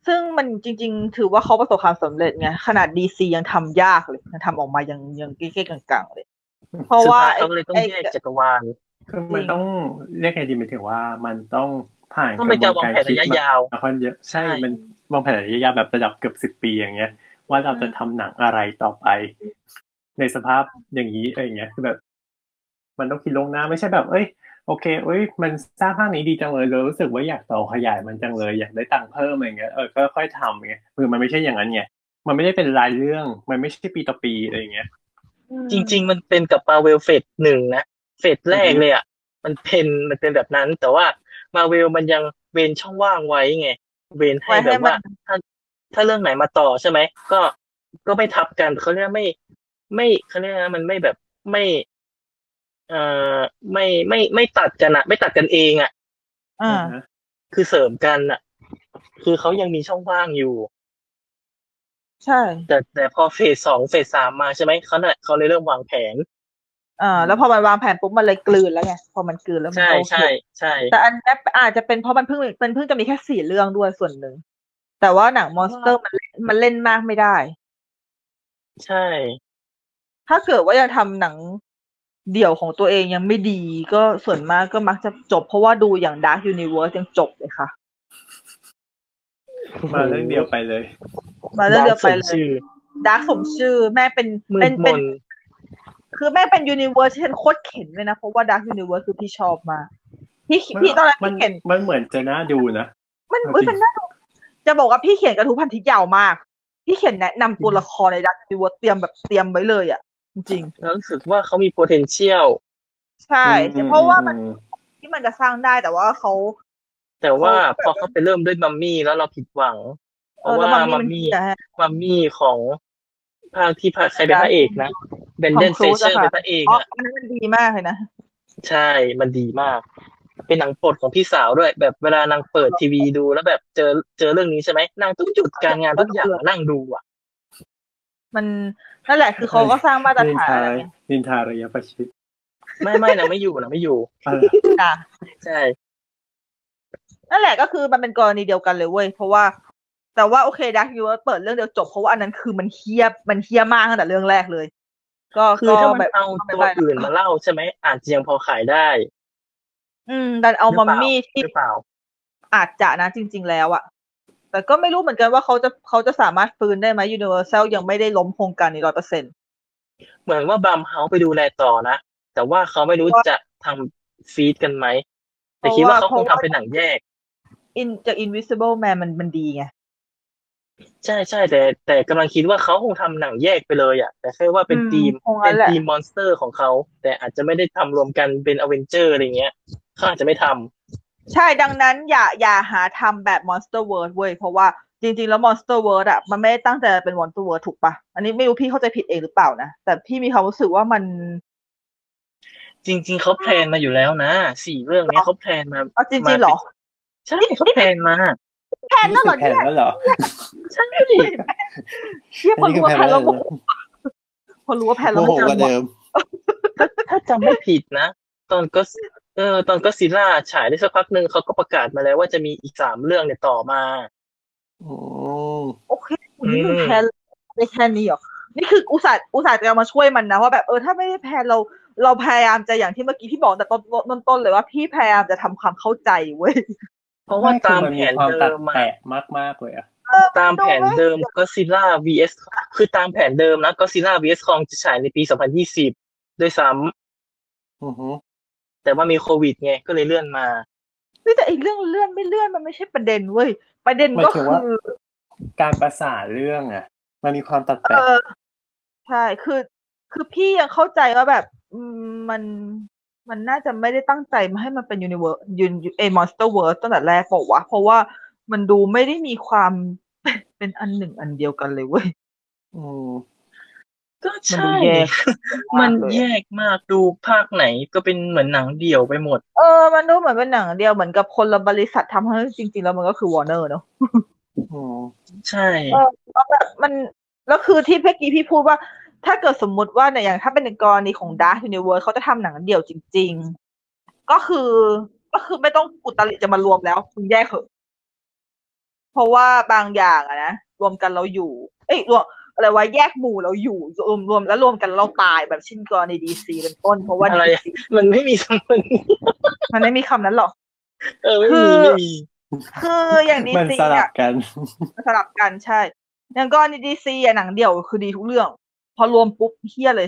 ซึ่งมันจริงๆถือว่าเขาประสบความสำเร็จไงขนาด ดี ซี ยังทำยากเลยยังทำออกมายังยังเก๊ๆกังๆเลยเพราะสุดว่าท้ายไอ้เขาเลยต้องไอ้แยกจักรวาลคือมันต้องเรียกไงดีหมายถึงว่ามันต้องผ่านต้องเป็นการวางแผนระยะยาวมาค่อนเยอะใช่ใช่มันวางแผนระยะยาวแบบระดับเกือบสิบปีอย่างเงี้ย ว่าเราจะทำหนังอะไรต่อไป ในสภาพอย่างนี้อะไรอย่างเงี้ยคือแบบ มันต้องคิดลวงหน้าไม่ใช่แบบ เอ้ยโอเคเอ้ยมันสร้างภาคนี้ดีจังเลยเรารู้สึกว่าอยากต่อขยายมันจังเลยอยากได้ตังค์เพิ่มอะไรเงี้ยเออก็ค่อยทำไงคือมันไม่ใช่อย่างนั้นไงมันไม่ได้เป็นรายเรื่องมันไม่ใช่ปีต่อปีอะไรอย่างเงี้ยจริง ๆ มันเป็นกับมาเวลเฟสหนึ่งนะเฟสแรกเลยอ่ะมันเป็นมันเป็นแบบนั้น แต่ว่ามาเวลมันยังเว้นช่องว่างไว้ไงเว้นให้ไว้ให้แบบว่ามันถ้าถ้าเรื่องไหนมาต่อใช่ไหมก็ก็ไม่ทับกันเขาเรียกไม่ ไม่เขาเรียกนะมันไม่แบบไม่เอ่อไม่ไม่ไม่ตัดกันอะไม่ตัดกันเองอะอ่าคือเสริมกันอะคือเขายังมีช่องว่างอยู่ใช่แต่แต่พอเฟสสองเฟสสามมาใช่ไหมเขาเนี่ยเขาเลยเริ่มวางแผนอ่าแล้วพอมันวางแผนปุ๊บมันเลยกลืนแล้วไงพอมันกลืนแล้วมันใช่ก็โอเคใช่ใช่แต่อันนี้อาจจะเป็นเพราะมันเพิ่งมันเพิ่งจะมีแค่สี่เรื่องด้วยส่วนหนึ่งแต่ว่าหนังมอนสเตอร์มันมันเล่นมากไม่ได้ใช่ถ้าเกิดว่ายังทำหนังเดี่ยวของตัวเองยังไม่ดีก็ส่วนมากก็มักจะจบเพราะว่าดูอย่าง Dark Universe ยังจบเลยค่ะมาเรื่องเดียวไปเลยมาเรื่องเดียวไปเลชื่ยอ Dark สมชื่อแม่เป็นมืเป็ดนมเป็นนคือแม่เป็น Universe ที่ฉันโคตรเข็นเลยนะเพราะว่า Dark Universe คือพี่ชอบมากพี่พี่ตอนแรกมัพี่นเขียนมันเหมือนจะน่าดูนะมันเอาอุ้ยจริงมันน่าดูจะบอกว่าพี่เขียนกระทู้พันทิปยาวมาก พี่เขียนแนะนำตัวละครใน Dark Universe เตรียมแบบเตรียมไว้เลยอ่ะ จริงแล้วรู้สึกว่าเขามี potential ๆ ใช่อืมเพราะว่ามันอืมที่มันจะสร้างได้แต่ว่าเขาแต่ว่าเขาพอเขาไปเริ่มด้วยมัมมี่แล้วเราผิดหวัง เพเออราะแล้วว่ามัมัมมมี่มี่มันดีอะมัมมี่ของภาคที่พระใครเป็นพระเอกนะเบนเดน Tom เฟ Cruise เชอร์อะค่ะเป็นพระเอกอ๋ออ่ะอันนั้นมันดีมากเลยนะใช่มันดีมาก เป็นหนังโปรดของพี่สาวด้วย แบบเวลานางเปิดทีวีดูแล้วแบบเจอเจอเรื่องนี้ใช่ไหมนางต้องหยุดการงานทุกอย่างมานั่งดูอ่ะมันนั่นแหละคือเขาก็สร้างมาตรนินฐานทาอะไรไงนินทาระยะประชิดไม่ไม่นางไม่อยู่นางไม่อยู่อะไรจ้ะใช่นั่นแหละก็คือมันเป็นกรณีเดียวกันเลยเว้ยเพราะว่า แต่ว่าโอเคดักยูเปิดเรื่องเดียวจบเพราะว่าอันนั้นคือมันเฮี้ยมันเฮี้ยมากตั้งแต่เรื่องแรกเลย ก็คือถ้ามันแบบเอาตัวอื่นมาเล่าใช่ไหมอาจจะยังพอขายได้อืมดันเอาหรืมัอมเปล่ามี่ที่หรือเปล่าอาจจะนะจริง ๆ แล้วอะแต่ก็ไม่รู้เหมือนกันว่าเขาจะเขาจะสามารถฟื้นได้ไหม Universal ยังไม่ได้ล้มโครงการนี้ร้อยเปอร์เซ็นต์เหมือนว่าบัมเฮาไปดูแลต่อนะ แต่ว่าเขาไม่รู้จะทำฟีดกันไหม แต่คิดว่าเขาคงทำเป็นหนังแยกอินจาก Invisible Man มันมันดีไงใช่ใช่แต่แต่กำลังคิดว่าเขาคงทำหนังแยกไปเลยอ่ะ แต่แค่ว่าเป็นอืมทีมคงงั้เป็นนแหละทีมมอนสเตอร์ของเขา แต่อาจจะไม่ได้ทำรวมกันเป็นอเวนเจอร์อะไรเงี้ยเขาอาจจะไม่ทำใช่ดังนั้นอย่าอย่าหาทำแบบ Monster World เว้ยเพราะว่าจริงๆแล้ว Monster World อะมันไม่ได้ตั้งใจเป็น Monster World ถูกปะอันนี้ไม่รู้พี่เข้าใจผิดเองหรือเปล่านะแต่พี่มีความรู้สึกว่ามันจริง ๆเขาแพลนมาอยู่แล้วนะสี่เรื่องเนี้ยเขาแพลนมาเอาจริงๆเหรอใช่เขาแพลนมาแพนนั่นเหรอแผ่นเนี่ยแล้วเหรอใช่เชี่ยพอัอนนี้คืรู้อว่าแผ่นแพนแล้แล้ว วนะพอรู้ว่าแพนโมแล้วโหมันกว่าเดิมถ้าถ้าจำไม่ผิดนะ ตอนก็เออตอนก็ซิล่าฉายได้สักพักหนึ่งเขาก็ประกาศมาแล้วว่าจะมีอีกสามเรื่องเนี่ยต่อมาอืมโอเคนี่คือแพนได้แค่นี้เหรอนี่คืออุตส่าห์อุตส่าห์จะมาช่วยมันนะว่าแบบเออถ้าไม่ได้แพนเราเราพยายามจะอย่างที่เมื่อกี้พี่บอกแต่ต้นต้นต้นเลยว่าพี่พยายามจะทำความเข้าใจเว้ยเพราะว่าไม่คือตามมันแผมีนความเดิตัดมอะแปะมากๆเลยอะตามแผนเดิมก็ซิล่า วี เอส คือตามแผนเดิมนะก็ซิล่า วี เอส คองจะฉายในปีสองพันยี่สิบด้วยซ้อือฮึำแต่ว่ามีโควิดไงก็เลยเลื่อนมานี่แต่ไอ้เรื่องเลื่อนไม่เลื่อนมันไม่ใช่ประเด็นเว้ยประเด็นหมายก็ถึงคืว่าอการประสานเรื่องอะมันมีความตัดเอแปะอใช่คือคือพี่ยังเข้าใจว่าแบบอืมมันมันน่าจะไม่ได้ตั้งใจมาให้มันเป็นยูนิเวอร์ยูนเอมอนสเตอร์เวิร์สตั้งแต่แรกบอกว่าเพราะว่ามันดูไม่ได้มีความเป็นอันหนึ่งอันเดียวกันเลยเว้ยอืมก็มันใช่ดูแยกมันเลยแยกมากดูภาคไหนก็เป็นเหมือนหนังเดี่ยวไปหมดเออมันดูเหมือนเป็นหนังเดียวเหมือนกับคนละบริษัททำให้จริงๆแล้วมันก็คือวอร์เนอร์เนาะอืมใช่เออแล้วแบบมันแล้วคือที่เมื่อกี้พี่พูดว่า ถ้าเกิดสมมุติว่าเนี่ยอย่างถ้าเป็นในกรณีของ Dark Universe เขาจะทำหนังเดี่ยวจริง ๆ ก็คือก็คือไม่ต้องอุตริจะมารวมแล้วคุณแยกเถอะเพราะว่าบางอย่างอะนะรวมกันเราอยู่ เอ้ยรวมอะไรวะแยกหมู่เราอยู่รวมรวมแล้วรวมกันเราตายแบบเช่นกรณีดีซีเป็นต้นเพราะว่าอะไรดีซีมันไม่มีคำมันมันไม่มีคำนั้นหรอกเออไม่คืมีอไม่มีคืออย่างดีมันซีสลัเนี่บยกันมันสลับกันใช่อย่างกรณีดีซีอะหนังเดี่ยวคือดีทุกเรื่อง พอรวมปุ๊บเฮี้ยเลย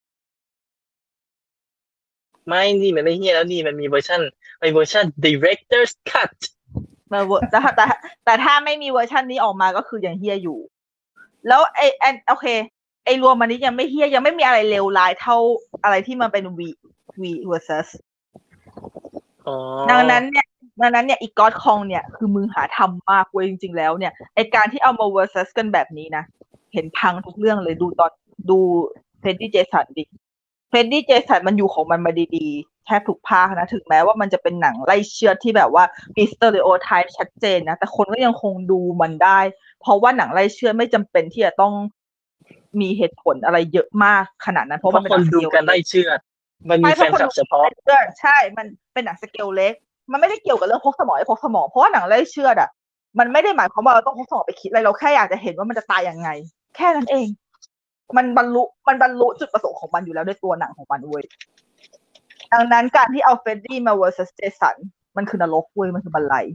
ไม่นี่มันไม่เฮี้ยแล้วนี่มันมีเวอร์ชันมีเวอร์ชัน director's cut มาเวอร์แต่ถ้าแต่แต่ถ้าไม่มีเวอร์ชันนี้ออกมาก็คือยังเฮี้ยอยู่ แล้วไอแอนโอเคไอรวมมันนี้ยังไม่เฮี้ยยังไม่มีอะไรเลวร้ายเท่าอะไรที่มันเป็น V V versus อ๋อดังนั้นเนี่ยดังนั้นเนี่ยอีกอดคองเนี่ยคือมึงหาทำมากเว้ยจริงๆแล้วเนี่ยไอการที่เอามา versus กันแบบนี้นะเห็นพังทุกเรื่องเลยดูตอนดูเฟรดดี้เจสันดิเฟรดดี้เจสันมันอยู่ของมันมาดีๆแทบทุกภาคนะถึงแม้ว่ามันจะเป็นหนังไล่เชือดที่แบบว่ามีสเตอริโอไทป์ชัดเจนนะแต่คนก็ยังคงดูมันได้ เพราะว่าหนังไล่เชือดไม่จำเป็นที่จะต้องมีเหตุผลอะไรเยอะมากขนาดนั้นเพเพราะราะมันคเป็นหนนังดูสเกลกันเล็ได้กเชื่อดมันมีแฟนคลับเฉพาะเชื่อใช่ มันเป็นหนังสเกลเล็ก มันไม่ได้เกี่ยวกับเรื่องพกสมองไอ้พกสมองเพราะว่าหนังไล่เชือดอ่ะมันไม่ได้หมายความว่าเราต้องพกสมองไปคิดอะไรเราแค่อยากจะเห็นว่ามันจะตายยังไง แค่นั้นเอง มันบรรลุมันบรรลุจุดประสงค์ของมันอยู่แล้วด้วยตัวหนังของมันเว้ยดังนั้นการที่เอาเฟรดดี้มา versus เจสันมันคือนรกเว้ยมันคือบันไล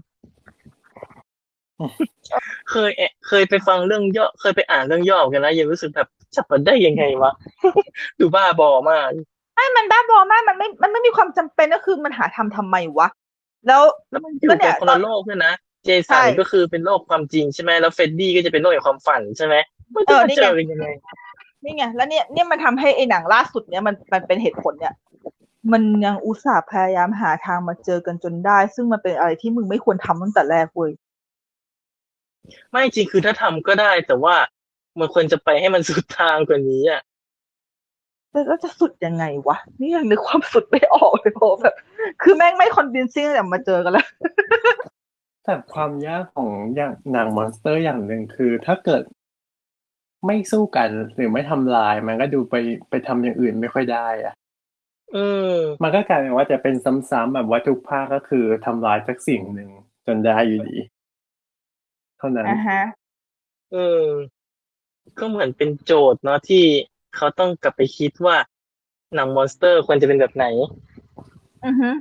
เคยแอะเคยไปฟังเรื่องย่อเคยไปอ่านเรื่องย่อกันนะยังรู้สึกแบบจับมันได้ยังไงวะ ดูบ้าบอมากไม่มันบ้าบอมากมันไม่มันไม่มีความจำเป็นก็คือมันหาทำทำไมวะแล้วแล้วมันอยู่กันคนละโลกด้วยนะเจสันก็คือเป็นโลกความจริงใช่ไหมแล้วเฟรดดี้ก็จะเป็นโลกแห่งความฝันใช่ไหมมันจะมาเจอกันยังไงนี่ไงแล้วเนี่ยเนี่ยมันทำให้ไอ้หนังล่าสุดเนี่ยมันมันเป็นเหตุผลเนี่ยมันยังอุตส่าห์พยายามหาทางมาเจอกันจนได้ ซึ่งมันเป็นอะไรที่มึงไม่ควรทำตั้งแต่แรกเว้ยไม่จริงคือถ้าทำก็ได้ แต่ว่ามันควรจะไปให้มันสุดทางกว่านี้อ่ะแต่ก็จะสุดยังไงวะนี่ยังนึกความสุดไม่ออกเลยเพราะแบบคือแม่งไม่คอนวินซิ่งแต่มาเจอกันแล้วแต่ความยากของอย่างหนังมอนสเตอร์อย่างหนึ่งคือถ้าเกิดไม่สู้กันหรือไม่ทำลายมันก็ดูไปไปทำอย่างอื่นไม่ค่อยได้อะอืมมันก็กลายเป็นว่าจะเป็นซ้ำๆแบบว่าทุกภาคก็คือทำลายสักสิ่งหนึ่งจนได้อยู่ดี เท่านั้นอ่าฮะเออก็เหมือนเป็นโจทย์เนาะที่เขาต้องกลับไปคิดว่าหนังมอนสเตอร์ควรจะเป็นแบบไหนอือฮึ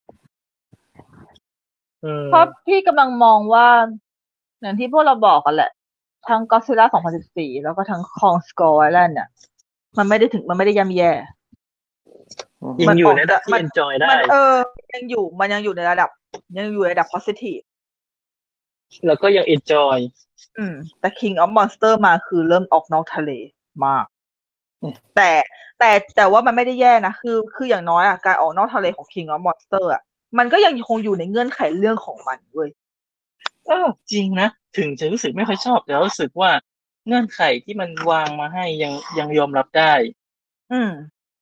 อืมเพราะพี่กำลังมองว่าอย่างที่พวกเราบอกกันแหละ ทั้ง Godzilla สองพันสิบสี่แล้วก็ทั้ง Kong Skull Island เนี่ยมันไม่ได้ถึงมันไม่ได้ย่ำแย่ยังอยู่ในระดับมัที่น enjoy ได้มันเออยังอยู่มันยังอยู่ในระดับ ยังอยู่ในระดับ positive แล้วก็ยัง enjoy อืมแต่ King of Monster มาคือเริ่มออกนอกทะเลมากอืมแต่แต่แต่ว่ามันไม่ได้แย่นะคือคืออย่างน้อยอ่ะการออกนอกทะเลของ King of Monster อ่ะมันก็ยังคงอยู่ในเงื่อนไขเรื่องของมันเว้ยเออจริงนะถึงจะรู้สึกไม่ค่อยชอบแต่รู้สึกว่าเงื่อนไขที่มันวางมาให้ยังยังยอมรับได้อืม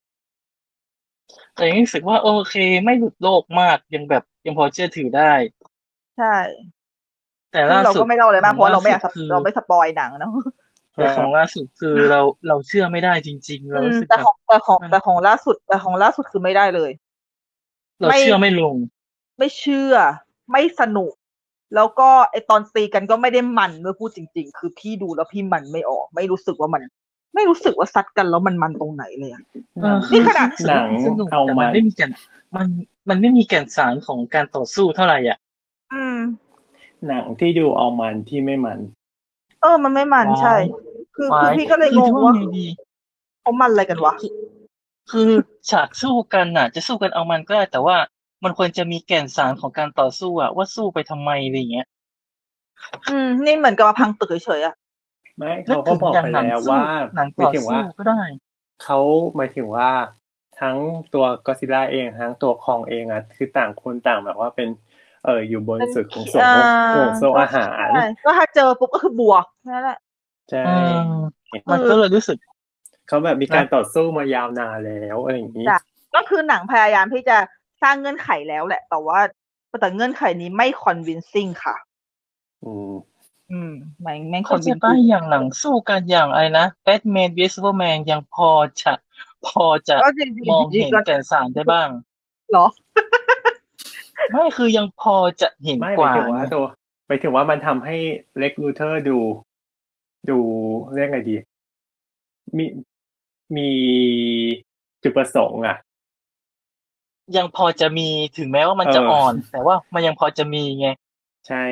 แต่ยังรู้สึกว่าโอเคไม่หลุดโลกมากยังแบบยังพอเชื่อถือได้ใช่แต่ซึ่ล่างเราสุดก็ไม่เล่าเลยมากเพราะว่าเราไม่อยากล่สุดคือเราไม่สปอยหนังเนาะแต่ของล่าสุดคือเราเราเชื่อไม่ได้จริง ๆ เราอืมรู้สึกแต่แบของบแต่ของมันแต่ของล่าสุดแต่ของล่าสุดคือไม่ได้เลยเราเชื่อไม่ลงไม่เชื่อ ไม่สนุก แล้วก็ไอตอนตีกันก็ไม่ได้มันเมื่อพูดจริง ๆ คือพี่ดูแล้วพี่มันไม่ออก ไม่รู้สึกว่ามัน ไม่รู้สึกว่าซัดกันแล้วมันมันตรงไหนเลยอะเออนี่ขนาดรู้สึกหนัว่าง มันสนุกเอาแต่มัมันนไม่มีแก่นมันมันไม่มีแก่นสารของการต่อสู้เท่าไหร่อ่ะอืมหนังที่ดูเอามันที่ไม่มันเออ มันไม่มันใช่ คือคือพี่ก็เลยงงว่าคือจะไดีเขามันอะไรกันวะคือฉากสู้กันน่ะ จะสู้กันเอามันก็ได้แต่ว่ามันควรจะมีแก่นสารของการต่อสู้อะว่าสู้ไปทำไมอะไรอย่างเงี้ยอืม นี่เหมือนกับมาพังตึกเฉยๆอะไม่เขาก็บอกไปแล้วว่าหนังหมายต่อถึงสู้ว่าก็ได้เขาหมายถึงว่าทั้งตัวก็ซิล่าเองทั้งตัวคองเองอ่ะคือต่างคนต่างแบบว่าเป็นเอออยู่บนสุดของโซ่ห่วงโซ่อาหารใช่ก็ถ้าเจอปุ๊บก็คือบวกนั่นแหละใช่อืม มันก็เลยรู้สึกเขาแบบมีการต่อสู้มายาวนานแล้วอะไรอย่างนี้จ้ะ ก็คือหนังพยายามที่จะสร้างเงื่อนไขแล้วแหละ แต่ว่าแต่เงื่อนไขนี้ไม่ convincing ค่ะอืมอืมไม่ไม่เข้าใจ convincing ป่ะอย่างหนังสู้กันอย่างอะไรนะ Batman v Superman ยังพอจะพอจะก็จริงๆมองเห็นก็แก่นสารได้บ้างเหรอไม่คือยังพอจะเห็นไม่หกมายว่าถึงว่าตัวไปไปถึงว่ามันทำให้เล็กลูเทอร์ดู ดูเรียกไงดี มีมีจุดประสงค์อ่ะยังพอจะมีถึงแม้ว่ามันจะเอออ่อ่อน แต่ว่ามันยังพอจะมีไงใช่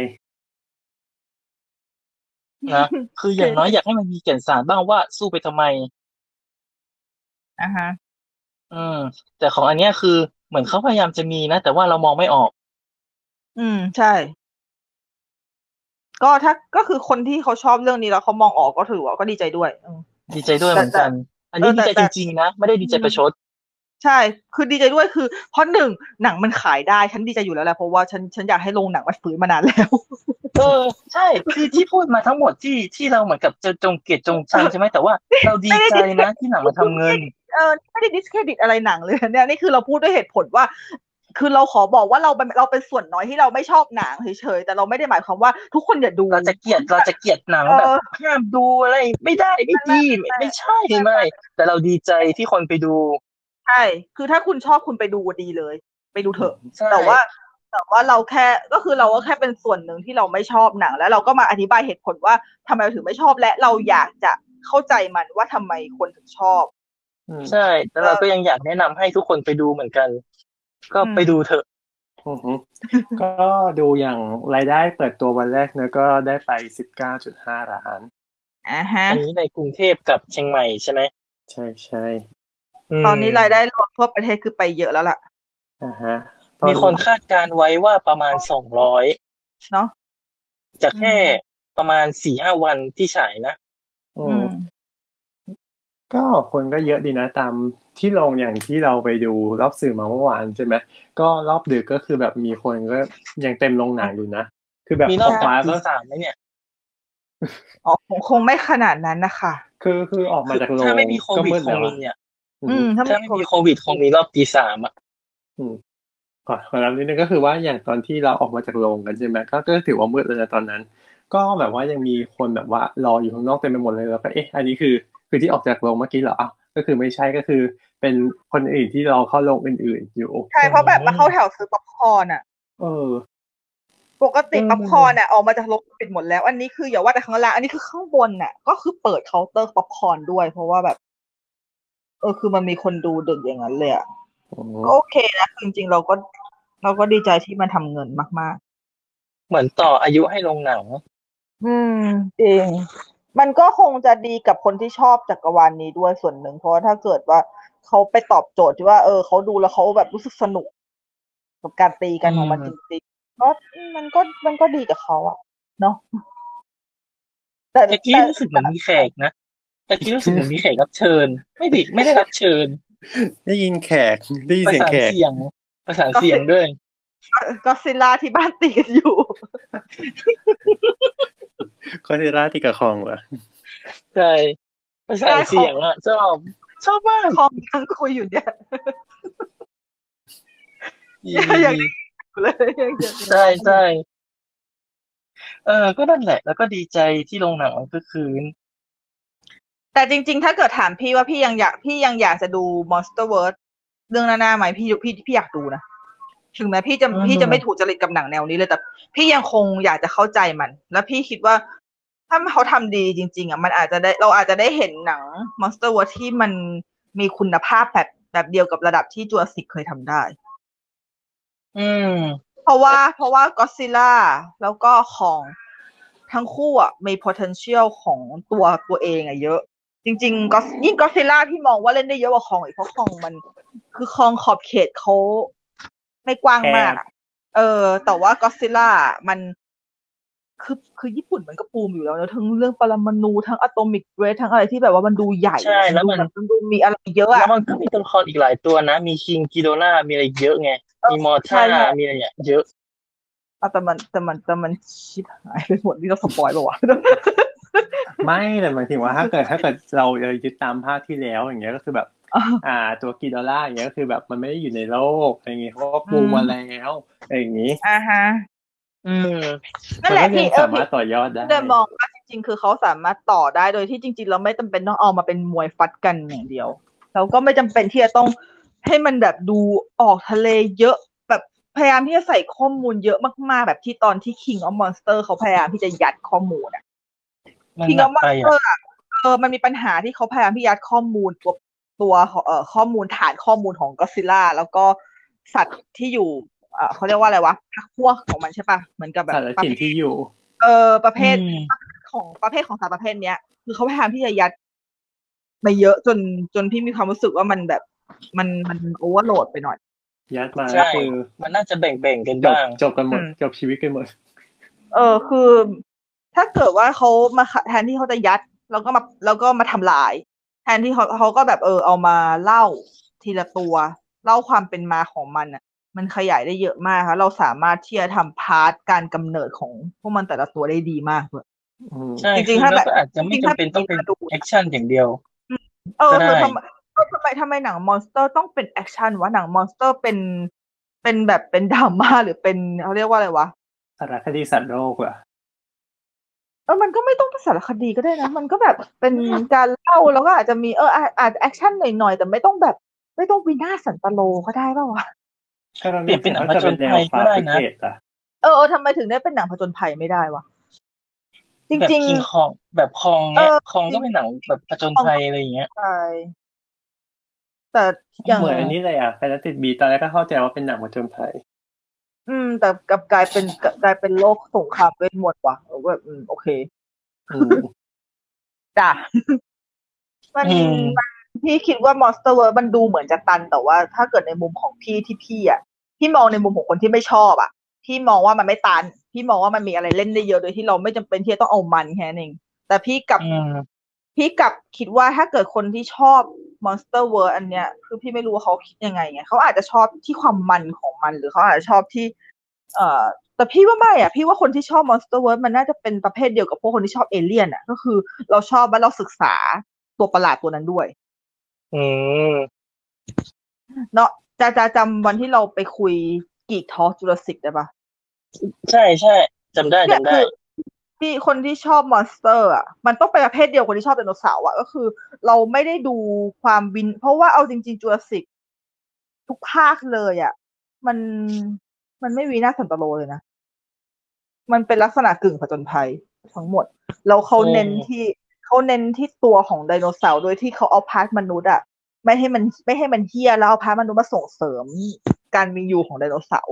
นะคืออย่างน้อยอยากให้มันมีแก่นสารบ้างว่าสู้ไปทำไมอ่าฮะอืม แต่ของอันเนี้ยคือเหมือนเขาพยายามจะมีนะ แต่ว่าเรามองไม่ออกอืมใช่ ก็ถ้าก็คือคนที่เขาชอบเรื่องนี้แล้วเขามองออกก็ถือว่าก็ดีใจด้วยอืมดีใจด้วยแต่เหมือนกัน อันนี้เออดีแต่ใจแต่จริงๆนะ ไม่ได้ดีใจประชดใช่ คือดีใจด้วยคือเพราะหนึ่งหนังมันขายได้ฉันดีใจอยู่แล้วแหละเพราะว่าฉันฉันอยากให้โรงหนังมันฟื้นมานานแล้วเออใช่ที่ที่พูดมาทั้งหมดที่ที่เราเหมือนกับจะจงเกลียดจงชังใช่ไหมแต่ว่าเราดีใจนะที่หนังมาทำเงินเออไม่ได้ดิสเครดิตอะไรหนังเลยเนี่ยนี่คือเราพูดด้วยเหตุผลว่า คือเราขอบอกว่าเราเป็นเราเป็นส่วนน้อยที่เราไม่ชอบหนังเฉยๆแต่เราไม่ได้หมายความว่าทุกคนอย่าดูเราจะเกลียดเราจะเกลียดหนังเออแบบห้ามดูอะไรไม่ได้ไม่ดีไม่ไม่ใช่ไม่แต่เราดีใจที่คนไปดูใช่คือถ้าคุณชอบคุณไปดูดีเลย ไปดูเถอะใช่แต่ว่าแต่ว่าเราแค่ก็คือเราก็แค่เป็นส่วนหนึ่งที่เราไม่ชอบหนังแล้วเราก็มาอธิบายเหตุผลว่าทำไมเราถึงไม่ชอบและเราอยากจะเข้าใจมันว่าทำไมคนถึงชอบอืมใช่แต่เราก็ยังอยากแนะนำให้ทุกคนไปดูเหมือนกัน ก็อืมไปดูเถอะอือฮึ ก็ดูอย่างรายได้เปิดตัววันแรกเนอะก็ได้ไป สิบเก้าจุดห้า ล้านอ่าฮะอันนี้ในกรุงเทพกับเชียงใหม่ใช่ไหมใช่ใช่มตอนนี้รายได้รวมทั่วประเทศคือไปเยอะแล้วล่ะอ่าฮะมีคนคาดการณ์ไว้ว่าประมาณสองร้อยเนาะจากแค่ประมาณ สี่ห้า วันที่ฉายนะอือืมมก็คนก็เยอะดีนะตามที่ลงอย่างที่เราไปดูรอบสื่อมาเมื่อวานใช่ไหมก็รอบดึกก็คือแบบมีคนก็ยังเต็มโรงหนังอยู่นะคือแบบมีรออบอกกลับมาตีก็สามไหมเนี่ยอ๋อคงไม่ขนาดนั้นนะคะคือคือออกมาจากโรงถ้าไม่มีโคก็วิดมืดคแล้งวมีอะอ่ะอือืมมถ้าถ้าไม่ไม่มีโควิดคงมีรอบตีสามอ่ะอืมก่อนขอรับนิดนึงก็คือว่าอย่างตอนที่เราออกมาจากโรงกันใช่ไหมก็ก็ถือว่ามืดแล้วนะตอนนั้น ก็แบบว่ายังมีคนแบบว่ารออยู่ข้างนอกเต็มไปหมดเลยแล้วก็เอ๊ะอันนี้คือคือที่ออกจากโรงเมื่อกี้เหรออ้าวก็คือไม่ใช่ก็คือเป็นคนอื่นที่รอเข้าโรงอื่นๆอยู่ใช่เพราะแบบมาเข้าแถวซื้อป๊อปคอร์นอ่ะเออปกติอืมป๊อปคอร์นอ่ะออกมาจากโรงปิดหมดแล้ว อันนี้คืออย่าว่าแต่ข้างล่างอันนี้คือข้างบนน่ะ ก็คือเปิดเคาน์เตอร์ป๊อปคอร์นด้วย เพราะว่าแบบ เออคือมันมีคนดูดึกอย่างนั้นเลยอ่ะอืมก็โอเคนะจริงๆเราก็ เราก็ดีใจที่มันทำเงินมากเหมือนต่ออายุให้โรงหนังๆ อืมจริง มันก็คงจะดีกับคนที่ชอบจักรวาลนี้ด้วยส่วนหนึ่งเพราะว่าถ้าเกิดว่าเขาไปตอบโจทย์ที่ว่า เออเขาดูแล้วเขาแบบรู้สึกสนุกกับการตีกันของมันอืจมริงๆก็มันก็มันก็ดีกับเขาอะเนาะแต่ตะกี้แต่รู้สึกเหมือนมีแขกนะตะกี้รู้สึกเหมือนมีแขกรับเชิญ ไม่ดิไม่ได้รับเชิญได้ยินแขกได้ยินประเสียงสานแขกเสียงประสานเสียงด้วยก็ซิลล่าที่บ้านตีกันอยู่คอนเทราติกับคองเหรอใช่ประสานเสียงอ่ะชอบชอบมากคอมยังคุยอยู่เนี่ยดีอย่างดีเลยยังจะใช่ใช่เออก็นั่นแหละ แล้วก็ดีใจที่โรงหนังมันก็คืนแต่จริงๆ ถ้าเกิดถามพี่ว่าพี่ยังอยากพี่ยังอยากจะดู Monsterverse เรื่องหน้าๆไหมพี่พี่พี่อยากดูนะถึงแม้พี่จะอืมพี่จะไม่ถูกจริตกับหนังแนวนี้เลยแต่พี่ยังคงอยากจะเข้าใจมัน แล้วพี่คิดว่า ถ้าเขาทำดีจริง ๆอ่ะมันอาจจะได้เราอาจจะได้เห็นหนัง Monsterverse ที่มันมีคุณภาพแบบแบบเดียวกับระดับที่ Jurassic เคยทำได้อืมเพราะว่าเพราะว่า Godzilla แล้วก็ของทั้งคู่อ่ะมี potential ของตัวตัวเองอ่ะเยอะ จริงๆก็ยิ่ง Godzilla พี่มองว่าเล่นได้เยอะกว่าคองอีกเพราะคองมัน คือคองขอบเขตเขาไม่กว้างมากอะเออ แต่ว่า Godzilla มันคือคือญี่ปุ่นมันก็ปูมอยู่แล้วเนอะทั้งเรื่องปรมาณูทั้งอะโตมิกเรททั้งอะไรที่แบบว่ามันดูใหญ่ใช่แล้วมันดูบบมันดูมีอะไรเยอะแล้อะวมันก็มีตัวละครอีกหลายตัวนะ มีคิงกิโดล่ามีอะไรเยอะไงเออมีมอใช่ท่าใช่มีอะไรเนี่ยเยอะอ่ะแต่มันแต่มันแต่มันชิบหายไปหมดนี่เราสปอยล์ป่าวะไม่แต่หมายถึงว่าถ้าเกิดถ้าเกิดเรายึดตามภาคที่แล้วอย่างเงี้ยก็คือแบบ อ่า ตัวกิโดล่าอย่างเงี้ยก็คือแบบมันไม่ได้อยู่ในโลกอะไรอย่างเงี้ยเขาก็ปรุงมาแล้วอะไรอย่างงี้อ่าฮะอืมนั่นแหละมันก็พี่ยังเออสามารพี่ถต่อยอดได้เดินมองว่าจริงๆ คือเขาสามารถต่อได้โดยที่จริงๆ เราไม่จำเป็นต้องเอามาเป็นมวยฟัดกันอย่างเดียว เราก็ไม่จำเป็นที่จะต้องให้มันแบบดูออกทะเลเยอะแบบพยายามที่จะใส่ข้อมูลเยอะมากๆแบบที่ตอนที่ King of Monster เขาพยายามที่จะยัดข้อมูลอ่ะมัน King หนั of กไป Monster อ่ะอ่ะเออมันมีปัญหาที่เขาพยายามที่ยัดข้อมูลตัวตัวเอ่อข้อมูลฐานข้อมูลของก็อดซิลล่าแล้วก็สัตว์ที่อยู่เอ่อเขาเรียกว่าอะไรวะพรรคพวกของมันใช่ปะเหมือนกับแบบสารถิ่นที่อยู่เออประเภทอืมของประเภทของสัตว์ประเภทเนี้ยคือเขาพยายามที่จะยัดมาเยอะจนจนพี่มีความรู้สึกว่ามันแบบมันมันโอเวอร์โหลดไปหน่อยยัดมาใช่คือมันน่าจะแบ่งๆกันจบบ้างจบกันหมดอืมจบชีวิตกันหมดเออคือถ้าเกิดว่าเขามาแทนที่เขาจะยัดแล้วก็มาแล้วก็มาทำลาย แทนที่เขาเขาก็แบบเออเอามาเล่าทีละตัว เล่าความเป็นมาของมันอ่ะ มันขยายได้เยอะมากค่ะเราสามารถที่จะทำพาร์ทการกำเนิดของพวกมันแต่ละตัวได้ดีมากเลยอืมใช่จคืริงอๆถ้าแล้แบบวก็อาจจะไม่จริงๆจำถ้าเป็นต้องเป็นมาดูแอคชั่นอย่างเดียวเออก็ได้คือทำไมเออทำไมทำไมหนังมอนสเตอร์ต้องเป็นแอคชั่นวะหนังมอนสเตอร์เป็นเป็นแบบเป็นดราม่าหรือเป็นเขาเรียกว่าอะไรวะสารคดีสัตว์โลกว่ะเออมันก็ไม่ต้องเป็นสารคดีก็ได้นะ มันก็แบบเป็นการเล่าแล้วก็อาจจะมีเอออาจอาจแอคชั่นหน่อยๆแต่ไม่ต้องแบบไม่ต้องวินาศสันตโลก็ได้ป่าวะถ้าเราเปลี่ยนเป็นหนังผจญแนภัวยก็ได้นะฟาร์ฟิเกตอ่ะเออเออทำไมถึงได้เป็นหนังผจญภัยไม่ได้วะจแบบริงคิงคองแบบคองเอเนี้ยอคองก็เป็นหนังแบบผจญภัยอะไรอย่างเงี้ยๆใช่แต่อย่างเหมือนอันนี้เลยอ่ะแฟนตาซีบีตอนแรกก็เข้าใจว่าเป็นหนังผจญภัยอืม แต่กลับกลายเป็นกลายเป็นโลกสงครามเวทมนต์ว่ะเออแบบอืมโอเคอืมจ้ะ มันอืมมันพี่คิดว่า Monster World มันดูเหมือนจะตันแต่ว่าถ้าเกิดในมุมของพี่ที่พี่อ่ะพี่มองในมุมของคนที่ไม่ชอบอ่ะพี่มองว่ามันไม่ตันพี่มองว่ามันมีอะไรเล่นได้เยอะโดยที่เราไม่จำเป็นที่จะต้องเอามันแค่นั้นเองแต่พี่กลับอืมพี่กลับคิดว่าถ้าเกิดคนที่ชอบ Monster World อันเนี้ยคือพี่ไม่รู้ว่าเขาคิดยังไงไงเขาอาจจะชอบที่ความมันของมันหรือเขาอาจจะชอบที่ เอ่อแต่พี่ว่าไม่อ่ะพี่ว่าคนที่ชอบ Monster World มันน่าจะเป็นประเภทเดียวกับพวกคนที่ชอบเอเลี่ยนอ่ะก็คือเราชอบว่าเราศึกษาตัวประหลาดตัวนั้นด้วยอืมเนาะจะจะจำวันที่เราไปคุยกีกทอจุลศิษย์ได้ปะใช่ใช่จำได้เนี่ยจำได้คือที่คนที่ชอบมอนสเตอร์อ่ะมันต้องเป็นประเภทเดียวคนที่ชอบไดโนเสาร์อ่ะก็คือ เราไม่ได้ดูความวิน เพราะว่าเอาจริงๆจุลศิษย์ทุกภาคเลยอ่ะมันมันไม่วินาศสันตโลเลยนะ มันเป็นลักษณะกึ่งผจญภัยทั้งหมดแล้วเขาอืมเน้นที่เขาเน้นที่ตัวของไดโนเสาร์โดยที่เขาเอาพาร์ทมนุษย์อะไม่ให้มันไม่ให้มันเหี้ยแล้วเอาพาร์ทมนุษย์มาส่งเสริมการมีอยู่ของไดโนเสาร์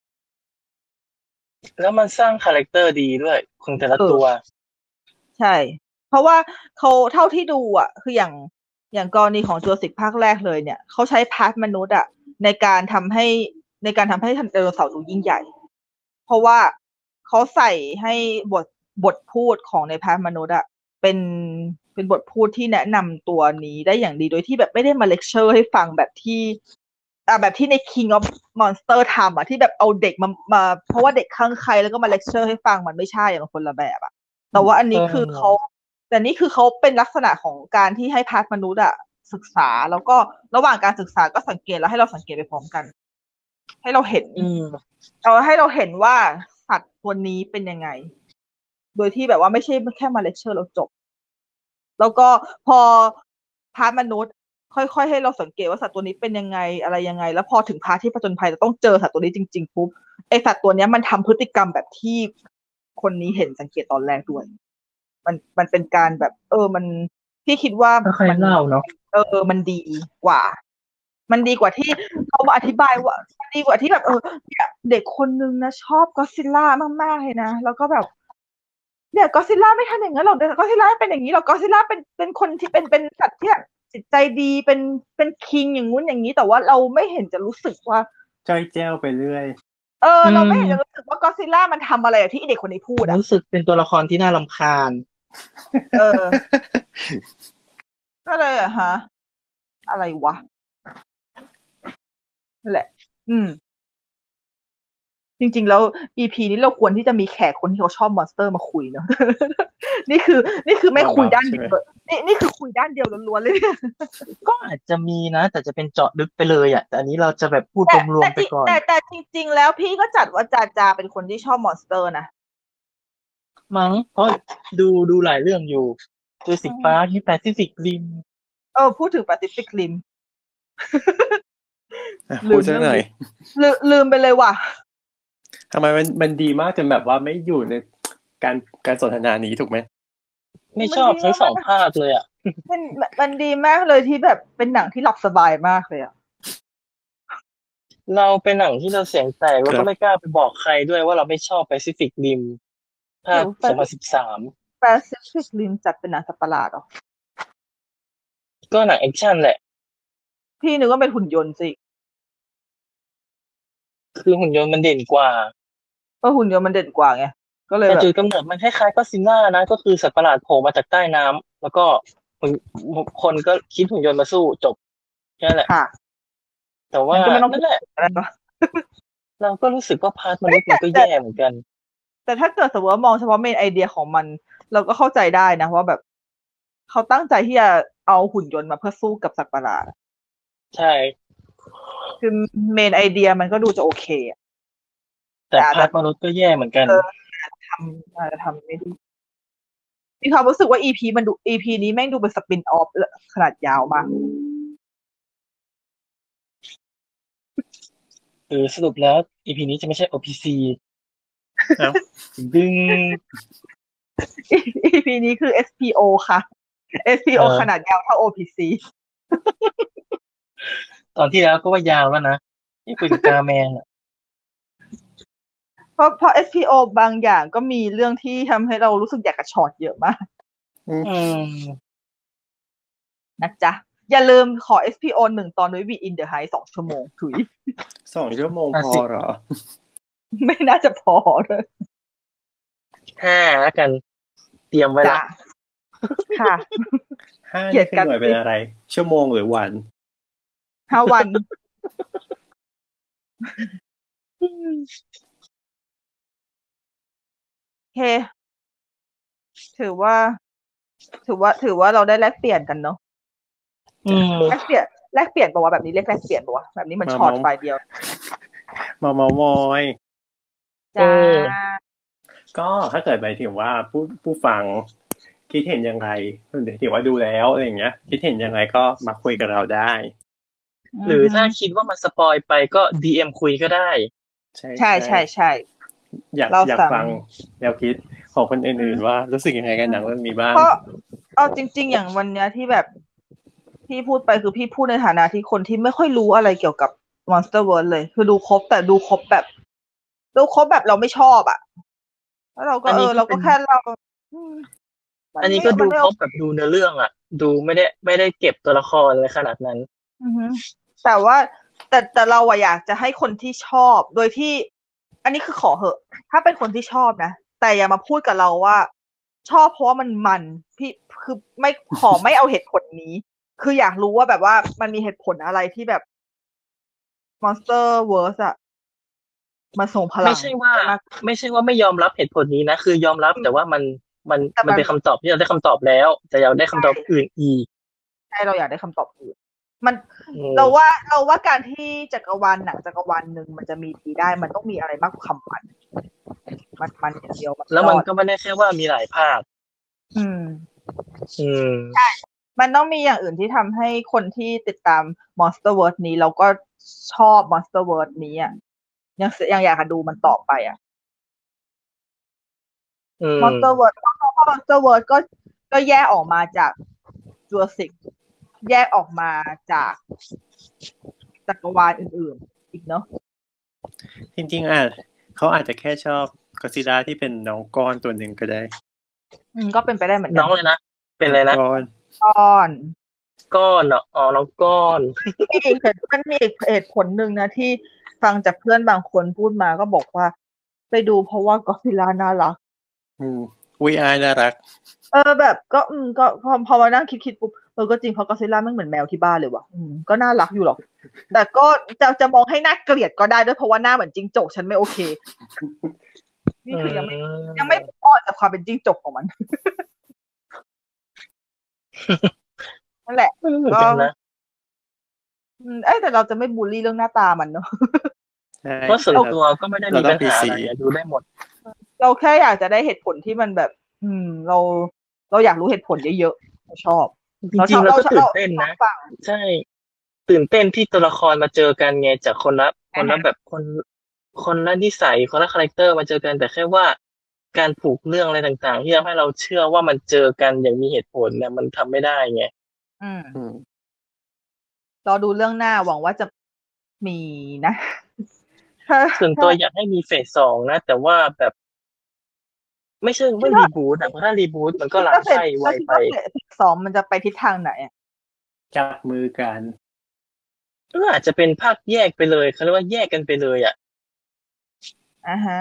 แล้วมันสร้างคาแรคเตอร์ดีด้วยของแต่ละตัวใช่ เพราะว่าเขาเท่าที่ดูอะคืออย่างอย่างกรณีของจูราสสิกภาคแรกเลยเนี่ยเขาใช้พาร์ทมนุษย์อะในการทำให้ในการทำให้ไดโนเสาร์ดูยิ่งใหญ่ เพราะว่าเขาใส่ให้บทบทพูดของในพาร์ทมนุษย์อะเป็นเป็นบทพูดที่แนะนำตัวนี้ได้อย่างดีโดยที่แบบไม่ได้มาเลคเชอร์ให้ฟังแบบที่อ่าแบบที่ใน King of Monster ทำอะที่แบบเอาเด็กมามาเพราะว่าเด็กข้างใครแล้วก็มาเลคเชอร์ให้ฟังมันไม่ใช่มันคนละแบบอะแต่ว่าอันนี้คือเขาแต่นี่คือเขาเป็นลักษณะของการที่ให้พาร์ทมนุษย์อะศึกษาแล้วก็ระหว่างการศึกษาก็สังเกตแล้วให้เราสังเกตไปพร้อมกัน ให้เราเห็นอืมเอาให้เราเห็นว่าสัตว์ตัวนี้เป็นยังไง โดยที่แบบว่าไม่ใช่แค่มาเลคเชอร์แล้วจบ แล้วก็พอพาร์ทมนุษย์ ค่อยๆให้เราสังเกตว่าสัตว์ตัวนี้เป็นยังไงอะไรยังไง แล้วพอถึงพาร์ทที่ผจญภัยเราต้องเจอสัตว์ตัวนี้จริงๆปุ๊บไอสัตว์ตัวเนี้ยมันทำพฤติกรรมแบบที่คนนี้เห็นสังเกตตอนแรกด้วย มันมันเป็นการแบบ เออมันพี่คิดว่าค่อยมันๆเล่าเนาะเออ มันดีกว่า มันดีกว่าที่เขามาอธิบายว่ามันดีกว่าที่แบบเออเนี่ยเด็กคนนึงนะชอบก็อดซิลล่ามากๆเลยนะแล้วก็แบบเนี่ยก็อดซิลล่าไม่ทำอย่างนั้นหรอกก็อดซิลล่าเป็นอย่างนี้หรอกก็อดซิลล่าเป็นเป็นคนที่เป็นเป็นสัตว์ที่แบบจิตใจดีเป็นเป็นคิงอย่างงู้นอย่างนี้แต่ว่าเราไม่เห็นจะรู้สึกว่าจ้อยแจ้วไปเรื่อยเออ เราไม่อืมเห็นจะรู้สึกว่าก็อดซิลล่ามันทำอะไรอย่างที่ไอ้เด็กคนนี้พูดอ่ะรู้สึกเป็นตัวละครที่น่ารำคาญเออ ก็เลยอะฮะ อะไรวะนั่นแหละ อืม จริงๆ แล้ว อี พี นี้เราควรที่จะมีแขกคนที่เขาชอบมอนสเตอร์มาคุยเนอะ นี่คือ นี่คือไม่คุยด้านเดียวนี่นี่คือคุยด้านเดียวล้วนๆเลยเนี่ยก็อาจจะมีนะ แต่จะเป็นเจาะลึกไปเลยอ่ะ แต่อันนี้เราจะแบบพูดแต่รวมแต่ๆไปก่อนแต่แต่จริง ๆ แล้วพี่ก็จัดว่าจาจาเป็นคนที่ชอบมอนสเตอร์นะมั้งเพราะดูดูหลายเรื่องอยู่จูสิกปาร์คที่แปซิฟิกริมเออ พูดถึง Pacific Rim อ่ะลืพูมดซะหน่อยลืมลืมไปเลยว่ะทำไมมันมันดีมากจนแบบว่าไม่อยู่ในการการสนทนานี้ถูกไหมไม่ชอบทั้งสองภาคเลยอ่ะมันมันดีมากเลยที่แบบเป็นหนังที่หลับสบายมากเลยอ่ะเราเป็นหนังที่เราเสียงแตกแล้วครัก็บไม่กล้าไปบอกใครด้วยว่าเราไม่ชอบ Pacific Rim ภาคโอ้สองพันสิบสาม Pacific Rim จัดเป็นหนังสัตว์ประหลาดเหรอก็หนังแอคชั่นแหละพี่นึกว่าเป็นหุ่นยนต์สิคือหุ่นยนต์มันเด่นกว่าเพราะหุ่นยนต์มันเด่นกว่าไงก็เลยแต่แบบจุดกำเนิดมันคล้ายๆก็ซิล่านะก็คือสัตว์ประหลาดโผล่มาจากใต้น้ำแล้วก็คนก็คิดหุ่นยนต์มาสู้จบแค่นั้นแหละค่ะแต่ว่ามันก็ไม่ต้องนั่นแหละอะไรปะเราก็รู้สึกว่าพาร์ทมนุษย์มันก็แย่เหมือนกันแต่ถ้าเกิดสมมติว่ามองเฉพาะเมนไอเดียของมัน เราก็เข้าใจได้นะว่าแบบเขาตั้งใจที่จะเอาหุ่นยนต์มาเพื่อสู้กับสัตว์ประหลาดใช่คือเมนไอเดียมันก็ดูจะโอเคอะแต่พาร์ทมนุษย์ก็แย่เหมือนกันเออ ทำอาจจะทำไม่ดีมีความรู้สึกว่า อี พี มันดู อี พี นี้แม่งดูเป็นสปินออฟขนาดยาวมากเออสรุปแล้ว อี พี นี้จะไม่ใช่ โอ พี ซีเอ้าดึงอี พี นี้คือ เอส พี โอ ค่ะ เอส พี โอเออขนาดยาวเท่า โอ พี ซีตอนที่แล้วก็ว่ายาวแล้วนะนี่คุยกับกาแมนอ่ะเพราะเพราะ เอส พี โอ บางอย่างก็มีเรื่องที่ทำให้เรารู้สึกอยากกระชอดเยอะมากอืมนะจ๊ะ อย่าลืมขอ เอส พี โอ หนึ่งตอนด้วย We in the High สองชั่วโมงถุยสองชั่วโมงอ่ะพสิอเหรอไม่น่าจะพอเลยห้าแล้วกัน เตรียมไว้จ้ะละค่ะห้าเกลียดนี่กัคือน หน่วยเป็นอะไร ชั่วโมงหรือวันห้าวันโอเค ถือว่า ถือว่า ถือว่าเราได้แลกเปลี่ยนกันเนาะอืมแลกเปลี่ยนแลกเปลี่ยนปะวะแบบนี้เรียกแลกเปลี่ยนปะวะแบบนี้มันมาช็อตเมาไฟล์เดียวมาเมามอยจ้าเออก็ถ้าเกิดหมายถึงว่าผู้ผู้ฟังคิดเห็นยังไงถือว่าดูแล้วอะไรอย่างเงี้ย คิดเห็นยังไงก็มาคุยกับเราได้หรือถ้าคิดว่ามันสปอยไปก็ ดี เอ็ม คุยก็ได้ใช่ใช่ใช่ใช่อยากเราอยากสามฟังแนวคิดของคนอื่นๆว่ารู้สึกยังไงกับหนังเรื่องนี้บ้างเพราะเอาจริง ๆ อย่างวันเนี้ยที่แบบพี่พูดไปคือพี่พูดในฐานะที่คนที่ไม่ค่อยรู้อะไรเกี่ยวกับ Monster World เลย คือดูครบแต่ดูครบแบบ ดูครบแบบเราไม่ชอบอ่ะแล้วเราก็อันเอนี้อก็เราเป็ก็นแค่เราอืมมันอันนี้ไม่ก็ดูมันไม่ครบแบบดูเนื้อเรื่องอ่ะ ดูไม่ได้ไม่ได้เก็บตัวละครอะไรขนาดนั้นอือฮึแต่ว่าแต่แต่เราอะอยากจะให้คนที่ชอบโดยที่ อันนี้คือขอเหอะ ถ้าเป็นคนที่ชอบนะ แต่อย่ามาพูดกับเราว่า ชอบเพราะว่ามันมันพี่คือไม่ขอไม่เอาเหตุผลนี้ คืออยากรู้ว่าแบบว่ามันมีเหตุผลอะไรที่แบบ Monster Verse อะมาส่งพลังไม่ใช่ว่า ไม่ใช่ว่าไม่ยอมรับเหตุผลนี้นะ คือยอมรับแต่ว่ามันมันแต่มันมันเป็นคำตอบที่เราได้คำตอบแล้ว แต่อยากได้คำตอบอื่นอีกใช่เราอยากได้คำตอบอื่นมันอืมเราว่าเราว่าการที่จักรวาลหนังจักรวาลหนึ่งมันจะมีดีได้ มันต้องมีอะไรมากกว่าคำมันมันมันอย่างเดียวมันแล้วมันยอดก็ไม่ได้แค่ว่ามีหลายภาคอืมอืมมันต้องมีอย่างอื่นที่ทำให้คนที่ติดตาม Monster World นี้แล้วก็ชอบ Monster World นี้อ่ะยังยังอยากจะดูมันต่อไปอ่ะอืม Monster World เพราะเพราะ Monster World ก็ก็แยกออกมาจาก Jurassic แยกออกมาจากจักรวาลอื่นๆอีกเนาะจริงๆอ่ะเขาอาจจะแค่ชอบก็ซิล่าที่เป็นน้องก้อนตัวหนึ่งก็ได้อืมก็เป็นไปได้เหมือนกัน้องเลยนะ เป็นอะไรนะก้อนก้อนก้อนเหรออ๋อ น้องก้อนมีอีกเหตุมันมีอีกเหตุผลหนึ่งนะที่ฟังจากเพื่อนบางคนพูดมาก็บอกว่า ไปดูเพราะว่าก็ซิล่าน่ารักอืมวีอาร์น่ารักเออแบบก็อืมก็พอพอมานั่งคิดคิดปุ๊บเออก็จริงเพราะก็ซิล่ามันเหมือนแมวที่บ้านเลยว่ะอืมก็น่ารักอยู่หรอก แต่ก็จะจะมองให้น่าเกลียดก็ได้ด้วยเพราะว่าหน้าเหมือนจิ้งจกฉันไม่โอเค นี่คือยังไม่ยังไม่อ้อนจากความเป็นจิ้งจกของมัน นั่นแหละไม่รู้เหมือนกันนะอืมเอ้ยแต่เราจะไม่บูลลี่เรื่องหน้าตามันเนาะใช่เพราะส่วนตัวก็ไม่ได้มีปัญหาอะไรอะดูได้หมดเราแค่อยากจะได้เหตุผลที่มันแบบ อืม เราเราอยากรู้เหตุผลเยอะๆเราชอบจริงๆเราก็ตื่นเต้นนะฟังใช่ตื่นเต้นที่ตัวละครมาเจอกันไงจากคนละคนละแบบคนคนละนิสัยคนละคาแรคเตอร์มาเจอกันแต่แค่ว่าการผูกเรื่องอะไรต่างๆที่ทำให้เราเชื่อว่ามันเจอกันอย่างมีเหตุผลเนี่ยมันทำไม่ได้ไงอืมอืมรอดูเรื่องหน้าหวังว่าจะมีนะส่วนตัวอยากให้มีเฟสสองนะแต่ว่าแบบ ไม่ใช่ไม่รีบูทอ่ะเพราะถ้ารีบูทมันก็ล้างไส้ไวไปสองมันจะไปทิศทางไหนอ่ะจับมือกันก็อาจจะเป็นภาคแยกไปเลยเขาเรียกว่าแยกกันไปเลยอ่ะอ่าฮะ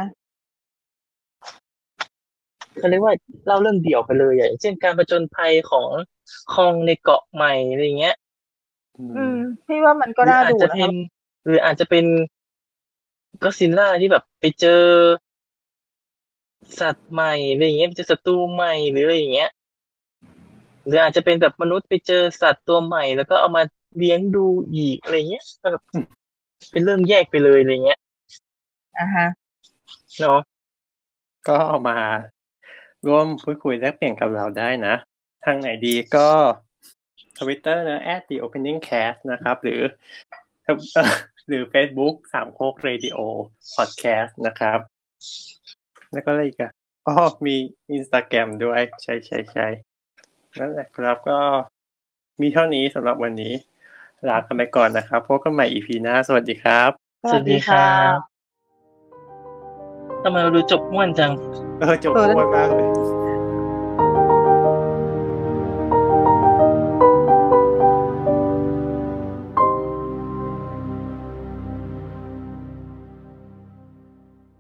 เขาเรียกว่าเล่าเรื่องเดี่ยวไปเลยอ่ะอย่างเช่นการผจญภัยของคองในเกาะใหม่อะไรเงี้ยอืมพี่ว่ามันก็หรือน่าอาจดูจะนะเป็ครับนหรืออาจจะเป็นก็ซิลล่าที่แบบไปเจอ สัตว์ใหม่อะไรอย่างเงี้ยไปเจอศัตรูใหม่หรืออะไรอย่างเงี้ยหรืออาจจะเป็นแบบมนุษย์ไปเจอสัตว์ตัวใหม่ แล้วก็เอามาเลี้ยงดูอีกอะไรเงี้ยแบบเป็นเรื่องแยกไปเลยอะไรเงี้ยอ่าฮะเนาะก็เอามาร่วมพูดคุยแลกเปลี่ยนกับเราได้นะ ทางไหนดีก็ Twitter นะ แอท the opening cast นะครับ หรือ หรือ Facebook สามโคก Radio Podcast นะครับ แล้วก็อะไรอีกอะอ๋อมี Instagram ด้วย ใช่ใช่ใช่นั่นแหละครับก็มีเท่านี้สำหรับวันนี้ลากันไปก่อนนะครับพบกันใหม่ อี พี หน้าสวัสดีครับสวัสดีครับทำไมเราดูจบม่วนจังเออจบม่วนมากเลย